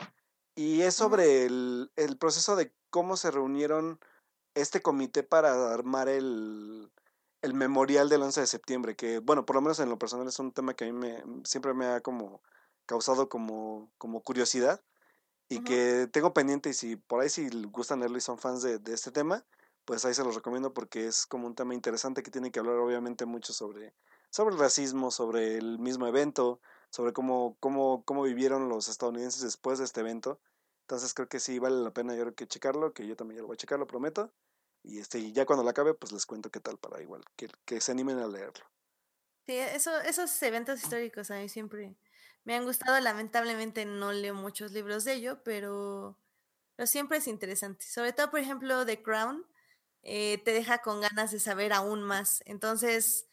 y es ujú, sobre el, el proceso de cómo se reunieron este comité para armar el, el memorial del once de septiembre, que bueno, por lo menos en lo personal es un tema que a mí me, siempre me ha como causado como, como curiosidad y ujú. que tengo pendiente y si por ahí si gustan leerlo y son fans de, de este tema, pues ahí se los recomiendo porque es como un tema interesante que tiene que hablar obviamente mucho sobre, sobre el racismo, sobre el mismo evento, sobre cómo, cómo, cómo vivieron los estadounidenses después de este evento. Entonces creo que sí vale la pena yo creo que checarlo, que yo también ya lo voy a checar, lo prometo. Y este, y ya cuando la acabe, pues les cuento qué tal para igual, que, que se animen a leerlo. Sí, eso, esos eventos históricos a mí siempre me han gustado. Lamentablemente no leo muchos libros de ello, pero, pero siempre es interesante. Sobre todo, por ejemplo, The Crown, eh, te deja con ganas de saber aún más. Entonces,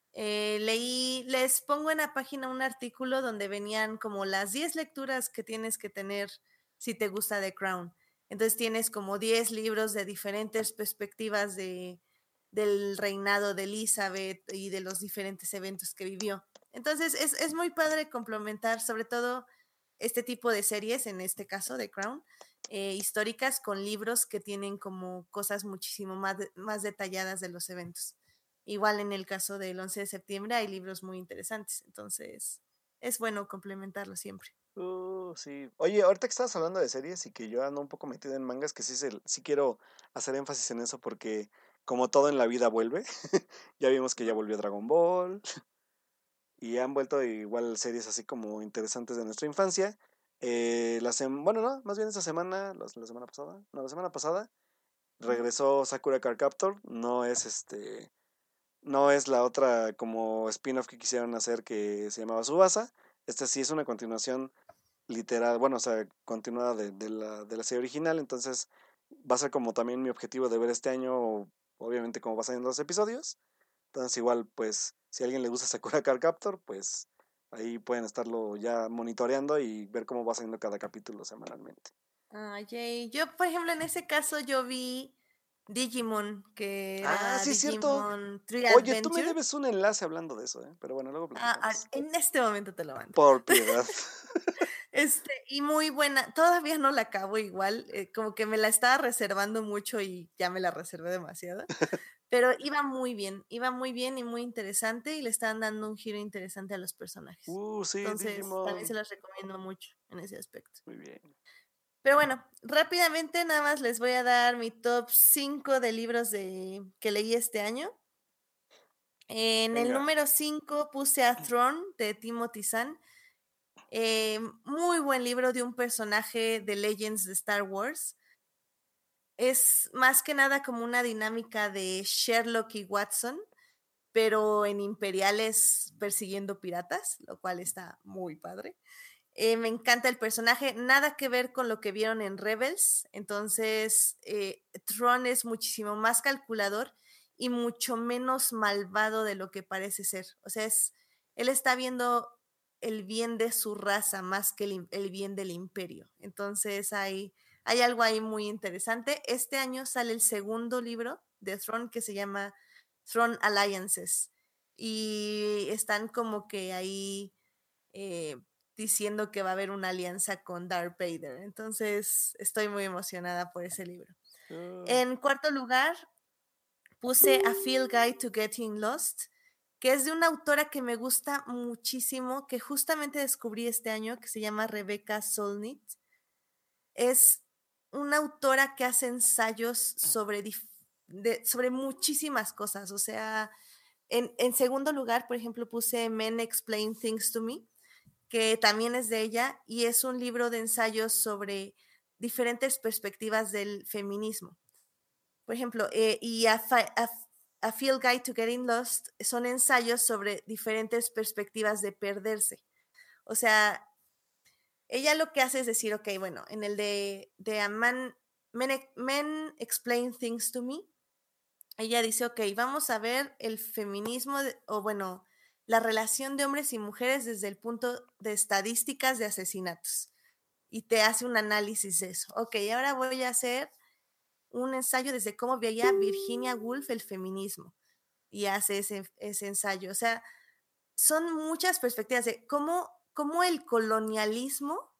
eh, leí, les pongo en la página un artículo donde venían como las diez lecturas que tienes que tener si te gusta The Crown. Entonces tienes como diez libros de diferentes perspectivas de, del reinado de Elizabeth y de los diferentes eventos que vivió. Entonces es, es muy padre complementar sobre todo este tipo de series, en este caso de Crown, eh, históricas con libros que tienen como cosas muchísimo más, de, más detalladas de los eventos. Igual en el caso del once de septiembre hay libros muy interesantes, entonces es bueno complementarlo siempre. Uh, sí. Oye, ahorita que estabas hablando de series y que yo ando un poco metido en mangas, que sí, se, sí quiero hacer énfasis en eso porque como todo en la vida vuelve, ya vimos que ya volvió Dragon Ball y han vuelto igual series así como interesantes de nuestra infancia. Eh, la sem- bueno, no, más bien esta semana, la, la semana pasada, no, la semana pasada, Ujú. regresó Sakura Card Captor, no es este, no es la otra como spin-off que quisieron hacer que se llamaba Subasa, esta sí es una continuación literal, bueno, o sea, continuada de, de, la, de la serie original, entonces va a ser como también mi objetivo de ver este año, obviamente como va saliendo los episodios, entonces igual, pues, si a alguien le gusta Sakura Card Captor, pues ahí pueden estarlo ya monitoreando y ver cómo va saliendo cada capítulo semanalmente. Ah, yay. Yo, por ejemplo, en ese caso yo vi Digimon, que Ah, era sí es cierto. Digimon Tree Oye, tú me Adventure. debes un enlace hablando de eso, ¿eh? Pero bueno, luego Ah, ah, platicamos. en este momento te lo mando. Por piedad. Este, y muy buena. Todavía no la acabo igual, eh, como que me la estaba reservando mucho y ya me la reservé demasiado. Pero iba muy bien, iba muy bien y muy interesante y le estaban dando un giro interesante a los personajes. Uh, sí, Entonces, Digimon. también se los recomiendo mucho en ese aspecto. Muy bien. Pero bueno, rápidamente nada más les voy a dar mi top cinco de libros de, que leí este año. En el Venga. número cinco puse a Throne de Timothy Zahn. Eh, muy buen libro de un personaje de Legends de Star Wars. Es más que nada como una dinámica de Sherlock y Watson, pero en imperiales persiguiendo piratas, lo cual está muy padre. Eh, me encanta el personaje, nada que ver con lo que vieron en Rebels, entonces eh, Thrawn es muchísimo más calculador y mucho menos malvado de lo que parece ser. O sea, es, él está viendo el bien de su raza más que el, el bien del imperio. Entonces hay, hay algo ahí muy interesante. Este año sale el segundo libro de Thrawn que se llama Throne Alliances y están como que ahí eh, diciendo que va a haber una alianza con Darth Vader. Entonces estoy muy emocionada por ese libro. Uh, En cuarto lugar puse A Field Guide to Getting Lost, que es de una autora que me gusta muchísimo, que justamente descubrí este año, que se llama Rebecca Solnit. Es una autora que hace ensayos sobre, dif- de, sobre muchísimas cosas. O sea, en, en segundo lugar, por ejemplo, puse Men Explain Things to Me, que también es de ella y es un libro de ensayos sobre diferentes perspectivas del feminismo. Por ejemplo, eh, y a, a, a Field Guide to Getting Lost son ensayos sobre diferentes perspectivas de perderse. O sea, ella lo que hace es decir, ok, bueno, en el de, de a man, men, men Explain Things to Me, ella dice, ok, vamos a ver el feminismo, de, o bueno, la relación de hombres y mujeres desde el punto de estadísticas de asesinatos. Y te hace un análisis de eso. Ok, ahora voy a hacer un ensayo desde cómo veía Virginia Woolf el feminismo. Y hace ese, ese ensayo. O sea, son muchas perspectivas de cómo, cómo el colonialismo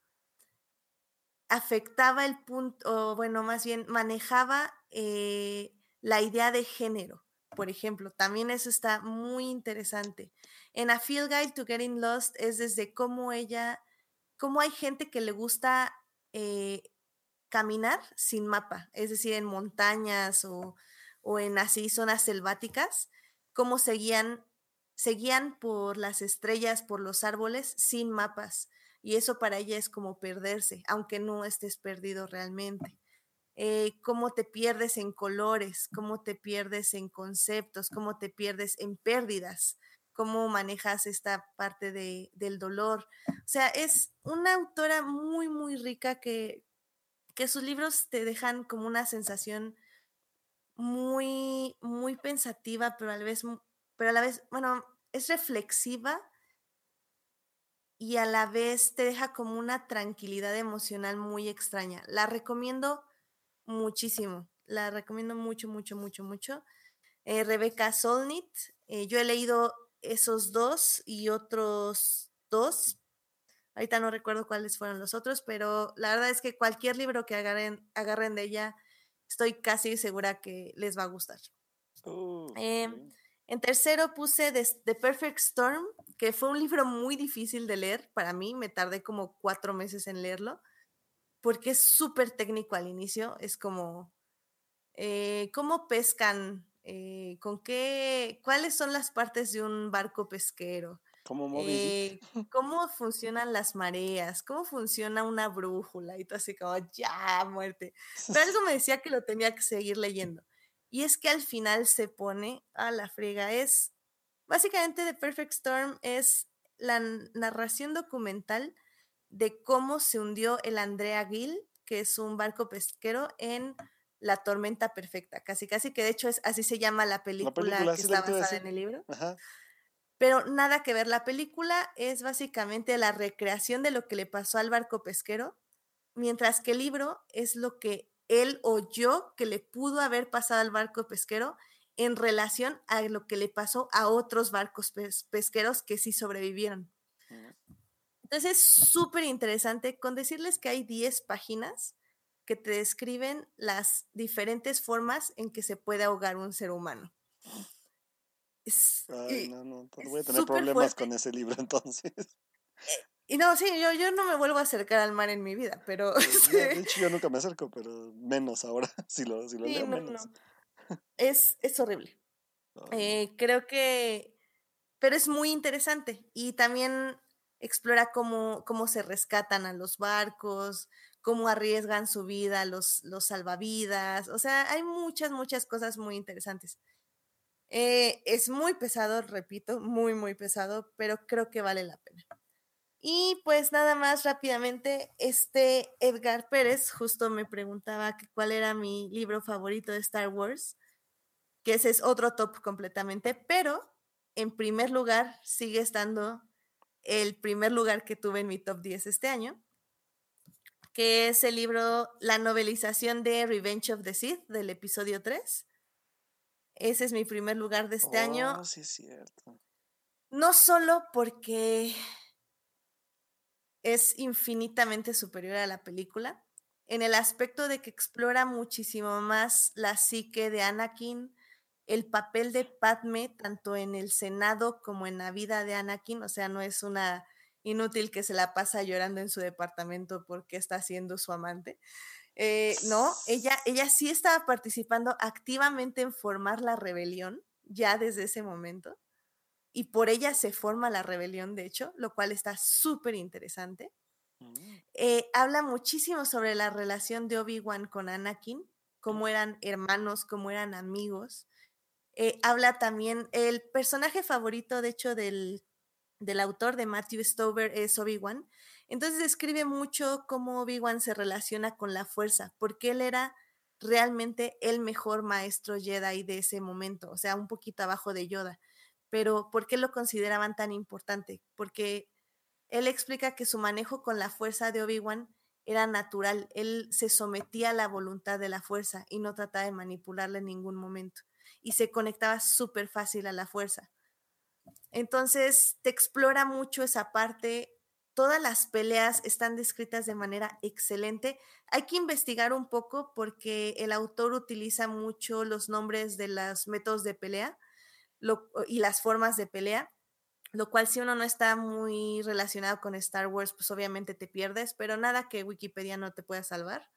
afectaba el punto, o bueno, más bien manejaba eh, la idea de género, por ejemplo. También eso está muy interesante. En A Field Guide to Getting Lost es desde cómo ella, cómo hay gente que le gusta eh, caminar sin mapa, es decir, en montañas o, o en así zonas selváticas, cómo seguían, seguían por las estrellas, por los árboles, sin mapas. Y eso para ella es como perderse, aunque no estés perdido realmente. Eh, cómo te pierdes en colores, cómo te pierdes en conceptos, cómo te pierdes en pérdidas, cómo manejas esta parte de, del dolor. O sea, es una autora muy, muy rica que, que sus libros te dejan como una sensación muy, muy pensativa, pero a la vez, pero a la vez, bueno, es reflexiva y a la vez te deja como una tranquilidad emocional muy extraña. La recomiendo muchísimo, la recomiendo mucho, mucho, mucho, mucho. Eh, Rebecca Solnit, eh, yo he leído esos dos y otros dos. Ahorita no recuerdo cuáles fueron los otros, pero la verdad es que cualquier libro que agarren, agarren de ella, estoy casi segura que les va a gustar. uh, Eh, okay. En tercero puse The, The Perfect Storm, que fue un libro muy difícil de leer para mí, me tardé como cuatro meses en leerlo, porque es súper técnico al inicio, es como, eh, ¿cómo pescan? Eh, ¿Con qué? ¿Cuáles son las partes de un barco pesquero? Como Moby Dick. Eh, ¿Cómo funcionan las mareas? ¿Cómo funciona una brújula? Y todo así como, ya, muerte. Pero algo me decía que lo tenía que seguir leyendo. Y es que al final se pone a la friega. Es, básicamente, The Perfect Storm es la narración documental de cómo se hundió el Andrea Gill, que es un barco pesquero, en La Tormenta Perfecta. Casi, casi que de hecho es así se llama la película, La película, que sí, la está que te iba a basada decir. en el libro. Ajá. Pero nada que ver, la película es básicamente la recreación de lo que le pasó al barco pesquero, mientras que el libro es lo que él oyó que le pudo haber pasado al barco pesquero en relación a lo que le pasó a otros barcos pes pesqueros que sí sobrevivieron. Uh-huh. Entonces es súper interesante con decirles que hay diez páginas que te describen las diferentes formas en que se puede ahogar un ser humano. Es, Ay, y, no, no, es voy a tener súper problemas fuerte. con ese libro entonces. Y no, sí, yo, yo no me vuelvo a acercar al mar en mi vida, pero No, de este, hecho yo nunca me acerco, pero menos ahora. Si lo, si lo sí, leo, no, menos. no. Es, es horrible. Ay, no. Eh, creo que, pero es muy interesante y también explora cómo, cómo se rescatan a los barcos, cómo arriesgan su vida los, los salvavidas. O sea, hay muchas, muchas cosas muy interesantes. Eh, es muy pesado, repito, muy, muy pesado, pero creo que vale la pena. Y pues nada más rápidamente, este Edgar Pérez justo me preguntaba que cuál era mi libro favorito de Star Wars, que ese es otro top completamente, pero en primer lugar sigue estando el primer lugar que tuve en mi top diez este año, que es el libro, la novelización de Revenge of the Sith del episodio tres. Ese es mi primer lugar de este año, Oh, sí es cierto. no solo porque es infinitamente superior a la película, en el aspecto de que explora muchísimo más la psique de Anakin, el papel de Padme, tanto en el Senado como en la vida de Anakin, o sea, no es una inútil que se la pasa llorando en su departamento porque está siendo su amante. Eh, no, ella, ella sí estaba participando activamente en formar la rebelión, ya desde ese momento, y por ella se forma la rebelión, de hecho, lo cual está súper interesante. Mm. Eh, habla muchísimo sobre la relación de Obi-Wan con Anakin, cómo eran hermanos, cómo eran amigos. Eh, habla también, el personaje favorito, de hecho, del, del autor de Matthew Stover es Obi-Wan. Entonces describe mucho cómo Obi-Wan se relaciona con la fuerza, porque él era realmente el mejor maestro Jedi de ese momento, o sea, un poquito abajo de Yoda. Pero ¿por qué lo consideraban tan importante? Porque él explica que su manejo con la fuerza de Obi-Wan era natural. Él se sometía a la voluntad de la fuerza y no trataba de manipularla en ningún momento. Y se conectaba súper fácil a la fuerza. Entonces, te explora mucho esa parte. Todas las peleas están descritas de manera excelente. Hay que investigar un poco porque el autor utiliza mucho los nombres de los métodos de pelea lo, y las formas de pelea, lo cual si uno no está muy relacionado con Star Wars, pues obviamente te pierdes, pero nada que Wikipedia no te pueda salvar.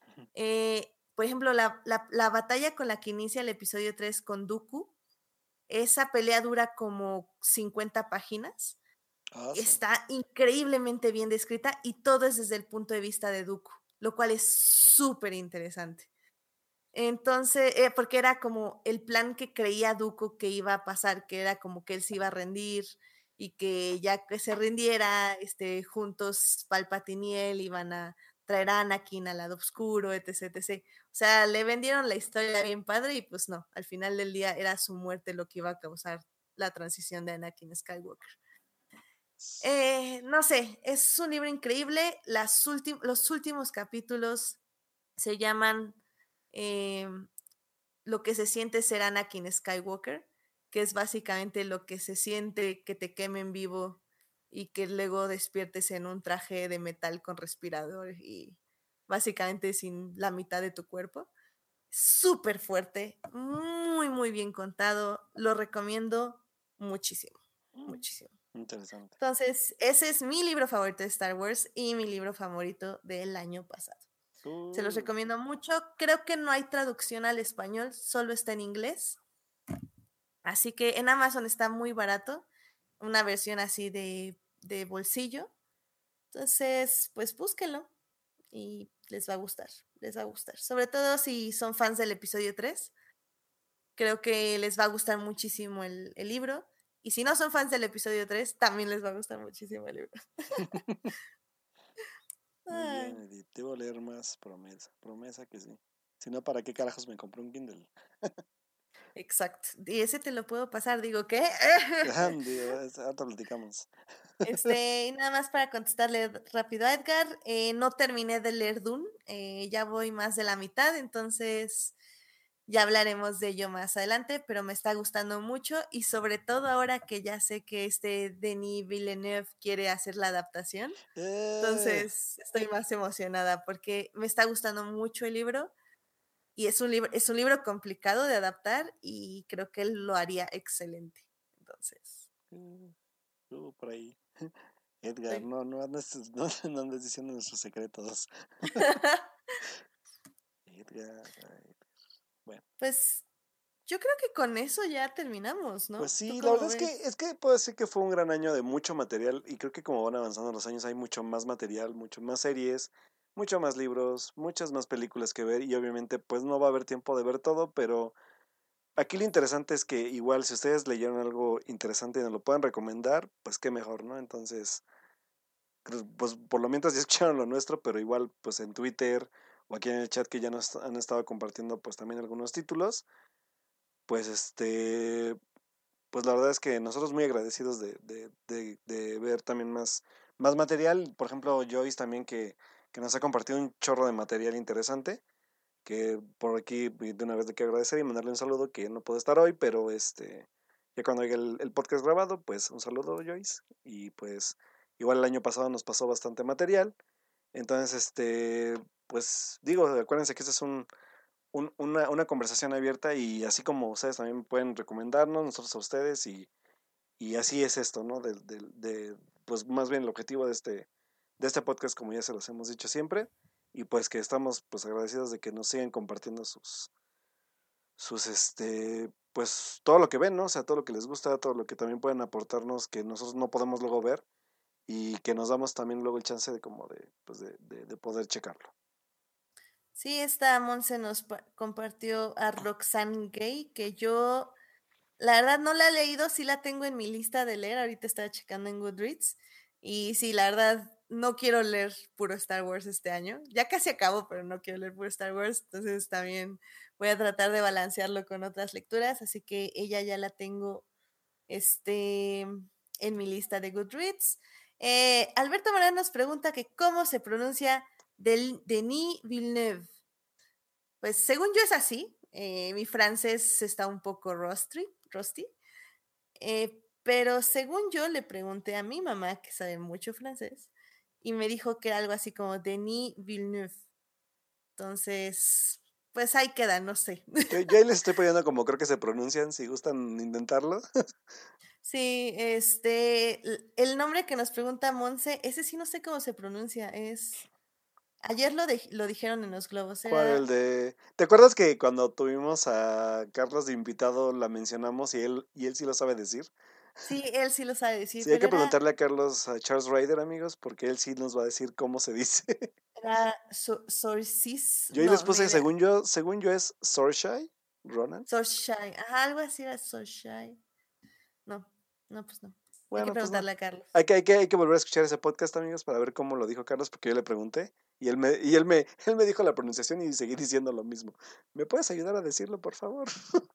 Eh, por ejemplo, la, la, la, batalla con la que inicia el episodio tres con Dooku, esa pelea dura como cincuenta páginas. Awesome. Está increíblemente bien descrita y todo es desde el punto de vista de Dooku, lo cual es súper interesante. Entonces, eh, porque era como el plan que creía Dooku que iba a pasar, que era como que él se iba a rendir y que ya que se rindiera, este, juntos Palpatine y él iban a traer a Anakin al lado oscuro, etc, etcétera. O sea, le vendieron la historia bien padre y pues no, al final del día era su muerte lo que iba a causar la transición de Anakin Skywalker. Eh, no sé, es un libro increíble. Las ulti- los últimos capítulos se llaman eh, Lo que se siente ser Anakin Skywalker, que es básicamente lo que se siente que te quemen vivo y que luego despiertes en un traje de metal con respirador y básicamente sin la mitad de tu cuerpo. Súper fuerte, muy, muy bien contado. Lo recomiendo muchísimo, muchísimo. Interesante. Entonces, ese es mi libro favorito de Star Wars y mi libro favorito del año pasado. Uh. Se los recomiendo mucho. Creo que no hay traducción al español, solo está en inglés. Así que en Amazon está muy barato, una versión así de, de bolsillo. Entonces, pues búsquenlo y les va a gustar, les va a gustar. Sobre todo si son fans del episodio tres. Creo que les va a gustar muchísimo el, el libro. Y si no son fans del episodio tres, también les va a gustar muchísimo el libro. Muy bien, Edith. Debo leer más, promesa. Promesa que sí. Si no, ¿para qué carajos me compré un Kindle? Exacto. Y ese te lo puedo pasar. Digo, ¿qué? Digo, ahorita platicamos. Este, y nada más para contestarle rápido a Edgar. Eh, no terminé de leer Dune. Eh, ya voy más de la mitad, entonces ya hablaremos de ello más adelante, pero me está gustando mucho y sobre todo ahora que ya sé que este Denis Villeneuve quiere hacer la adaptación, Eh. entonces estoy más emocionada porque me está gustando mucho el libro y es un libro, es un libro complicado de adaptar y creo que él lo haría excelente. Entonces. Uh, uh, por ahí. Edgar, Sí. no, no andes, no, no andes diciendo nuestros secretos. Edgar, ay, bueno. Pues yo creo que con eso ya terminamos, ¿no? Pues ¿Tú sí, la cómo verdad es que, ves? es que puedo decir que fue un gran año de mucho material y creo que como van avanzando los años hay mucho más material, mucho más series, mucho más libros, muchas más películas que ver y obviamente pues no va a haber tiempo de ver todo, pero aquí lo interesante es que igual si ustedes leyeron algo interesante y nos lo pueden recomendar, pues qué mejor, ¿no? Entonces, pues pues, por lo mientras ya escucharon lo nuestro, pero igual pues en Twitter o aquí en el chat que ya nos han estado compartiendo pues también algunos títulos, pues este, pues la verdad es que nosotros muy agradecidos de, de, de, de ver también más, más material. Por ejemplo, Joyce también que, que nos ha compartido un chorro de material interesante, que por aquí de una vez le quiero agradecer y mandarle un saludo que no puede estar hoy, pero este, ya cuando oiga el, el podcast grabado, pues un saludo Joyce. Y pues igual el año pasado nos pasó bastante material. Entonces, este, pues digo, acuérdense que este es un, un- una, una conversación abierta y así como ustedes también pueden recomendarnos, nosotros a ustedes y, y así es esto, ¿no? De, de- de, pues más bien el objetivo de este, de este podcast, como ya se los hemos dicho siempre, y pues que estamos pues agradecidos de que nos sigan compartiendo sus, sus, este, pues todo lo que ven, ¿no? O sea, todo lo que les gusta, todo lo que también pueden aportarnos que nosotros no podemos luego ver y que nos damos también luego el chance de como de, pues de, de, de poder checarlo. Sí, esta Monse nos pa- compartió a Roxane Gay, que yo, la verdad, no la he leído, sí la tengo en mi lista de leer, ahorita estaba checando en Goodreads, y sí, la verdad, no quiero leer puro Star Wars este año, ya casi acabo, pero no quiero leer puro Star Wars, entonces también voy a tratar de balancearlo con otras lecturas, así que ella ya la tengo este, en mi lista de Goodreads. Eh, Alberto Morán nos pregunta que cómo se pronuncia del, Denis Villeneuve. Pues según yo es así. Eh, mi francés está un poco rusty, rusty eh, pero según yo le pregunté a mi mamá, que sabe mucho francés, y me dijo que era algo así como Denis Villeneuve. Entonces, pues ahí queda, no sé. Yo, yo ahí les estoy poniendo como creo que se pronuncian, si gustan intentarlo. Sí, este, l- el nombre que nos pregunta Monse, ese sí no sé cómo se pronuncia, es, ayer lo, de- lo dijeron en los globos, ¿Cuál? El era, de... ¿Te acuerdas que cuando tuvimos a Carlos de invitado la mencionamos y él, y él sí lo sabe decir? sí, él sí lo sabe decir, Sí, hay pero que era, preguntarle a Carlos, a Charles Ryder, amigos, porque él sí nos va a decir cómo se dice. era so, Sorcis, Yo ahí les no, ni puse, idea, según yo, según yo es Sorshai, Ronan. Sorshai, ajá, algo así era Sorshai, no, no, pues no, hay que Bueno, pues no. preguntarle a Carlos. Hay que, hay que, hay que volver a escuchar ese podcast, amigos, para ver cómo lo dijo Carlos, porque yo le pregunté y él me, y él me, él me dijo la pronunciación y seguí diciendo lo mismo. ¿Me puedes ayudar a decirlo, por favor?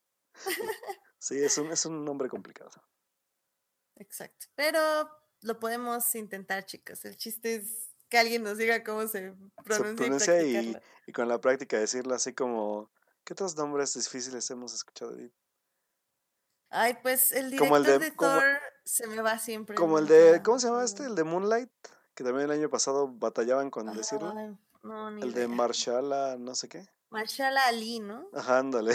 Sí, es un, es un nombre complicado. Exacto, pero lo podemos intentar, chicos, el chiste es que alguien nos diga cómo se Se pronuncia y pronuncia y, practicarlo. y con la práctica decirlo así como, ¿qué otros nombres difíciles hemos escuchado, Edith? Ay, pues el Como el director de, de como, Thor se me va siempre, como el de, nunca ¿cómo se llama este? recuerdo. El de Moonlight, que también el año pasado batallaban con decirlo. Ay, no, ni El de idea. Marshala, no sé qué. Marshala Ali, ¿no? Ajá, ándale.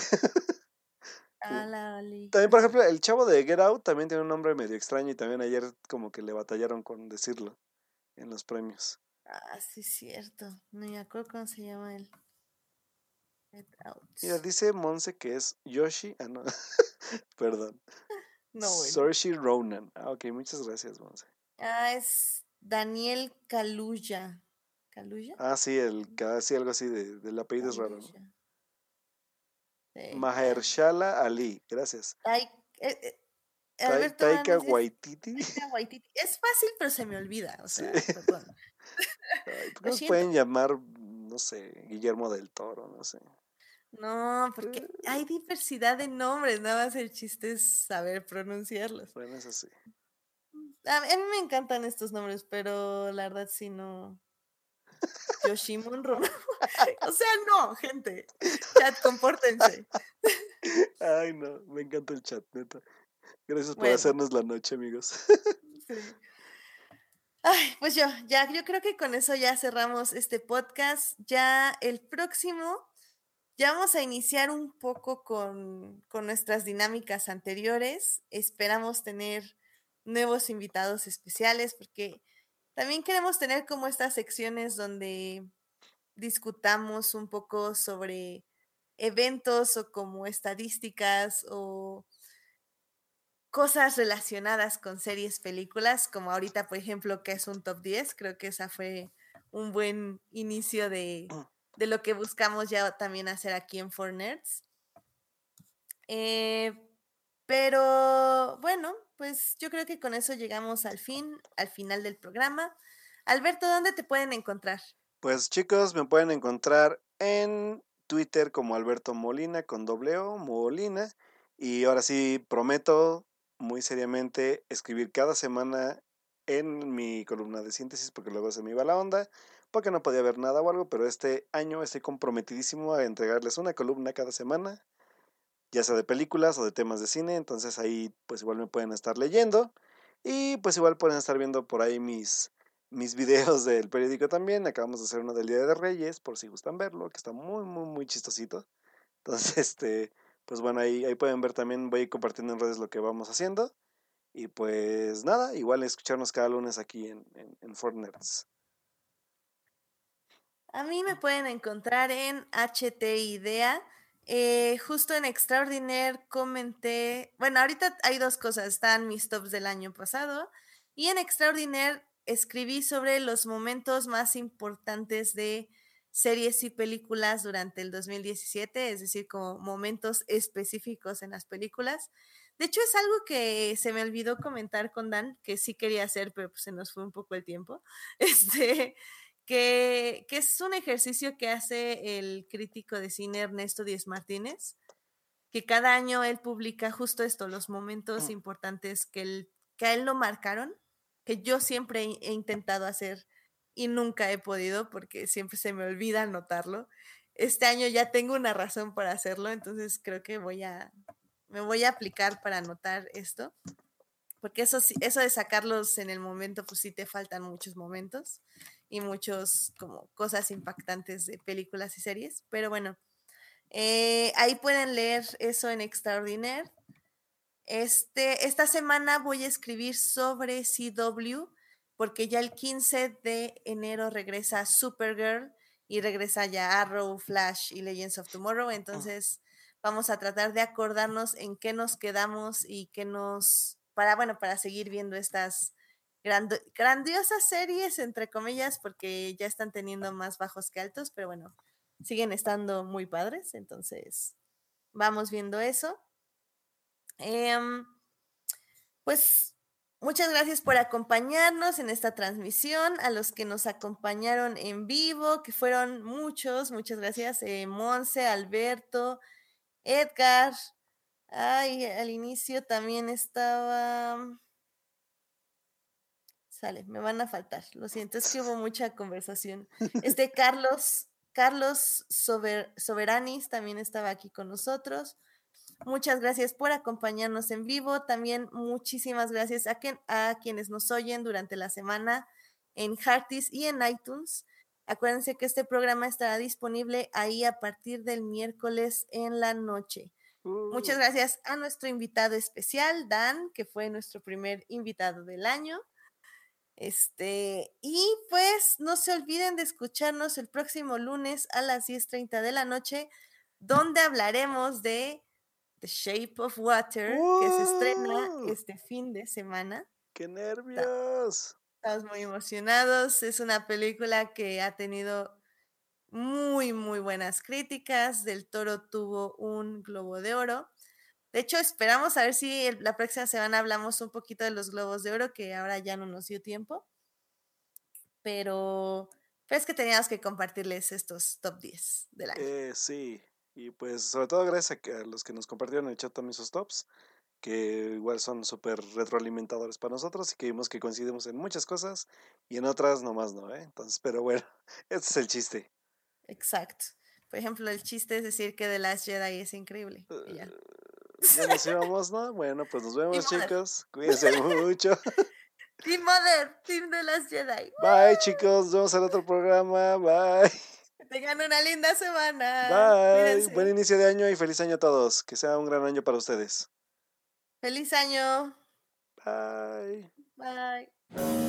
Ala Ali, También, por ajá. ejemplo, el chavo de Get Out también tiene un nombre medio extraño y también ayer como que le batallaron con decirlo en los premios. Ah, sí, cierto. No me acuerdo cómo se llama el Get Out. Mira, dice Monse que es Yoshi, ah no, perdón, No, bueno. Saoirse Ronan. Ah, ok, muchas gracias, Monse. Ah, es Daniel Kaluuya. ¿Kaluuya? Ah, sí, el, ca- sí, algo así de, del apellido es raro, ¿no? Kaluuya. Sí, ah, Mahershala Ali, gracias. Tai- eh, eh, Tai- Alberto Morán Taika nos dice, Waititi. Taika Waititi. Es fácil, pero se me olvida. O Sí. sea, perdón. Ay, ¿por qué Lo nos siento. pueden llamar, no sé, Guillermo del Toro, no sé? No, porque Eh, hay diversidad de nombres, nada más el chiste es saber pronunciarlos. Bueno, eso sí. A, a mí me encantan estos nombres, pero la verdad sí no. Yoshimunro, ¿no? O sea, no, gente. Chat, compórtense. Ay, no, me encanta el chat, neta. Gracias por Bueno, hacernos la noche, amigos. sí. Ay, pues yo, ya, yo creo que con eso ya cerramos este podcast. Ya el próximo ya vamos a iniciar un poco con, con nuestras dinámicas anteriores. Esperamos tener nuevos invitados especiales porque también queremos tener como estas secciones donde discutamos un poco sobre eventos o como estadísticas o cosas relacionadas con series, películas, como ahorita, por ejemplo, que es un top diez. Creo que esa fue un buen inicio de, de lo que buscamos ya también hacer aquí en four nerds. Eh, pero bueno, pues yo creo que con eso llegamos al fin, al final del programa. Alberto, ¿dónde te pueden encontrar? Pues chicos, me pueden encontrar en Twitter como Alberto Molina con doble O, Molina. Y ahora sí prometo muy seriamente escribir cada semana en mi columna de síntesis porque luego se me iba la onda, porque no podía ver nada o algo, pero este año estoy comprometidísimo a entregarles una columna cada semana, ya sea de películas o de temas de cine, entonces ahí pues igual me pueden estar leyendo y pues igual pueden estar viendo por ahí mis, mis videos del periódico también. Acabamos de hacer uno del Día de Reyes, por si gustan verlo, que está muy, muy, muy chistosito. Entonces, este, pues bueno, ahí, ahí pueden ver también, voy compartiendo en redes lo que vamos haciendo. Y pues nada, igual escucharnos cada lunes aquí en, en, en four nerds. A mí me pueden encontrar en H T Idea. Eh, justo en Extraordinaire comenté, bueno, ahorita hay dos cosas, están mis tops del año pasado y en Extraordinaire escribí sobre los momentos más importantes de series y películas durante el dos mil diecisiete, es decir, como momentos específicos en las películas. De hecho, es algo que se me olvidó comentar con Dan, que sí quería hacer, pero pues se nos fue un poco el tiempo. Este, que, que es un ejercicio que hace el crítico de cine Ernesto Díez Martínez, que cada año él publica justo esto, los momentos importantes que, él, que a él lo marcaron, que yo siempre he, he intentado hacer y nunca he podido porque siempre se me olvida anotarlo. Este año ya tengo una razón para hacerlo, entonces creo que voy a, me voy a aplicar para anotar esto, porque eso, eso de sacarlos en el momento, pues sí te faltan muchos momentos y muchos como cosas impactantes de películas y series, pero bueno, eh, ahí pueden leer eso en Extraordinaire. Este, esta semana voy a escribir sobre C W, porque ya el quince de enero regresa Supergirl y regresa ya Arrow, Flash y Legends of Tomorrow, entonces vamos a tratar de acordarnos en qué nos quedamos y qué nos, para, bueno, para seguir viendo estas grando, grandiosas series, entre comillas, porque ya están teniendo más bajos que altos, pero bueno, siguen estando muy padres, entonces vamos viendo eso. Eh, pues muchas gracias por acompañarnos en esta transmisión, a los que nos acompañaron en vivo, que fueron muchos, muchas gracias, eh, Monse, Alberto, Edgar. Ay, al inicio también estaba... Sale, me van a faltar, lo siento, es que hubo mucha conversación. Este Carlos, Carlos Sober, Soberanis también estaba aquí con nosotros. Muchas gracias por acompañarnos en vivo. También muchísimas gracias a, que, a quienes nos oyen durante la semana en Heartis y en iTunes. Acuérdense que este programa estará disponible ahí a partir del miércoles en la noche. Uh. Muchas gracias a nuestro invitado especial, Dan, que fue nuestro primer invitado del año. Este, y pues no se olviden de escucharnos el próximo lunes a las diez treinta de la noche, donde hablaremos de The Shape of Water, uh, que se estrena este fin de semana. ¡Qué nervios! Estamos muy emocionados. Es una película que ha tenido muy, muy buenas críticas. Del Toro tuvo un Globo de Oro. De hecho, esperamos a ver si la próxima semana hablamos un poquito de los Globos de Oro, que ahora ya no nos dio tiempo. Pero, pero es que teníamos que compartirles estos top diez del año. Eh, sí. Y pues sobre todo gracias a, a los que nos compartieron en el chat también sus tops, que igual son súper retroalimentadores para nosotros y que vimos que coincidimos en muchas cosas y en otras nomás no, ¿eh? Entonces, pero bueno, este es el chiste. Exacto. Por ejemplo, el chiste es decir que The Last Jedi es increíble. Uh, y ya. ya nos íbamos, ¿no? Bueno, pues nos vemos, chicos. Cuídense mucho. Team Mother, Team The Last Jedi. Bye, chicos. Nos vemos en otro programa. Bye. tengan una linda semana. Bye. Cuídense. Buen inicio de año y feliz año a todos. Que sea un gran año para ustedes. Feliz año. Bye. Bye.